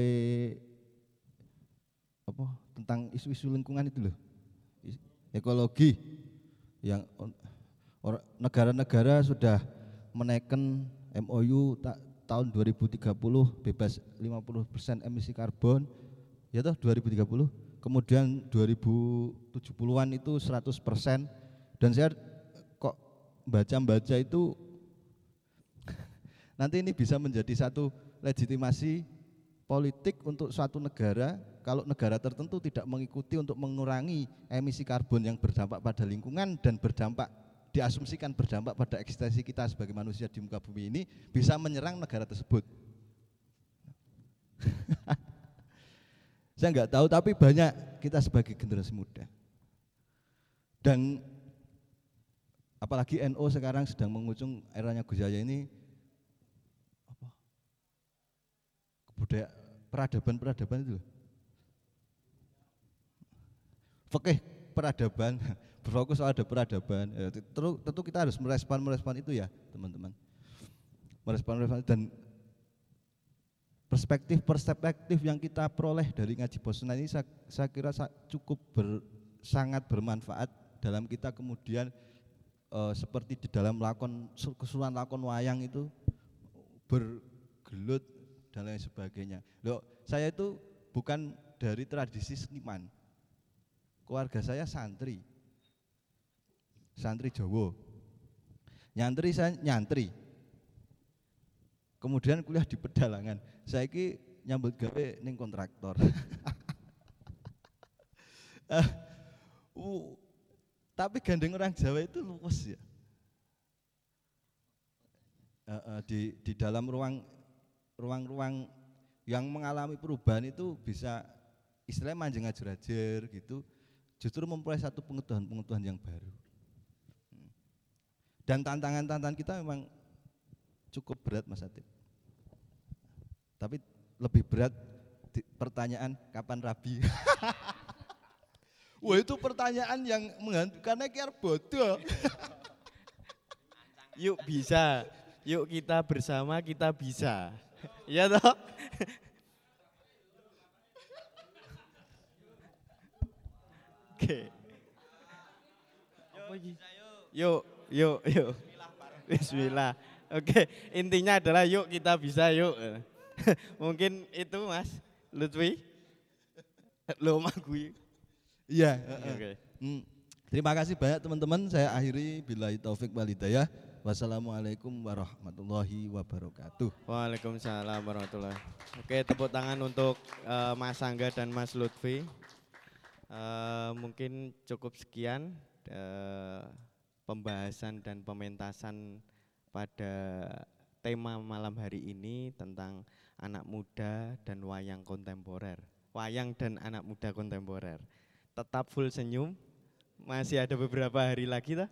apa, tentang isu-isu lingkungan itu loh, ekologi, yang negara-negara sudah menaikkan MOU tahun 2030 bebas 50% emisi karbon, ya toh 2030, kemudian 2070-an itu 100%, dan saya kok baca itu nanti ini bisa menjadi satu legitimasi politik untuk suatu negara kalau negara tertentu tidak mengikuti untuk mengurangi emisi karbon yang berdampak pada lingkungan dan diasumsikan berdampak pada eksistensi kita sebagai manusia di muka bumi ini, bisa menyerang negara tersebut. Saya nggak tahu, tapi banyak kita sebagai generasi muda. Dan apalagi NU sekarang sedang mengusung eranya Gus Yahya ini, budaya peradaban itu, fikih peradaban, berfokus ada peradaban. Tentu kita harus merespon itu ya teman-teman, merespon dan perspektif yang kita peroleh dari ngaji Bosna ini saya kira cukup sangat bermanfaat dalam kita kemudian seperti di dalam keseluruhan lakon wayang itu bergelut dan lain sebagainya. Loh, saya itu bukan dari tradisi seniman. Keluarga saya santri Jawa. Saya nyantri. Kemudian kuliah di pedalangan. Saya ki nyambut gawe ning kontraktor. Tapi gandeng orang Jawa itu luwes ya. Di dalam ruang-ruang yang mengalami perubahan itu bisa istilahnya manjeng ajar-ajar gitu, justru memperoleh satu pengetahuan yang baru. Dan tantangan kita memang cukup berat Mas Atip. Tapi lebih berat pertanyaan kapan rabi. Wah, itu pertanyaan yang menghantui kiar bodoh. Yuk bisa, yuk kita bersama, kita bisa. Iya toh? Oke. Yuk. Bismillah. Oke, intinya adalah yuk kita bisa, yuk. Mungkin itu Mas Lutfi. Lo magui. Iya. Oke. Terima kasih banyak teman-teman. Saya akhiri billahi taufik wal hidayah. Wassalamualaikum warahmatullahi wabarakatuh. Waalaikumsalam warahmatullahi. Oke, tepuk tangan untuk Mas Angga dan Mas Lutfi. Mungkin cukup sekian pembahasan dan pementasan pada tema malam hari ini tentang anak muda dan wayang kontemporer. Wayang dan anak muda kontemporer. Tetap full senyum. Masih ada beberapa hari lagi toh.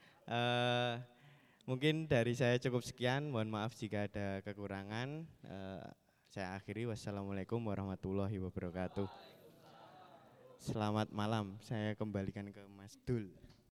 Mungkin dari saya cukup sekian, mohon maaf jika ada kekurangan. Saya akhiri, wassalamualaikum warahmatullahi wabarakatuh. Selamat malam, saya kembalikan ke Mas Dul.